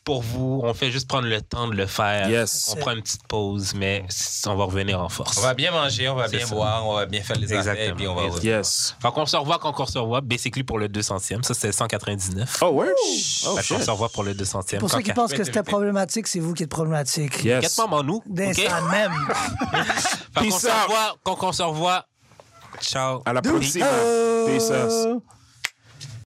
pour vous. On fait juste prendre le temps de le faire. Yes. On prend une petite pause, mais on va revenir en force. On va bien manger, on va bien boire, on va bien faire les affaires, et puis on va revenir. Yes. Fait qu'on se revoit quand on se revoit. Basically pour le 200e. Ça, c'était 199. Oh, ouais? Oh, Fait qu'on se revoit pour le 200e. Pour ceux qui pensent que c'était problématique, c'est vous qui êtes problématique. Yes. Inquiète-moi, nous. D'instant même. Fait qu'on se revoit, quand on se revoit. Ciao. À la prochaine. Peace out.